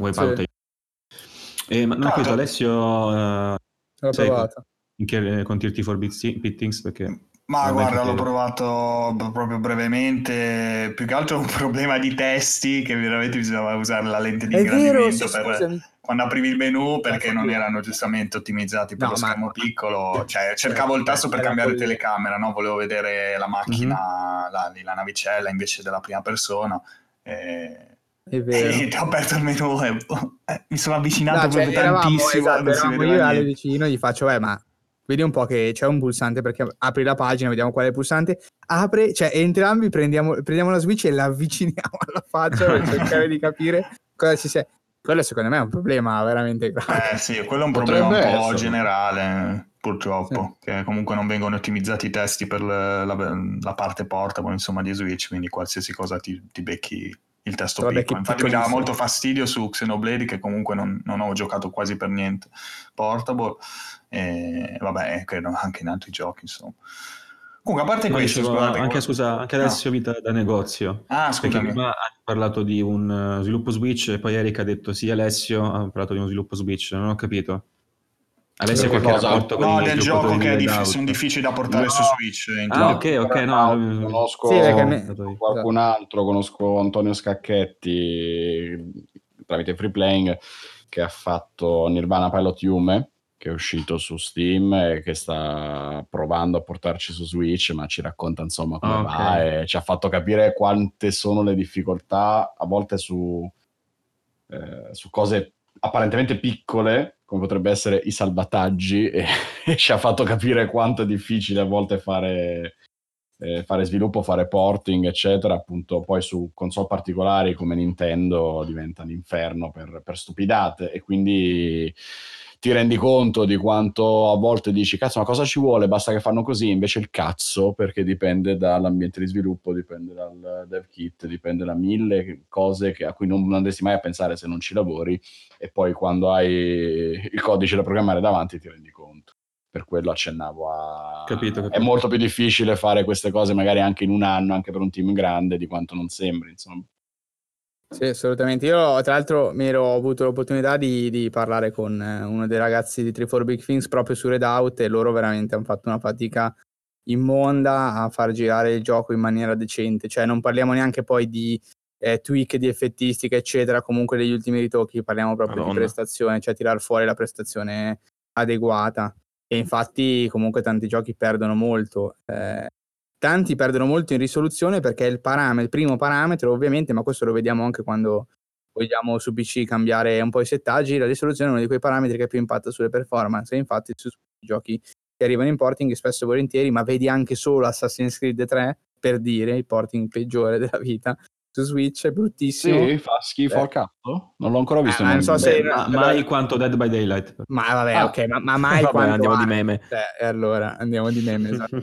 Ma non ho capito, Alessio, l'ho provato con Tirti for Bittings, perché ma guarda, l'ho provato proprio brevemente, più che altro un problema di testi, che veramente bisognava usare la lente di ingrandimento quando aprivi il menu, perché non erano giustamente ottimizzati per lo schermo piccolo. Cioè, cercavo il tasto per cambiare telecamera, no? Volevo vedere la macchina, la navicella invece della prima persona. È vero. E ho aperto il menu e mi sono avvicinato proprio tantissimo. Eravamo io e Ale vicino, gli faccio, ma vedi un po' che c'è un pulsante, perché apri la pagina, vediamo qual è il pulsante, apre, cioè entrambi prendiamo la Switch e la avviciniamo alla faccia per cercare di capire cosa ci sia. Quello secondo me è un problema veramente grave. Sì, quello è un problema un po' generale, purtroppo, che comunque non vengono ottimizzati i testi per la parte portable, insomma, di Switch, quindi qualsiasi cosa ti becchi il testo piccolo. Infatti mi dava molto fastidio su Xenoblade, che comunque non ho giocato quasi per niente portable, e vabbè, credo anche in altri giochi, insomma. Comunque, a parte questo, anche Alessio Vita da negozio. Scusami. Perché prima ha parlato di un sviluppo Switch e poi Erika ha detto sì, Alessio ha parlato di uno sviluppo Switch, non ho capito. Alessio qualche rapporto con del gioco che sono difficili da portare su Switch. Ok, no. Conosco qualcun altro, conosco Antonio Scacchetti tramite Free Playing, che ha fatto Nirvana Pilot Yume, che è uscito su Steam e che sta provando a portarci su Switch, ma ci racconta insomma come va e ci ha fatto capire quante sono le difficoltà a volte su cose apparentemente piccole, come potrebbe essere i salvataggi, e ci ha fatto capire quanto è difficile a volte fare sviluppo, fare porting, eccetera. Appunto, poi su console particolari come Nintendo diventa un inferno per stupidate, e quindi ti rendi conto di quanto a volte dici cazzo, ma cosa ci vuole, basta che fanno così, invece il cazzo, perché dipende dall'ambiente di sviluppo, dipende dal dev kit, dipende da mille cose a cui non andresti mai a pensare se non ci lavori, e poi quando hai il codice da programmare davanti ti rendi conto. Per quello accennavo Capito. È molto più difficile fare queste cose magari anche in un anno, anche per un team grande, di quanto non sembri, insomma. Sì, assolutamente. Io tra l'altro ho avuto l'opportunità di parlare con uno dei ragazzi di 3-4 Big Things proprio su Redout, e loro veramente hanno fatto una fatica immonda a far girare il gioco in maniera decente. Cioè non parliamo neanche poi di tweak di effettistica eccetera, comunque degli ultimi ritocchi, parliamo proprio di prestazione, cioè tirar fuori la prestazione adeguata. E infatti comunque tanti giochi perdono molto. Tanti perdono molto in risoluzione perché il primo parametro ovviamente, ma questo lo vediamo anche quando vogliamo su PC cambiare un po' i settaggi, la risoluzione è uno di quei parametri che più impatta sulle performance, e infatti su giochi che arrivano in porting spesso e volentieri, ma vedi anche solo Assassin's Creed 3, per dire, il porting peggiore della vita, su Switch è bruttissimo. Sì, fa schifo al cazzo? Non l'ho ancora visto. Non so se mai quanto Dead by Daylight. Ma vabbè, ok, ma mai vabbè, quanto andiamo di meme. Allora, andiamo di meme, esatto.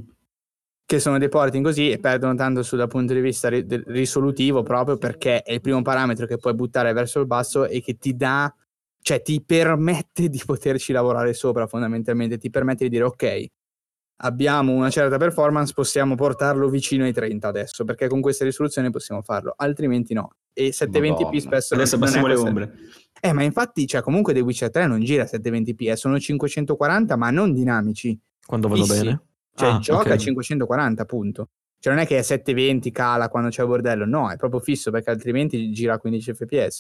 Che sono dei porting così e perdono tanto dal punto di vista risolutivo, proprio perché è il primo parametro che puoi buttare verso il basso e che ti dà, cioè ti permette di poterci lavorare sopra, fondamentalmente ti permette di dire ok, abbiamo una certa performance, possiamo portarlo vicino ai 30 adesso, perché con questa risoluzione possiamo farlo, altrimenti no. E 720p spesso adesso passiamo le ombre. Ma infatti, cioè comunque The Witcher 3 non gira a 720p, sono 540, ma non dinamici. Quando vanno bene? Cioè gioca a 540, appunto. Cioè non è che è 720 cala quando c'è il bordello, no, è proprio fisso, perché altrimenti gira a 15 fps.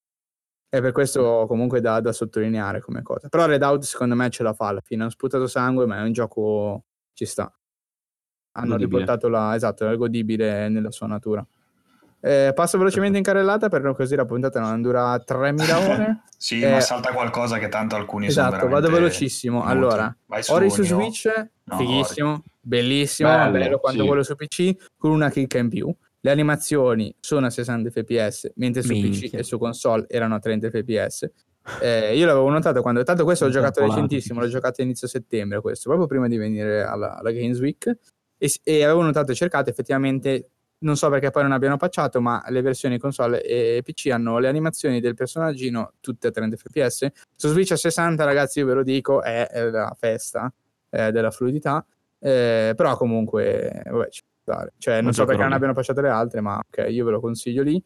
E per questo comunque da sottolineare come cosa. Però Redout secondo me ce la fa alla fine, hanno sputato sangue, ma è un gioco, ci sta. Hanno riportato è godibile nella sua natura. Passo velocemente in carrellata, per così la puntata non dura 3000 ore. Sì, ma salta qualcosa che tanto alcuni sono veramente vado velocissimo. inutili. Allora, Ori su Switch, fighissimo, bellissimo, bello quanto quello su PC, con una chicca in più. Le animazioni sono a 60 fps, mentre su PC e su console erano a 30 fps. Io l'avevo notato quando, tanto questo l'ho giocato recentissimo, l'ho giocato a inizio settembre, questo proprio prima di venire alla Games Week, e avevo notato e cercato, effettivamente non so perché poi non abbiano patchato, ma le versioni console e PC hanno le animazioni del personaggino tutte a 30 fps. Su Switch a 60, ragazzi, io ve lo dico, è la festa della fluidità, però comunque vabbè, ci può stare. Cioè non so perché non abbiano patchato le altre, ma ok, io ve lo consiglio lì.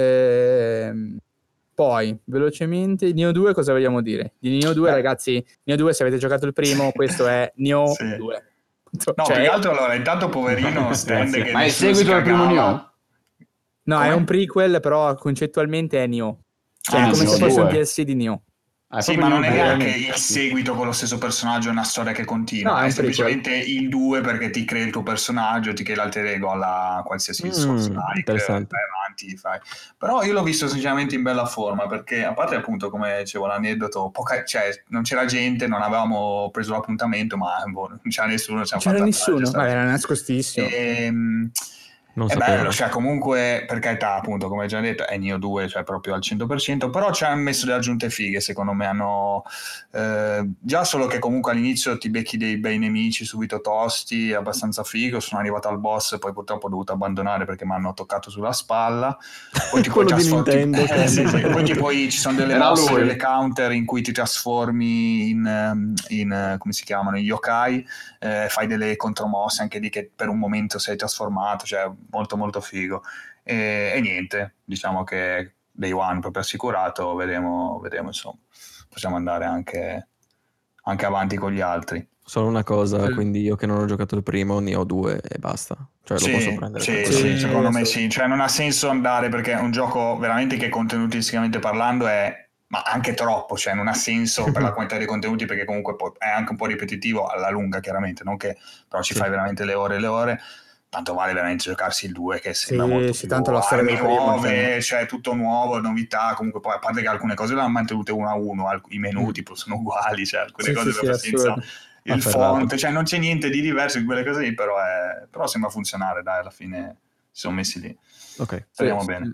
Poi velocemente Nioh 2, cosa vogliamo dire? Di Nioh 2, ragazzi, Nioh 2, se avete giocato il primo, questo è Nioh 2. No, più che altro, allora, intanto poverino Stand che ma è il seguito del primo Nioh? No, è un prequel, però concettualmente è Nioh. Cioè è come se fosse un DLC di Nioh. Sì, ma non è neanche il seguito con lo stesso personaggio, è una storia che continua, è semplicemente il 2 perché ti crei il tuo personaggio, ti crei l'alter ego alla qualsiasi Souls-like, vai avanti, fai. Però io l'ho visto sinceramente in bella forma, perché a parte appunto, come dicevo, l'aneddoto, cioè non c'era gente, non avevamo preso l'appuntamento, ma non c'era nessuno, vabbè, era nascostissimo. Non È sapevo. bello, cioè comunque per carità, appunto, come hai già detto, è Nioh 2, cioè proprio al 100%, però ci hanno messo delle aggiunte fighe, secondo me hanno già solo che comunque all'inizio ti becchi dei bei nemici subito tosti, abbastanza figo, sono arrivato al boss, poi purtroppo ho dovuto abbandonare perché mi hanno toccato sulla spalla. Poi ti puoi Quello di Nintendo che sì, hanno sì. fatto. Poi poi ci sono delle Era mosse, lui. delle counter in cui ti trasformi in come si chiamano, in yokai, fai delle contromosse anche lì che per un momento sei trasformato, cioè molto molto figo. E niente, diciamo che Day One proprio assicurato, vedremo insomma, possiamo andare anche avanti con gli altri. Solo una cosa, Sì. quindi io che non ho giocato il primo, ne ho 2 e basta. Cioè lo posso prendere Sì, tranquillamente. sì, secondo me sì. sì, cioè non ha senso andare perché è un gioco veramente che contenutisticamente parlando è ma anche troppo, cioè non ha senso per la quantità dei contenuti perché comunque è anche un po' ripetitivo alla lunga chiaramente, non che però ci Sì. fai veramente le ore e le ore, tanto vale veramente giocarsi il 2 che sembra Sì, molto sì, più tanto la storia armi del primo, nuove, cioè tutto nuovo, novità, comunque poi a parte che alcune cose le hanno mantenute uno a uno, i menu tipo sono uguali, cioè alcune Sì, cose sì, proprio senza assurdo. il Afferrato. font, cioè non c'è niente di diverso in quelle cose lì, però sembra funzionare, dai, alla fine si sono messi lì. Ok. Speriamo Sì, bene.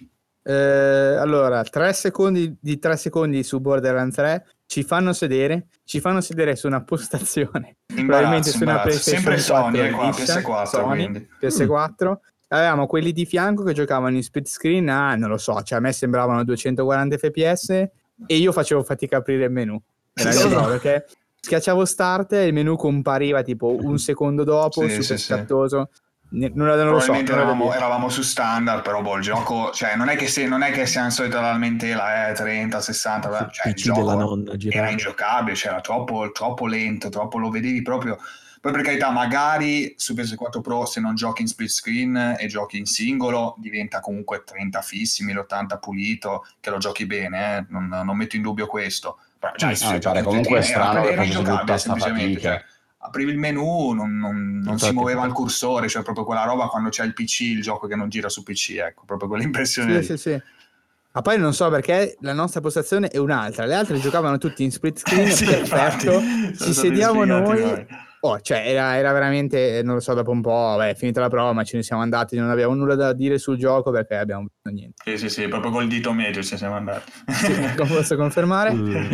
Allora, 3 secondi su Borderlands 3 ci fanno sedere su una postazione, probabilmente su una Imbarazzo. Sempre PlayStation 4 Sony, qua, liscia, PS4 Sony, quindi. PS4. Avevamo quelli di fianco che giocavano in split screen, non lo so, cioè a me sembravano 240 fps e io facevo fatica a aprire il menu. Era Sì, proprio perché schiacciavo start e il menu compariva tipo un secondo dopo, sì, super sì. scattoso. Non lo so, Probabilmente nulla da dire. eravamo su standard, però il gioco, cioè non è che siamo solito alla lamentela 30, 60, Sul cioè il PC della gioco nonna era girava. ingiocabile, cioè era troppo lento, troppo lo vedevi proprio. Poi per carità, magari su PS4 Pro se non giochi in split screen e giochi in singolo diventa comunque 30 fissi, 1080 pulito, che lo giochi bene, non metto in dubbio questo. Però già mi pare comunque strano che era facesse tutta ingiocabile sta semplicemente, fatica. cioè aprivi il menu, non si Infatti. muoveva il cursore, cioè proprio quella roba quando c'è il PC, il gioco che non gira su PC, ecco, proprio quell'impressione Sì, lì. sì, sì. Ma poi non so perché la nostra postazione è un'altra. Le altre giocavano tutti in split screen, Sì, perfetto. infatti, sono Ci stati sediamo spiegati noi. Oh, cioè, era veramente, non lo so, dopo un po', finita la prova, ma ce ne siamo andati, non abbiamo nulla da dire sul gioco perché abbiamo visto niente. Sì, proprio col dito medio ci siamo andati. Sì, posso confermare.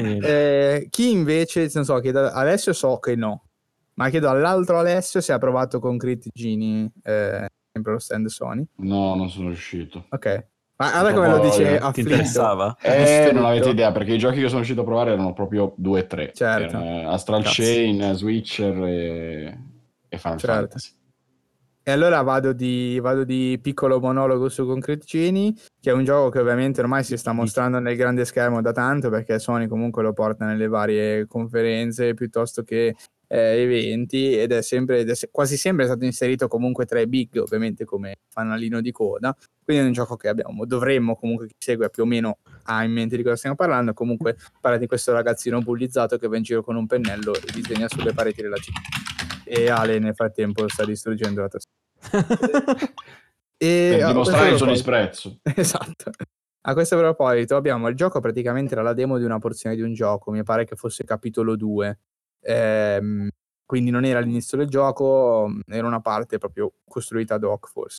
Chi invece, non so, chiedo, Alessio so che no, ma chiedo all'altro Alessio se ha provato con Crit Genie, sempre lo stand Sony. No, non sono riuscito. Ok. Ma guarda come lo dice Ti afflitto. interessava? Non avete idea, perché i giochi che sono riuscito a provare erano proprio 2 e 3. Certo. Astral Cazzo. Chain, Switcher e Final Certo. Fantasy. E allora vado di piccolo monologo su Concrete Genie, che è un gioco che ovviamente ormai si sta mostrando nel grande schermo da tanto, perché Sony comunque lo porta nelle varie conferenze piuttosto che eventi, ed è quasi sempre stato inserito comunque tra i big, ovviamente come fanalino di coda. Quindi è un gioco che dovremmo comunque, chi segue più o meno ha in mente di cosa stiamo parlando. Comunque parla di questo ragazzino bullizzato che va in giro con un pennello e disegna sulle pareti della città. E Ale nel frattempo sta distruggendo la tastiera. Per dimostrare il suo proposito, disprezzo. esatto. A questo proposito abbiamo il gioco, praticamente era la demo di una porzione di un gioco, mi pare che fosse capitolo 2. Quindi non era l'inizio del gioco, era una parte proprio costruita ad hoc forse.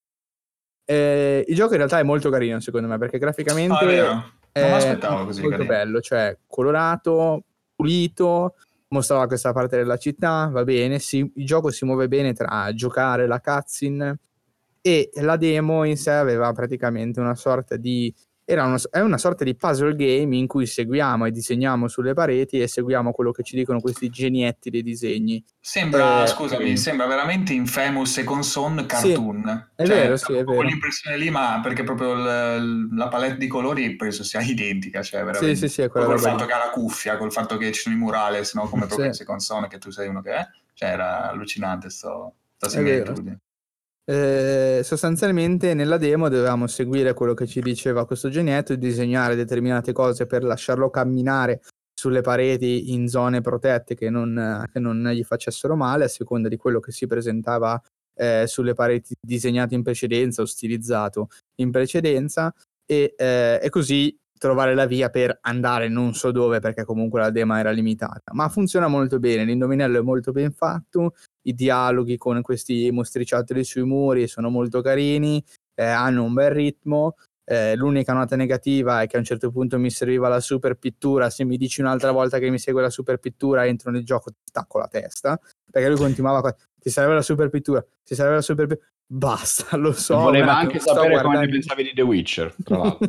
Il gioco in realtà è molto carino secondo me, perché graficamente vero? Non mi è aspettavo così molto carino. bello, cioè colorato, pulito, mostrava questa parte della città, va bene, il gioco si muove bene tra giocare la cutscene e la demo in sé aveva praticamente una sorta di è una sorta di puzzle game in cui seguiamo e disegniamo sulle pareti e seguiamo quello che ci dicono questi genietti dei disegni. Sembra Carino. veramente Infamous Second Son Sì, cartoon. è Cioè, vero, ho sì, è vero. quell'impressione lì, ma perché proprio la palette di colori penso sia identica, cioè veramente. Sì, è Poi quella col roba fatto lì. che ha la cuffia, col fatto che ci sono i murales, no? Come proprio in Sì, Second Son, che tu sei uno che è. Cioè, era allucinante sta è vero. similitudine. Sostanzialmente nella demo dovevamo seguire quello che ci diceva questo genietto e disegnare determinate cose per lasciarlo camminare sulle pareti in zone protette che non gli facessero male a seconda di quello che si presentava sulle pareti disegnate in precedenza o stilizzato in precedenza e così trovare la via per andare non so dove, perché comunque la demo era limitata, ma funziona molto bene, l'indovinello è molto ben fatto, i dialoghi con questi mostriciattoli sui muri sono molto carini, hanno un bel ritmo. L'unica nota negativa è che a un certo punto mi serviva la super pittura, se mi dici un'altra volta che mi segue la super pittura entro nel gioco ti stacco la testa, perché lui continuava ti serve la super pittura, ti serve la super pittura, basta, lo so. Voleva anche sapere come ne pensavi di The Witcher, tra l'altro.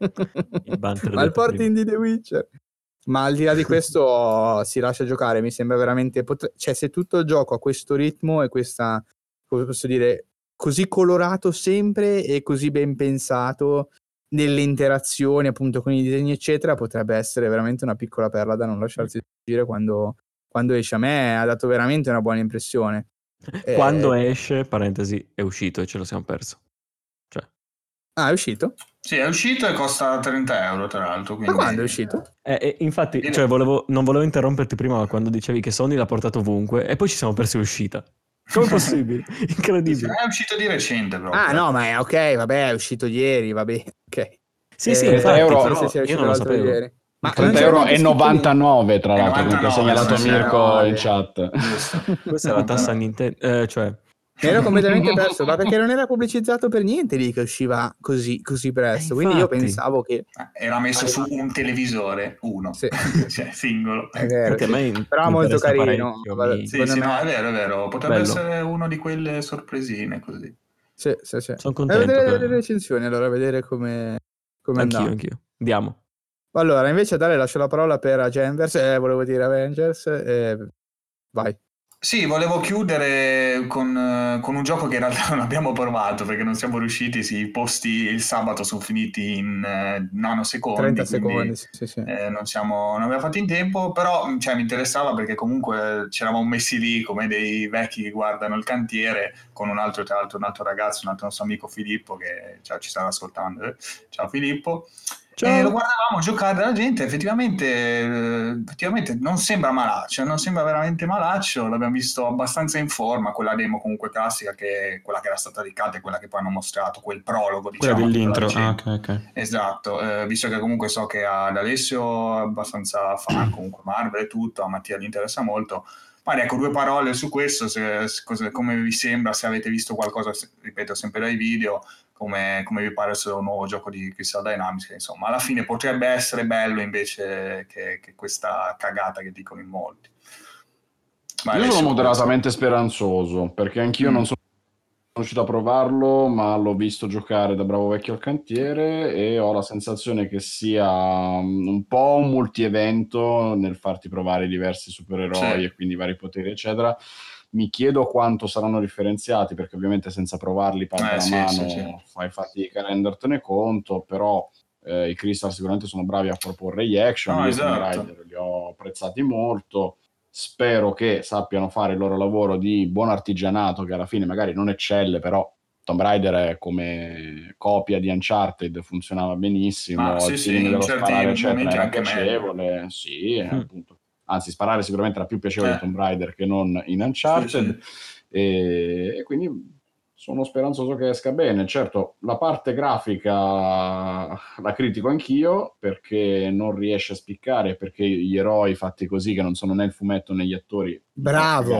Ma il porting di The Witcher. Ma al di là di questo si lascia giocare, mi sembra veramente cioè se tutto il gioco ha questo ritmo e questa, come posso dire, così colorato sempre e così ben pensato nelle interazioni appunto con i disegni eccetera, potrebbe essere veramente una piccola perla da non lasciarsi sfuggire quando esce. A me ha dato veramente una buona impressione. Quando esce, parentesi, è uscito e ce lo siamo perso. Cioè. Ah, è uscito? Sì, è uscito e costa 30 euro tra l'altro. Quindi... Ma quando è uscito? Infatti, cioè, non volevo interromperti prima quando dicevi che Sony l'ha portato ovunque e poi ci siamo persi l'uscita. Come è possibile? Incredibile. È uscito di recente proprio. Ah no, ma è ok, vabbè, è uscito ieri, va bene, ok. Sì, infatti, euro, però io non lo sapevo. Ieri. Ma 30 euro e 99 tra l'altro, come ha segnalato Mirko in chat. Questa è la tassa Nintendo, cioè... Mi ero completamente perso, ma perché non era pubblicizzato per niente lì che usciva così presto, quindi io pensavo che... Era messo su un televisore, uno, sì. Cioè singolo. È vero, sì. però molto carino. Sì, no, è vero, potrebbe essere uno di quelle sorpresine così. Sì. Sono contento. Vedere le recensioni, allora, vedere come anch'io. Andiamo. Allora, invece lascio la parola per volevo dire Avengers, vai. Sì, volevo chiudere con un gioco che in realtà non abbiamo provato perché non siamo riusciti, i posti il sabato sono finiti in nanosecondi. 30 secondi, sì. Non abbiamo fatto in tempo, però mi interessava perché comunque ci eravamo messi lì come dei vecchi che guardano il cantiere con un altro ragazzo, un altro nostro amico Filippo che ci stava ascoltando. Ciao Filippo. E lo guardavamo giocare dalla gente, effettivamente non sembra malaccio, non sembra veramente malaccio, l'abbiamo visto abbastanza in forma, quella demo comunque classica, che quella che era stata ricata e quella che poi hanno mostrato, quel prologo, diciamo. Quella dell'intro, ok. Esatto, visto che comunque so che ad Alessio è abbastanza fan, comunque Marvel e tutto, a Mattia gli interessa molto. Magari ecco, 2 parole su questo, come vi sembra, se avete visto qualcosa, ripeto, sempre dai video, come vi pare sul nuovo gioco di Crystal Dynamics, che insomma alla fine potrebbe essere bello invece che questa cagata che dicono in molti. Io sono moderatamente speranzoso, perché anch'io non sono riuscito a provarlo, ma l'ho visto giocare da bravo vecchio al cantiere e ho la sensazione che sia un po' un multi-evento nel farti provare diversi supereroi e quindi vari poteri eccetera. Mi chiedo quanto saranno differenziati, perché ovviamente senza provarli palma la mano fai fatica a rendertene conto, però i Crystal sicuramente sono bravi a proporre gli action, io Tomb Raider li ho apprezzati molto, spero che sappiano fare il loro lavoro di buon artigianato, che alla fine magari non eccelle, però Tomb Raider è come copia di Uncharted, funzionava benissimo, il feeling dello sparare eccetera era piacevole, appunto. Anzi, sparare sicuramente era più piacevole in Tomb Raider che non in Uncharted. E quindi sono speranzoso che esca bene. Certo, la parte grafica la critico anch'io perché non riesce a spiccare, perché gli eroi fatti così, che non sono né il fumetto né gli attori, bravo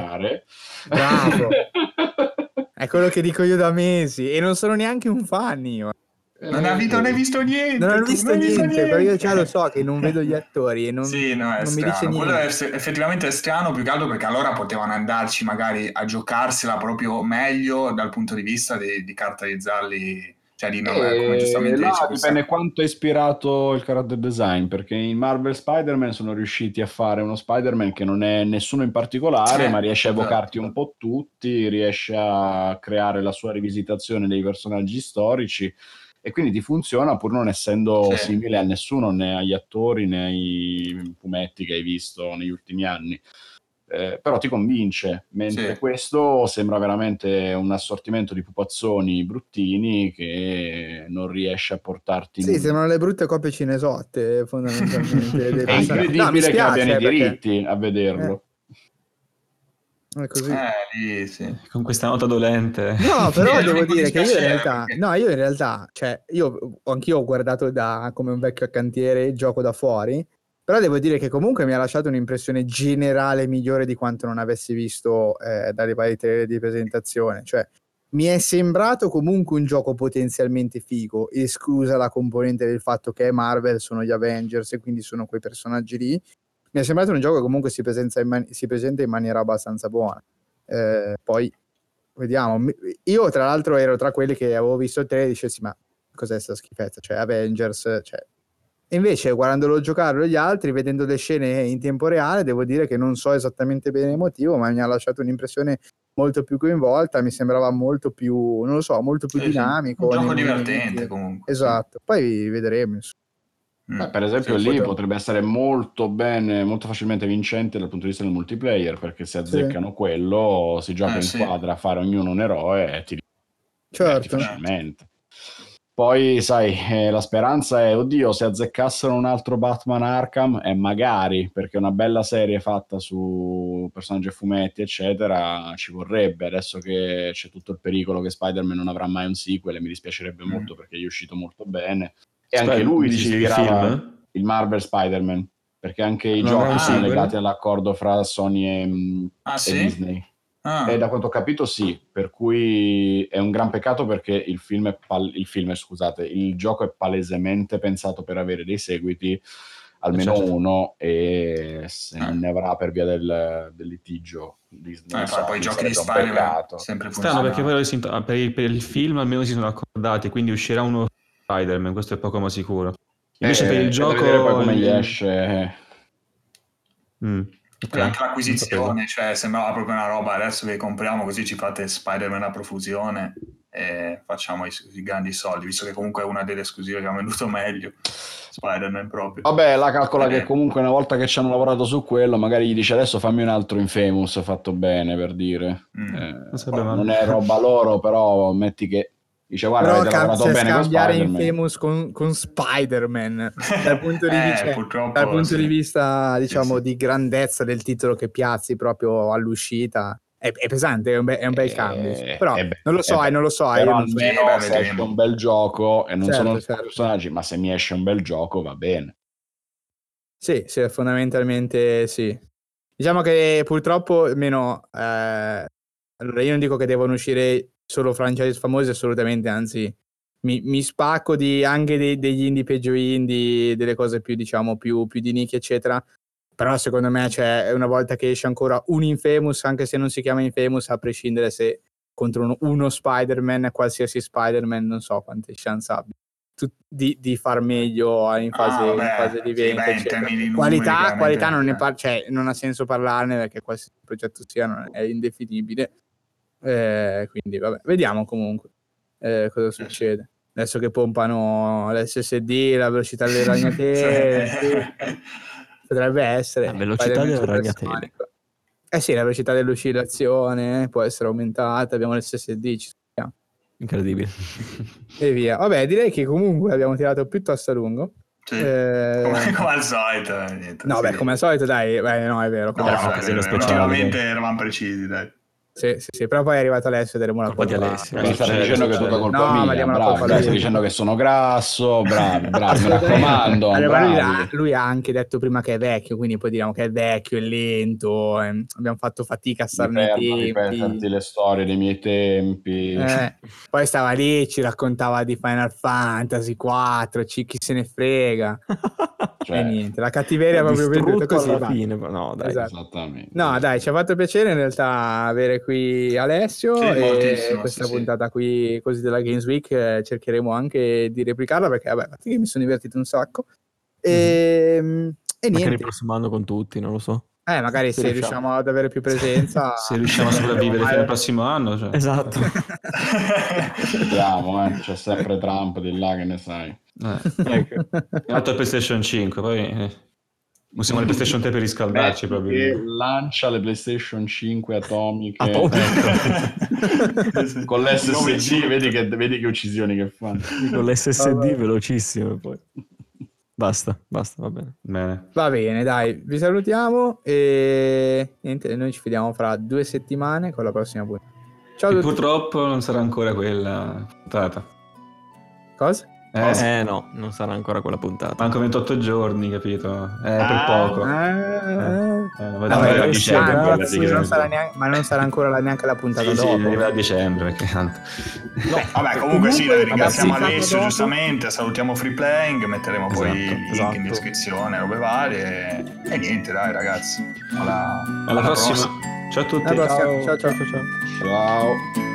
è quello che dico io da mesi e non sono neanche un fan io. Non hai visto niente. Non ho visto niente, perché io già lo so che non vedo gli attori e non mi dice niente. Quello è effettivamente strano, più che altro perché allora potevano andarci magari a giocarsela proprio meglio dal punto di vista di caratterizzarli, cioè di come giustamente dice, dipende quanto è ispirato il character design, perché in Marvel Spider-Man sono riusciti a fare uno Spider-Man che non è nessuno in particolare, ma riesce a evocarti un po' tutti, riesce a creare la sua rivisitazione dei personaggi storici e quindi ti funziona pur non essendo simile a nessuno, né agli attori né ai fumetti che hai visto negli ultimi anni. Però ti convince, mentre questo sembra veramente un assortimento di pupazzoni bruttini che non riesce a portarti sembrano le brutte copie cinesotte fondamentalmente. È incredibile che abbiano i diritti a vederlo. È così. Lì, sì. Con questa nota dolente. No, però devo mi dire che io in dispiace, realtà, perché- no, io in realtà, cioè, anch'io ho guardato come un vecchio cantiere il gioco da fuori, però devo dire che comunque mi ha lasciato un'impressione generale migliore di quanto non avessi visto dalle varie trailer di presentazione. Cioè, mi è sembrato comunque un gioco potenzialmente figo, esclusa la componente del fatto che è Marvel, sono gli Avengers e quindi sono quei personaggi lì. Mi è sembrato un gioco che comunque si presenta in maniera abbastanza buona. Poi vediamo. Io tra l'altro ero tra quelli che avevo visto il trailer e dicessi ma cos'è sta schifezza, cioè Avengers, cioè. E invece guardandolo giocare gli altri, vedendo le scene in tempo reale, devo dire che non so esattamente bene il motivo, ma mi ha lasciato un'impressione molto più coinvolta, mi sembrava molto più, non lo so, molto più dinamico. Un gioco divertente comunque. Esatto, poi vedremo. Per esempio lì potrebbe essere molto bene, molto facilmente vincente dal punto di vista del multiplayer, perché se azzeccano quello si gioca in squadra a fare ognuno un eroe e ti diverti facilmente. Poi sai, la speranza è, oddio, se azzeccassero un altro Batman Arkham, e magari, perché una bella serie fatta su personaggi e fumetti eccetera ci vorrebbe, adesso che c'è tutto il pericolo che Spider-Man non avrà mai un sequel, e mi dispiacerebbe molto perché gli è uscito molto bene. E anche lui si ispirava il Marvel Spider-Man, perché anche i giochi sono legati all'accordo fra Sony e Disney. E da quanto ho capito sì, per cui è un gran peccato perché il gioco è palesemente pensato per avere dei seguiti, almeno uno, e se non ne avrà per via del litigio Disney, poi i giochi di Spider-Man sempre strano, perché poi per il film almeno si sono accordati, quindi uscirà uno Spider-Man, questo è poco ma sicuro. Invece per il gioco poi come gli esce anche l'acquisizione, cioè sembrava proprio una roba, adesso vi compriamo così ci fate Spider-Man a profusione e facciamo i grandi soldi, visto che comunque è una delle esclusive che ha venduto meglio, Spider-Man proprio. Vabbè, la calcola che comunque una volta che ci hanno lavorato su quello, magari gli dice adesso fammi un altro Infamous fatto bene, per dire. Non è roba loro, però metti che dice guarda, avete lavorato bene con Spider-Man. Infamous con Spider-Man dal punto di vista diciamo di grandezza del titolo che piazzi proprio all'uscita è pesante, è un bel cambio, però non lo so, però almeno se esce un bel gioco e non sono personaggi, ma se mi esce un bel gioco va bene. Sì, fondamentalmente sì. Diciamo che purtroppo almeno allora io non dico che devono uscire solo franchise famosi, assolutamente, anzi mi spacco anche degli indie peggio indie, delle cose più diciamo più di nicchia eccetera, però secondo me una volta che esce ancora un Infamous, anche se non si chiama Infamous, a prescindere se contro uno Spider-Man, qualsiasi Spider-Man, non so quante chance abbia di far meglio in fase di vendita, qualità non ne cioè non ha senso parlarne perché qualsiasi progetto sia è indefinibile, quindi vabbè, vediamo comunque cosa succede adesso che pompano l'SSD, la velocità delle ragnatele. Potrebbe essere la velocità delle ragnatele. Sì, la velocità dell'oscillazione può essere aumentata, abbiamo l'SSD, ci sappiamo. Incredibile. E via. Vabbè, direi che comunque abbiamo tirato piuttosto a lungo. Sì. Come al solito. No, beh, come al solito, dai. No, è vero. Veramente eravamo precisi, dai. Sì, però poi è arrivato Alessio ed eremo la colpa di Alessio. Mi stai dicendo che è tutta colpa mia, bravo, stai dicendo che sono grasso, bravi, mi raccomando. Allora, lui ha anche detto prima che è vecchio, quindi poi diciamo che è vecchio, è lento, abbiamo fatto fatica a stare nei tempi. Ripeterti le storie dei miei tempi. Poi stava lì, ci raccontava di Final Fantasy 4, chi se ne frega. E niente, la cattiveria proprio venuta così alla fine. No, dai. Esatto. Esattamente. No, dai, ci ha fatto piacere in realtà avere qui Alessio e questa puntata qui così della Games Week cercheremo anche di replicarla perché vabbè, che mi sono divertito un sacco e niente. Magari il prossimo anno con tutti, non lo so. Magari se riusciamo ad avere più presenza se riusciamo a sopravvivere fino al prossimo anno, cioè. Esatto. Vediamo, c'è sempre Trump di là, che ne sai. Ecco. Altro PlayStation 5, poi usiamo le PlayStation 3 per riscaldarci proprio. Lancia le PlayStation 5 atomiche. Con l'SSD, vedi che uccisioni che fanno. Con l'SSD velocissimo poi. Basta, va bene. Va bene, dai, vi salutiamo e niente, noi ci vediamo fra 2 settimane con la prossima puntata. Ciao a tutti. Purtroppo non sarà ancora quella puntata. Cosa? No, non sarà ancora quella puntata. Manco 28 giorni, capito? Per poco. A dicembre, ma non sarà ancora neanche la puntata dopo. Sì, arriva a dicembre, perché tanto... Vabbè, comunque sì, dai, ringraziamo Alessio giustamente, salutiamo Free Playing, metteremo poi il link in descrizione, robe varie e niente, dai ragazzi, alla prossima. Ciao a tutti. Ciao. Ciao.